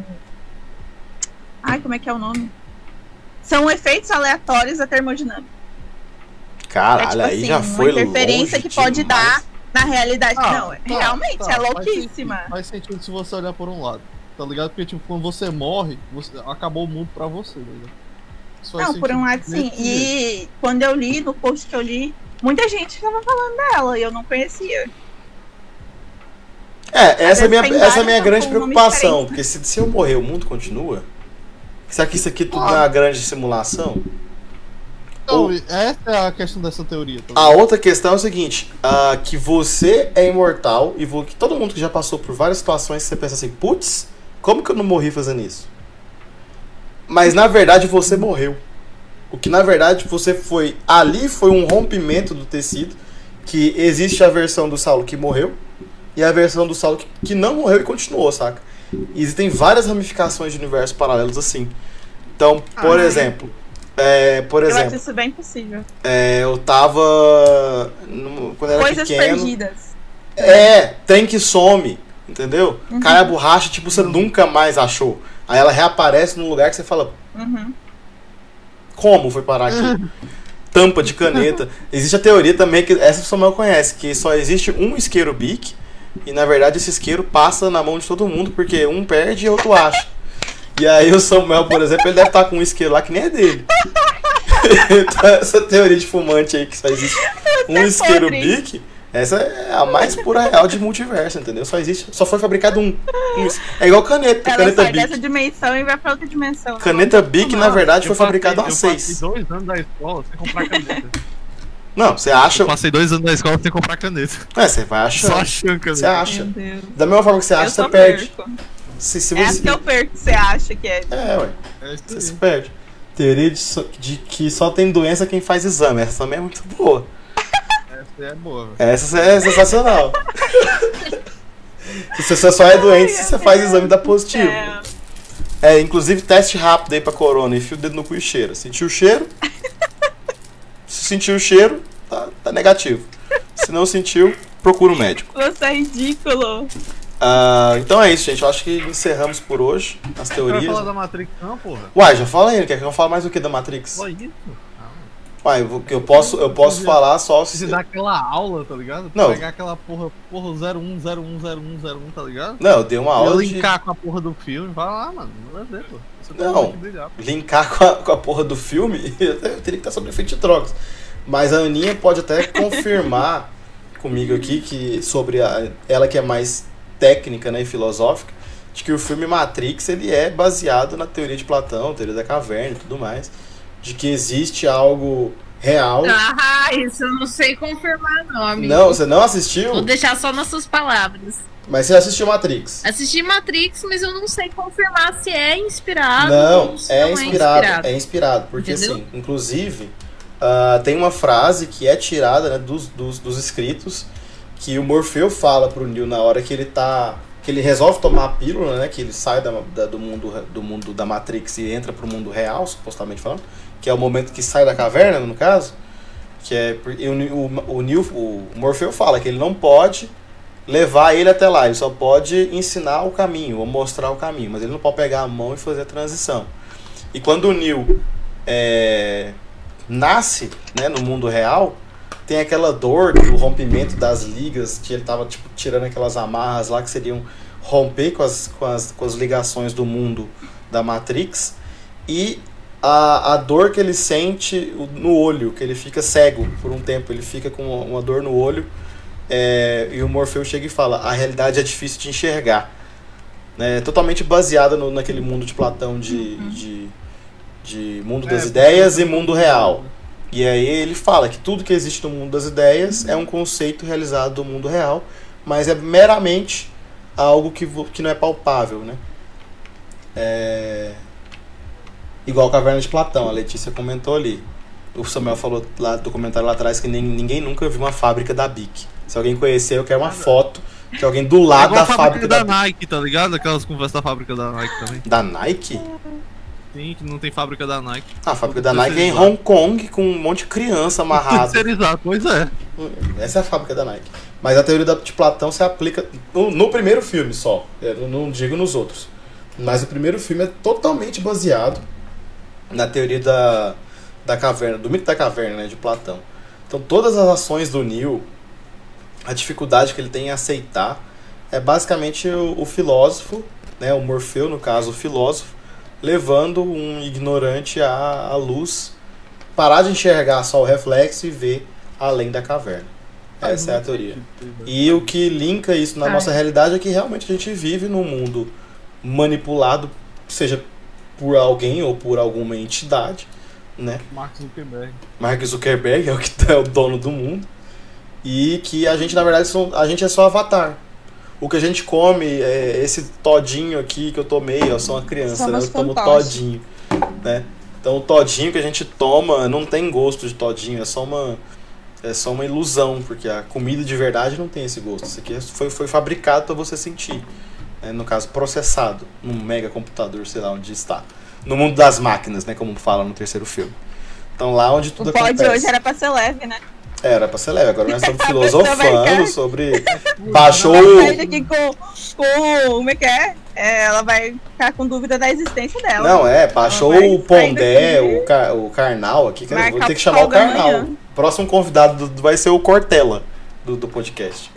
Ai, como é que é o nome? São efeitos aleatórios da termodinâmica. Caralho, é tipo aí assim, já foi uma interferência longe que pode demais. dar na realidade. Ah, não, tá, realmente, tá, é faz louquíssima. sentido, Faz sentido se você olhar por um lado, tá ligado? Porque, tipo, quando você morre, você, acabou o mundo pra você, tá ligado? Isso faz Não, por um sentido lado sim. nesse jeito. E quando eu li, no post que eu li, muita gente estava falando dela e eu não conhecia. É, essa é a minha, tem essa é a minha vários grande com nome preocupação. diferente, né? Porque se, se eu morrer, o mundo continua? Será que isso aqui tudo Ó. é uma grande simulação? Então, Ou- essa é a questão dessa teoria, tá A ligado? outra questão é o seguinte, ah, que você é imortal e vo- que todo mundo que já passou por várias situações, você pensa assim, putz, como que eu não morri fazendo isso? Mas na verdade você morreu. O que na verdade você foi, ali foi um rompimento do tecido, que existe a versão do Saulo que morreu e a versão do Saulo que, que não morreu e continuou, saca? E existem várias ramificações de universos paralelos assim. Então, por Ah, exemplo, é, por Eu acho exemplo, isso bem possível. é, eu tava no- quando eu era Coisas pequeno. perdidas. É, tem que some, entendeu? Uhum. Cai a borracha, tipo, você nunca mais achou. Aí ela reaparece num lugar que você fala, Uhum. como foi parar aqui? Tampa de caneta. Existe a teoria também, que essa o Samuel conhece, que só existe um isqueiro Bic, e na verdade esse isqueiro passa na mão de todo mundo, porque um perde e outro acha. E aí o Samuel, por exemplo, ele deve estar com um isqueiro lá que nem é dele. Então essa teoria de fumante aí, que só existe um isqueiro podre. Bic, Essa é a mais pura real de multiverso, entendeu? Só existe, só foi fabricado um. um é igual caneta, Ela caneta sai Bic. dessa dimensão e vai pra outra dimensão. Caneta Bic, na verdade, Eu foi fabricada há passei- seis. Eu passei dois anos da escola sem comprar caneta. Não, você acha. Eu passei dois anos da escola sem comprar caneta. É, você vai achando. Só achando caneta. Você acha. Meu Deus. Da mesma forma que você Eu acha, só você perde. perco. Se, se É assim você... que eu perco, você acha que é. É, ué. É isso Você se aí. perde. Teoria de, so- de que só tem doença quem faz exame. Essa também é muito boa. Essa é boa. velho. Essa é sensacional. Se você só é doente, se você faz exame dá positivo. É. É, inclusive teste rápido aí pra corona. Enfia o dedo no cu e cheira. Sentiu o cheiro? Se sentiu o cheiro, tá, tá negativo. Se não sentiu, procura um médico. Você é ridículo. Ah, então é isso, gente. Eu acho que encerramos por hoje as Vai teorias. falar da Matrix não, porra? Uai, já fala aí. Quer que eu fale mais o que da Matrix? Só isso? Uai, eu, vou- eu posso, eu posso falar só se. Se dar aquela aula, tá ligado? Não. Pegar aquela porra, porra zero um, zero um, zero um, zero um, tá ligado? Não, eu dei uma E aula de. linkar com a porra do filme, vai lá, mano. Não vai ver, pô. Você tá Não. muito brilhar. Linkar com a, com a porra do filme, eu teria que estar sobre efeito de trocas. Mas a Aninha pode até confirmar comigo aqui que sobre a, ela que é mais técnica, né, e filosófica, de que o filme Matrix ele é baseado na teoria de Platão, teoria da caverna e tudo mais, de que existe algo real. Ah, isso eu não sei confirmar, não, amigo. Não, você não assistiu? Vou deixar só nas suas palavras. Mas você assistiu Matrix? Assisti Matrix, mas eu não sei confirmar se é inspirado Não, ou se é não inspirado, é inspirado, porque Entendeu? assim, inclusive, ah, tem uma frase que é tirada, né, dos, dos, dos escritos, que o Morfeu fala pro Neo na hora que ele tá, que ele resolve tomar a pílula, né, que ele sai da, da- do, mundo, do mundo da Matrix e entra pro mundo real, supostamente falando, que é o momento que sai da caverna, no caso, que é, por- e o, o, o, Neo, o Morfeu fala que ele não pode levar ele até lá, ele só pode ensinar o caminho, ou mostrar o caminho, mas ele não pode pegar a mão e fazer a transição. E quando o Neo é, nasce, né, no mundo real, tem aquela dor do rompimento das ligas, que ele tava tipo, tirando aquelas amarras lá que seriam romper com as, com as, com as ligações do mundo da Matrix, e a, a dor que ele sente no olho, que ele fica cego por um tempo, ele fica com uma, uma dor no olho, é, e o Morfeu chega e fala, a realidade é difícil de enxergar. É totalmente baseada no, naquele mundo de Platão de, de, de mundo das É, ideias e mundo real. E aí ele fala que tudo que existe no mundo das ideias é um conceito realizado do mundo real, mas é meramente algo que, vo- que não é palpável, né? É... Igual a Caverna de Platão, a Letícia comentou ali. O Samuel falou lá do comentário lá atrás que nem, ninguém nunca viu uma fábrica da Bic. Se alguém conhecer, eu quero uma foto de alguém do É lado igual da a fábrica da, da Bic. Nike, tá ligado? Aquelas conversas da fábrica da Nike também. Da Nike? Sim, que não tem fábrica da Nike. Ah, a fábrica da Nike é em Terceirizado. Hong Kong com um monte de criança amarrada. Terceirizado, pois é. Essa é a fábrica da Nike. Mas a teoria da- de Platão se aplica no, no primeiro filme só. Eu não digo nos outros. Mas o primeiro filme é totalmente baseado na teoria da, da caverna, do mito da caverna, né, de Platão. Então todas as ações do Neo, a dificuldade que ele tem em aceitar, é basicamente o, o filósofo, né, o Morfeu, no caso, o filósofo, levando um ignorante à, à luz, parar de enxergar só o reflexo e ver além da caverna. Essa é a teoria. E o que linka isso na Ai. nossa realidade é que realmente a gente vive num mundo manipulado, seja por alguém ou por alguma entidade, né? Mark Zuckerberg. Mark Zuckerberg é o que é o dono do mundo, e que a gente, na verdade, são, a gente é só avatar. O que a gente come, é esse todinho aqui que eu tomei, eu sou uma criança, né? Somos Eu tomo fantoches. todinho, né? Então o todinho que a gente toma não tem gosto de todinho, é só uma, é só uma ilusão, porque a comida de verdade não tem esse gosto. Isso aqui foi, foi fabricado para você sentir, né? No caso, processado num mega computador, sei lá onde está. No mundo das máquinas, né? Como fala no terceiro filme. Então lá onde tudo O pod acontece. hoje era pra ser leve, né? Era pra ser leve, agora nós estamos A pessoa vai filosofando ficar- sobre. Baixou Ela o. perde aqui com, com. Como é que é? É, ela vai ficar com dúvida da existência dela. Não, é, baixou Ela vai o Pondé, sair daqui. o, car, o Karnal aqui, que eu vou Marcar ter que o chamar o sol da Karnal. manhã. Próximo convidado do- vai ser o Cortella do, do podcast.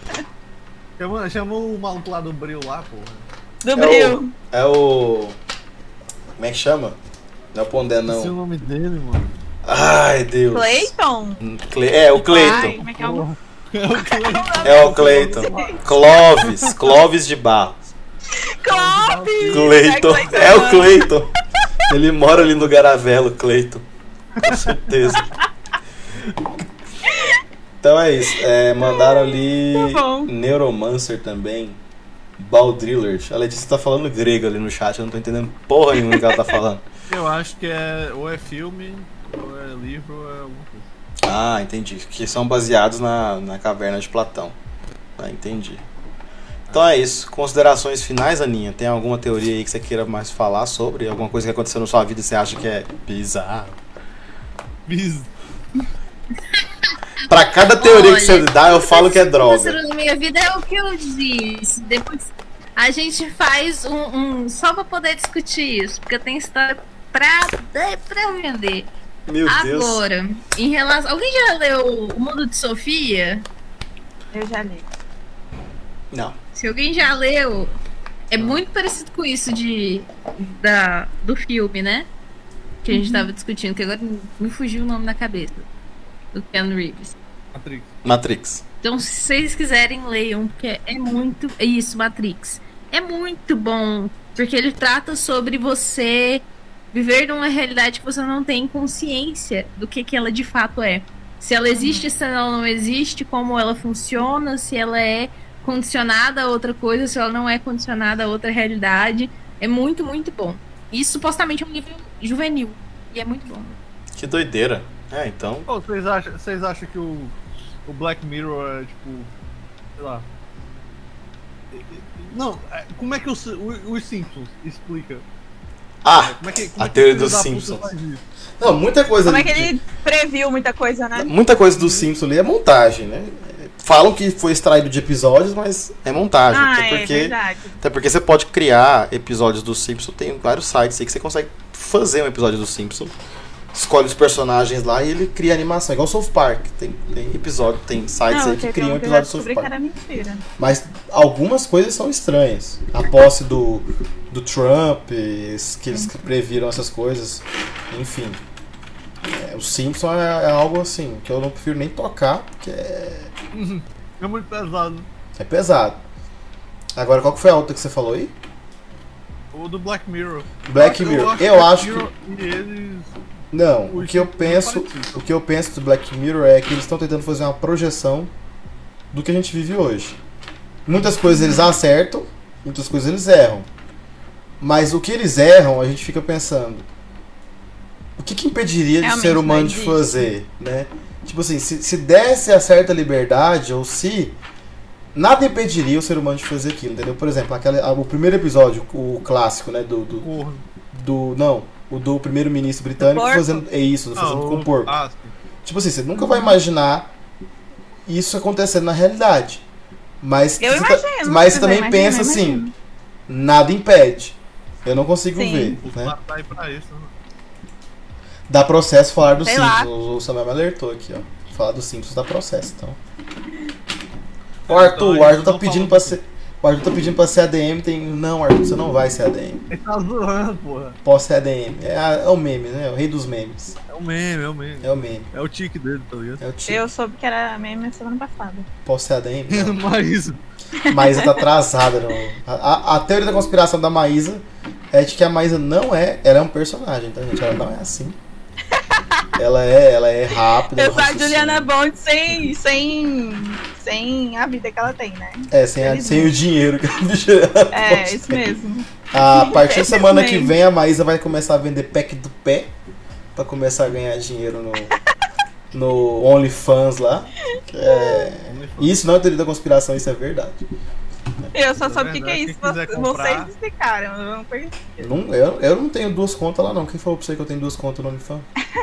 Chama, chama o maluco lá do Bril lá, porra. Do É Bril. É o. Como é que chama? Não é o Pondé, Não sei o não. nome dele, mano. Ai, Deus. Clayton? Cle- É, o Ai, Cleiton. como é que é o Porra. É o Cleiton. É o Cleiton. Clóvis. Clóvis de Barros. Clóvis! Cleiton. É o Cleiton. Ele mora ali no Garavelo, Cleiton. Com certeza. Então é isso. É, mandaram ali Tá bom. Neuromancer também. Baldrillers. A Letícia tá falando grego ali no chat. Eu não tô entendendo porra nenhuma que ela tá falando. Eu acho que é ou é filme, ou é livro, ou é alguma coisa. Ah, entendi. Que são baseados na, na caverna de Platão. Ah, entendi. Então é isso. Considerações finais, Aninha? Tem alguma teoria aí que você queira mais falar sobre? Alguma coisa que aconteceu na sua vida e você acha que é bizarro? Bis. Pra cada teoria Olha, que você dá, eu falo que é droga. aconteceu na minha vida é o que eu disse. Depois a gente faz um, um só pra poder discutir isso, porque eu tenho história pra, pra vender. Meu Deus. Agora, em relação. Alguém já leu O Mundo de Sofia? Eu já li. Não. Se alguém já leu, é muito parecido com isso de, da, do filme, né? Que a gente tava discutindo, que agora me fugiu o nome da cabeça. Do Ken Reeves. Matrix. Matrix. Então, se vocês quiserem, leiam, porque é muito. É isso, Matrix. É muito bom, porque ele trata sobre você viver numa realidade que você não tem consciência do que, que ela de fato é. Se ela existe, se ela não existe, como ela funciona, se ela é condicionada a outra coisa, se ela não é condicionada a outra realidade. É muito, muito bom. E supostamente é um livro juvenil. E é muito bom. Que doideira. É, então. Oh, vocês acham, vocês acham que o, o Black Mirror é tipo. Sei lá. Não, é, como é que os, os Simpsons explica? Ah, Como é que, como a é que teoria o dos filho da puta Simpsons. faz isso? Não, muita coisa. Como é que de- ele previu muita coisa, né? Muita coisa do Simpsons ali é montagem, né? Falam que foi extraído de episódios, mas é montagem. Ah, até é porque, verdade. até porque você pode criar episódios do Simpsons, tem vários sites aí que você consegue fazer um episódio do Simpsons. Escolhe os personagens lá e ele cria animação, igual o South Park. Tem, tem episódio, tem sites Não, aí que teve criam um que eu episódio já do South descobri que Park. era mentira. Mas algumas coisas são estranhas. A posse do, do Trump, es- que eles previram essas coisas. Enfim. É, o Simpsons é, é algo assim, que eu não prefiro nem tocar, porque é, É muito pesado. é pesado. Agora, qual que foi a outra que você falou aí? O do Black Mirror. Black Mirror. Eu acho que... Mirror e eles. Não, o Os que eu Simpsons penso, parecidos. o que eu penso do Black Mirror é que eles estão tentando fazer uma projeção do que a gente vive hoje. Muitas coisas eles acertam, muitas coisas eles erram. Mas o que eles erram, a gente fica pensando, o que, que impediria de Realmente ser não humano de existe. fazer, né? Tipo assim, se, se desse a certa liberdade, ou se nada impediria o ser humano de fazer aquilo, entendeu? Por exemplo, aquela, o primeiro episódio, o clássico, né, do, do, Corno. do não, o do primeiro-ministro britânico porco? fazendo é isso, fazendo Ah, com o- o porco. Ah, sim. Tipo assim, você nunca vai imaginar isso acontecendo na realidade. Mas Eu você tá- imagino, mas você você também imagina, pensa eu assim, imagino. nada impede. Eu não consigo Sim. ver, O né? cara tá aí pra isso, né? Dá processo falar do Sei Simpsons. lá. O Samuel me alertou aqui, ó. Falar do Simpsons dá processo, então. O Arthur, o Arthur tá pedindo pra ser. O Arthur tá pedindo pra ser A D M, tem. Não, Arthur, você não vai ser A D M. Ele tá zoando, porra. Posso ser A D M. É, a- é o meme, né? É o rei dos memes. É o meme, é o meme. É o meme. É o tique dele, tá ligado? É o tipo. Eu soube que era meme semana passada. Posso ser A D M? Não. Mas. Maísa tá atrasada. No... A, a- a teoria da conspiração da Maísa é de que a Maísa não é. Ela é um personagem, tá, gente? Ela não é assim. Ela é, ela é rápida. Eu no sou a raciocínio. Juliana Bond sem, sem, sem a vida que ela tem, né? É, sem, a- sem o dinheiro que a Juliana É, Bond isso tem. mesmo. A partir da Esse semana que mesmo. vem, a Maísa vai começar a vender pack do pé pra começar a ganhar dinheiro no, no OnlyFans lá. É, isso não é teoria da conspiração, isso é verdade. Eu só É soube o que, que é verdade, isso. quem quiser Vocês comprar- explicaram. Eu não conheço. Não, eu, eu não tenho duas contas lá não. Quem falou pra você que eu tenho duas contas no OnlyFans?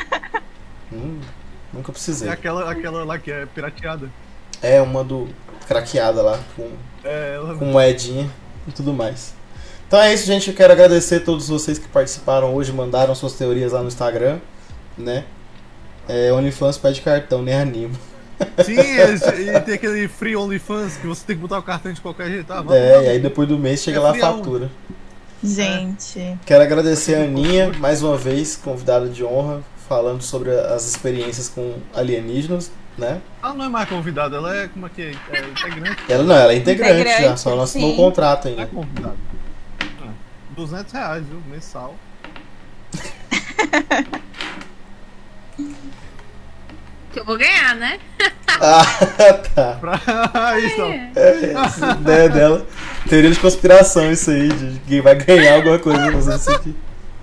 Hum, nunca precisei. É aquela, aquela lá que é pirateada. É uma do craqueada lá, com, É, ela. com moedinha e tudo mais. Então é isso, gente. Eu quero agradecer a todos vocês que participaram hoje, mandaram suas teorias lá no Instagram, né? É, OnlyFans pede cartão, nem animo. Sim, e, e tem aquele free OnlyFans que você tem que botar o cartão de qualquer jeito. Ah, vai É, tomar e aí depois do mês chega É lá a frião. fatura. Gente. Quero agradecer a Aninha, mais uma vez, convidada de honra, falando sobre as experiências com alienígenas. né? Ela não é mais convidada, ela é como é que é? É integrante. Ela não, ela é integrante, Integrante, já, só não assinou o sim. contrato Não é ainda. convidada. Ah, duzentos reais, viu? Mensal. Que eu vou ganhar, né? Ah, tá. Pra isso, ó. É, essa ideia dela. Teoria de conspiração, isso aí, de quem vai ganhar alguma coisa fazendo isso aqui.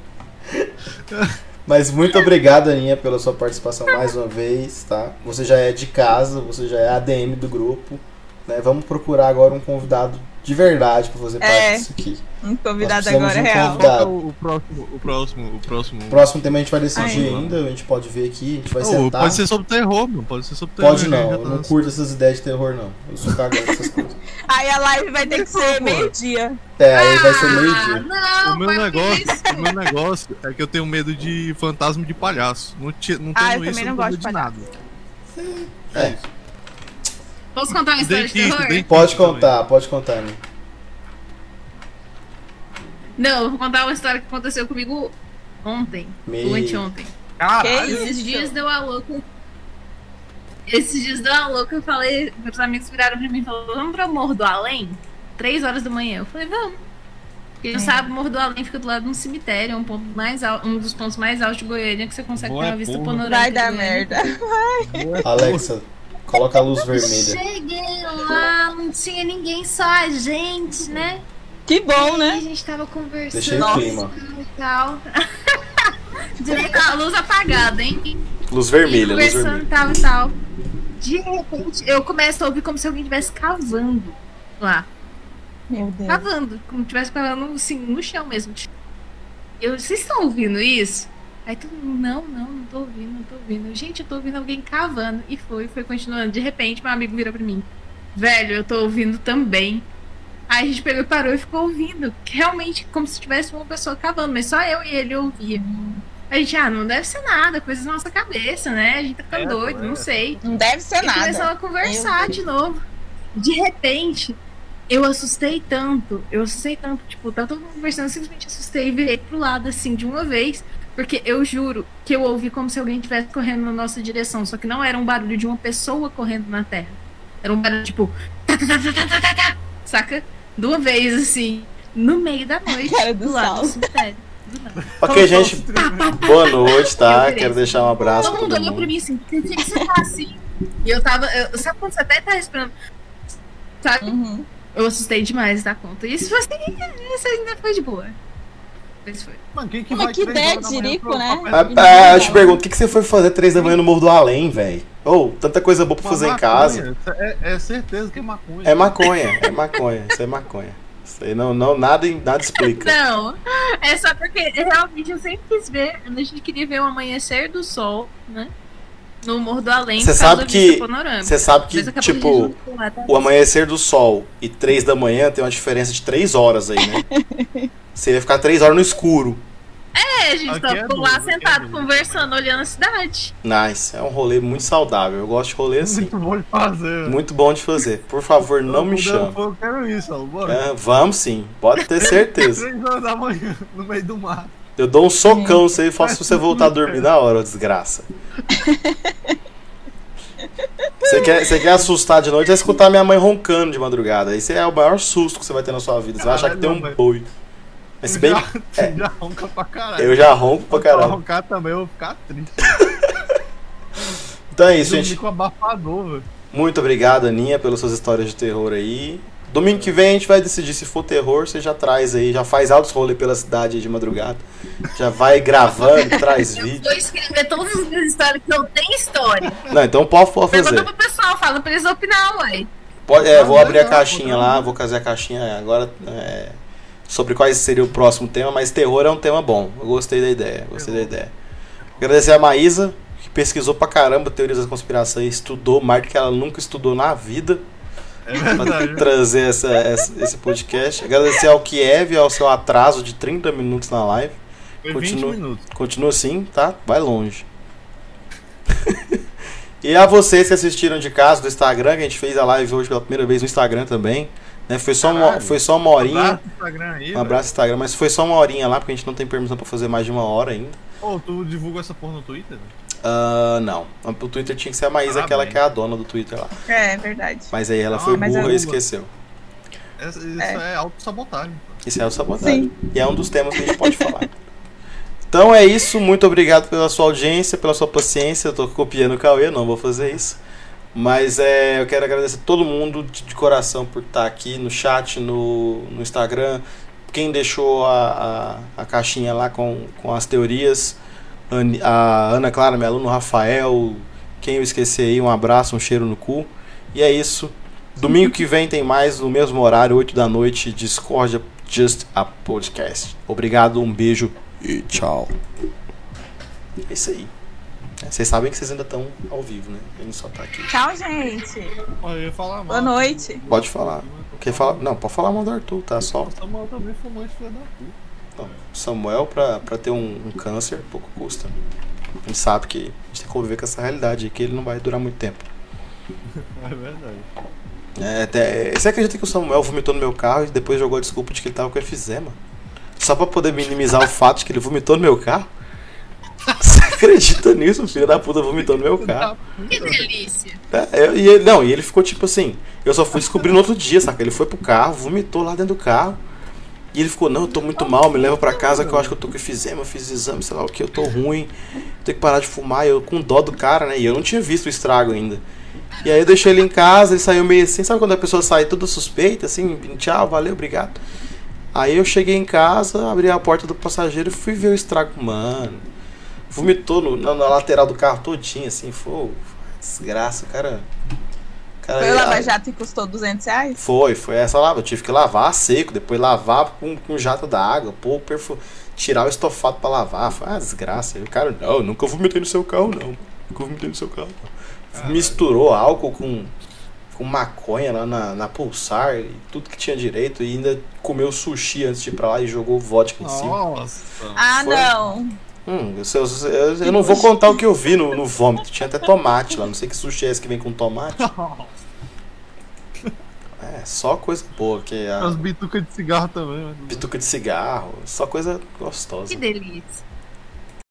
Mas muito obrigado, Aninha, pela sua participação mais uma vez, tá? Você já é de casa, você já é A D M do grupo, né? Vamos procurar agora um convidado de verdade pra fazer parte É. disso aqui. Um convidado Nós precisamos agora é de um real. convidado. Qual é o, o próximo, o próximo, o próximo. O próximo tema a gente vai decidir Ai. ainda, a gente pode ver aqui, a gente vai Não, sentar. pode ser sobre terror, mano. Pode ser sobre terror. Pode não, a gente eu já não tá- curto essas ideias de terror não. Eu sou cagado nessas coisas. Aí a live vai ter que ser meio-dia. É, aí vai ser Ah, meio-dia. não, O meu, mas negócio, isso. o meu negócio é que eu tenho medo de fantasma de palhaço. Não, ti- não Ah, tendo eu isso, também eu não tenho gosto medo de nada. É, Posso contar uma história de Dentista, terror? dentista pode também. contar, pode contar, né? Não, eu vou contar uma história que aconteceu comigo ontem. Me- Ou anteontem. Caralho, Que Esses isso? dias deu a louca. Esses dias deu a louca, eu falei, meus amigos viraram pra mim e falaram, vamos pra Morro do Além? Três horas da manhã. Eu falei, vamos. Quem não É. sabe, Morro do Além fica do lado de um cemitério, é um, ponto mais al- um dos pontos mais altos de Goiânia que você consegue Boa ter uma vista porra. panorâmica. Vai de dar Goiânia. merda. Alexa, coloca a luz vermelha. Cheguei lá, não tinha ninguém, só a gente, né? Que bom, E né? a gente tava conversando Deixei o clima. e tal. Direito a luz apagada, hein? Luz E vermelha, luz conversando e vermelha. tal e tal. De repente, eu começo a ouvir como se alguém estivesse cavando lá. Meu Deus. Cavando, como se estivesse cavando assim, no chão mesmo. Eu, vocês estão ouvindo isso? Aí todo mundo, não, não, não tô ouvindo, não tô ouvindo. Gente, eu tô ouvindo alguém cavando. E foi, foi continuando. De repente, meu amigo virou pra mim. Velho, eu tô ouvindo também. Aí a gente pegou e parou e ficou ouvindo. Realmente, como se tivesse uma pessoa cavando, mas só eu e ele ouvia. A gente, ah, não deve ser nada, coisa da nossa cabeça, né? A gente tá ficando É, doido, é. não sei. Não deve ser E começamos nada. a conversar de novo. De repente, eu assustei tanto, eu assustei tanto, tipo, tá todo mundo conversando, eu simplesmente assustei e virei pro lado assim de uma vez, porque eu juro que eu ouvi como se alguém estivesse correndo na nossa direção, só que não era um barulho de uma pessoa correndo na terra. Era um barulho tipo, tá, tá, tá, tá, tá, tá, tá, saca? De uma vez assim, no meio da noite, Cara do do lado sal. do cemitério. Do nada. Ok, gente, boa noite, Eu tá? virei. Quero deixar um abraço Todo pra mundo todo olhou pra mundo. mim assim, por que que você tá assim? E eu tava, eu, sabe quando você até tá respirando? Sabe? Uhum. Eu assustei demais da conta. E isso foi assim, isso ainda foi de boa. Isso foi. Mano, quem que Mas vai que três ideia horas da manhã de pra- rico, né? pra- pra- Ah, ah, eu te pergunto, o que, que você foi fazer três da manhã no Morro do Além, velho? Ou, tanta coisa boa pra fazer em maconha, casa. É, é certeza que é maconha. É maconha, é maconha, isso é maconha. Isso aí não, não, nada, nada explica. Não, é só porque realmente eu sempre quis ver. A gente queria ver o amanhecer do sol, né? No Morro do Além. Você por causa sabe da que- vista panorâmica. Você sabe Mas que, acabou tipo, de juntar lá, tá? o amanhecer do sol e três da manhã tem uma diferença de três horas aí, né? Você ia ficar três horas no escuro. É, a gente Aqui tava é por lá duro, aqui é sentado duro. conversando, olhando a cidade. Nice, é um rolê muito saudável. Eu gosto de rolê assim. Muito bom de fazer. Muito bom de fazer. Por favor, não me chame. Eu quero isso, ó. Bora. É, vamos sim, pode ter certeza. Três horas da manhã, no meio do mar. Eu dou um socão no você e faço você voltar a dormir na hora, ô desgraça. Você quer, você quer assustar de noite, é escutar minha mãe roncando de madrugada. Esse é o maior susto que você vai ter na sua vida. Você vai achar que tem um Caralho, boi. Mas se Tu bem já, que- tu é. já ronca pra caralho. eu já ronco pra Se eu caralho. roncar também, eu vou ficar triste. Então é isso, Dormir gente. com abafador, velho. Muito obrigado, Aninha, pelas suas histórias de terror aí. Domingo que vem a gente vai decidir se for terror, você já traz aí, já faz altos rolês pela cidade aí de madrugada. Já vai gravando, traz Eu vídeo. vou escrever todas as minhas histórias que eu tenho história. Não, então pode, pode Pergunta fazer. pro pessoal, fala pra eles opinar, ué. Pode, é, vou Ah, abrir a legal, caixinha legal. lá, vou fazer a caixinha agora é, sobre quais seria o próximo tema, mas terror é um tema bom. Eu gostei da ideia, gostei da ideia. Agradecer a Maísa, que pesquisou pra caramba teorias da conspiração e estudou mais do que ela nunca estudou na vida É pra verdade. trazer essa, essa- esse podcast. Agradecer ao Kiev, ao seu atraso de trinta minutos na live. Foi vinte Continua. minutos. Continua assim, tá? Vai longe. E a vocês que assistiram de casa do Instagram, que a gente fez a live hoje pela primeira vez no Instagram também. Né? Foi, só uma, Caralho. foi só uma horinha. Abraço no Instagram aí, Um abraço Instagram, mas foi só uma horinha lá, porque a gente não tem permissão pra fazer mais de uma hora ainda. velho. Ô, tu divulgou essa porra no Twitter? Uh, não. O Twitter tinha que ser a Maísa, Ah, aquela bem. que é a dona do Twitter lá. É, é verdade. Mas aí ela Ah, foi mas burra é e Uva. esqueceu. Essa- Isso É. é, autossabotagem. Isso é o sabotagem. Sim. E é um dos temas que a gente pode falar. Então é isso. Muito obrigado pela sua audiência, pela sua paciência. Eu tô copiando o Cauê, não vou fazer isso. Mas é, eu quero agradecer a todo mundo de, de coração por estar aqui no chat, no, no Instagram. Quem deixou a, a, a caixinha lá com, com as teorias. Ani- A Ana Clara, minha aluna, o Rafael. Quem eu esqueci aí, um abraço, um cheiro no cu. E é isso. Domingo que vem tem mais no mesmo horário, oito da noite, Discordia Just a Podcast. Obrigado, um beijo e tchau. É isso aí. É, vocês sabem que vocês ainda estão ao vivo, né? A gente só tá aqui. Tchau, gente. Olha, eu ia falar mal. Boa noite. Pode falar. Quem fala... Não, pode falar mal do Arthur, tá? Só. O Samuel também fumou esse filho da puta. Não, Samuel, pra, pra ter um, um câncer, pouco custa. A gente sabe que a gente tem que conviver com essa realidade aí, que ele não vai durar muito tempo. É verdade. É, até, você acredita que o Samuel vomitou no meu carro e depois jogou a desculpa de que ele tava com efizema? Só pra poder minimizar o fato de que ele vomitou no meu carro? Você acredita nisso? O filho da puta vomitou no meu carro. Que delícia. É, eu- e ele, não, e ele ficou tipo assim. Eu só fui descobrir no outro dia, saca? Ele foi pro carro, vomitou lá dentro do carro. E ele ficou, não, eu tô muito mal, me leva pra casa que eu acho que eu tô com efizema, eu fiz exame, sei lá o que, eu tô ruim, tenho que parar de fumar. E eu com dó do cara, né? E eu não tinha visto o estrago ainda. E aí eu deixei ele em casa, ele saiu meio assim, sabe quando a pessoa sai toda suspeita, assim, tchau, valeu, obrigado. Aí eu cheguei em casa, abri a porta do passageiro e fui ver o estrago, mano. Vomitou no- na, na lateral do carro todinho, assim, foi desgraça, o cara. o cara Foi o ia- Lava Jato e custou duzentos reais? Foi, foi essa lava. Eu tive que lavar seco, depois lavar com, com jato d'água, pôr perfu... tirar o estofado pra lavar. Foi uma desgraça. E o cara, não, eu nunca vomitei no seu carro, não. Nunca vomitei no seu carro. Não. Misturou álcool com, com maconha lá na, na Pulsar e tudo que tinha direito. E ainda comeu sushi antes de ir pra lá e jogou vodka em cima. Nossa. Ah, Foi? não. Hum, eu, eu, eu, eu não vou contar o que eu vi no, no vômito. Tinha até tomate lá. Não sei que sushi é esse que vem com tomate. É, só coisa boa. Que a As bitucas de cigarro também, mano. pituca de cigarro. Só coisa gostosa. Que delícia.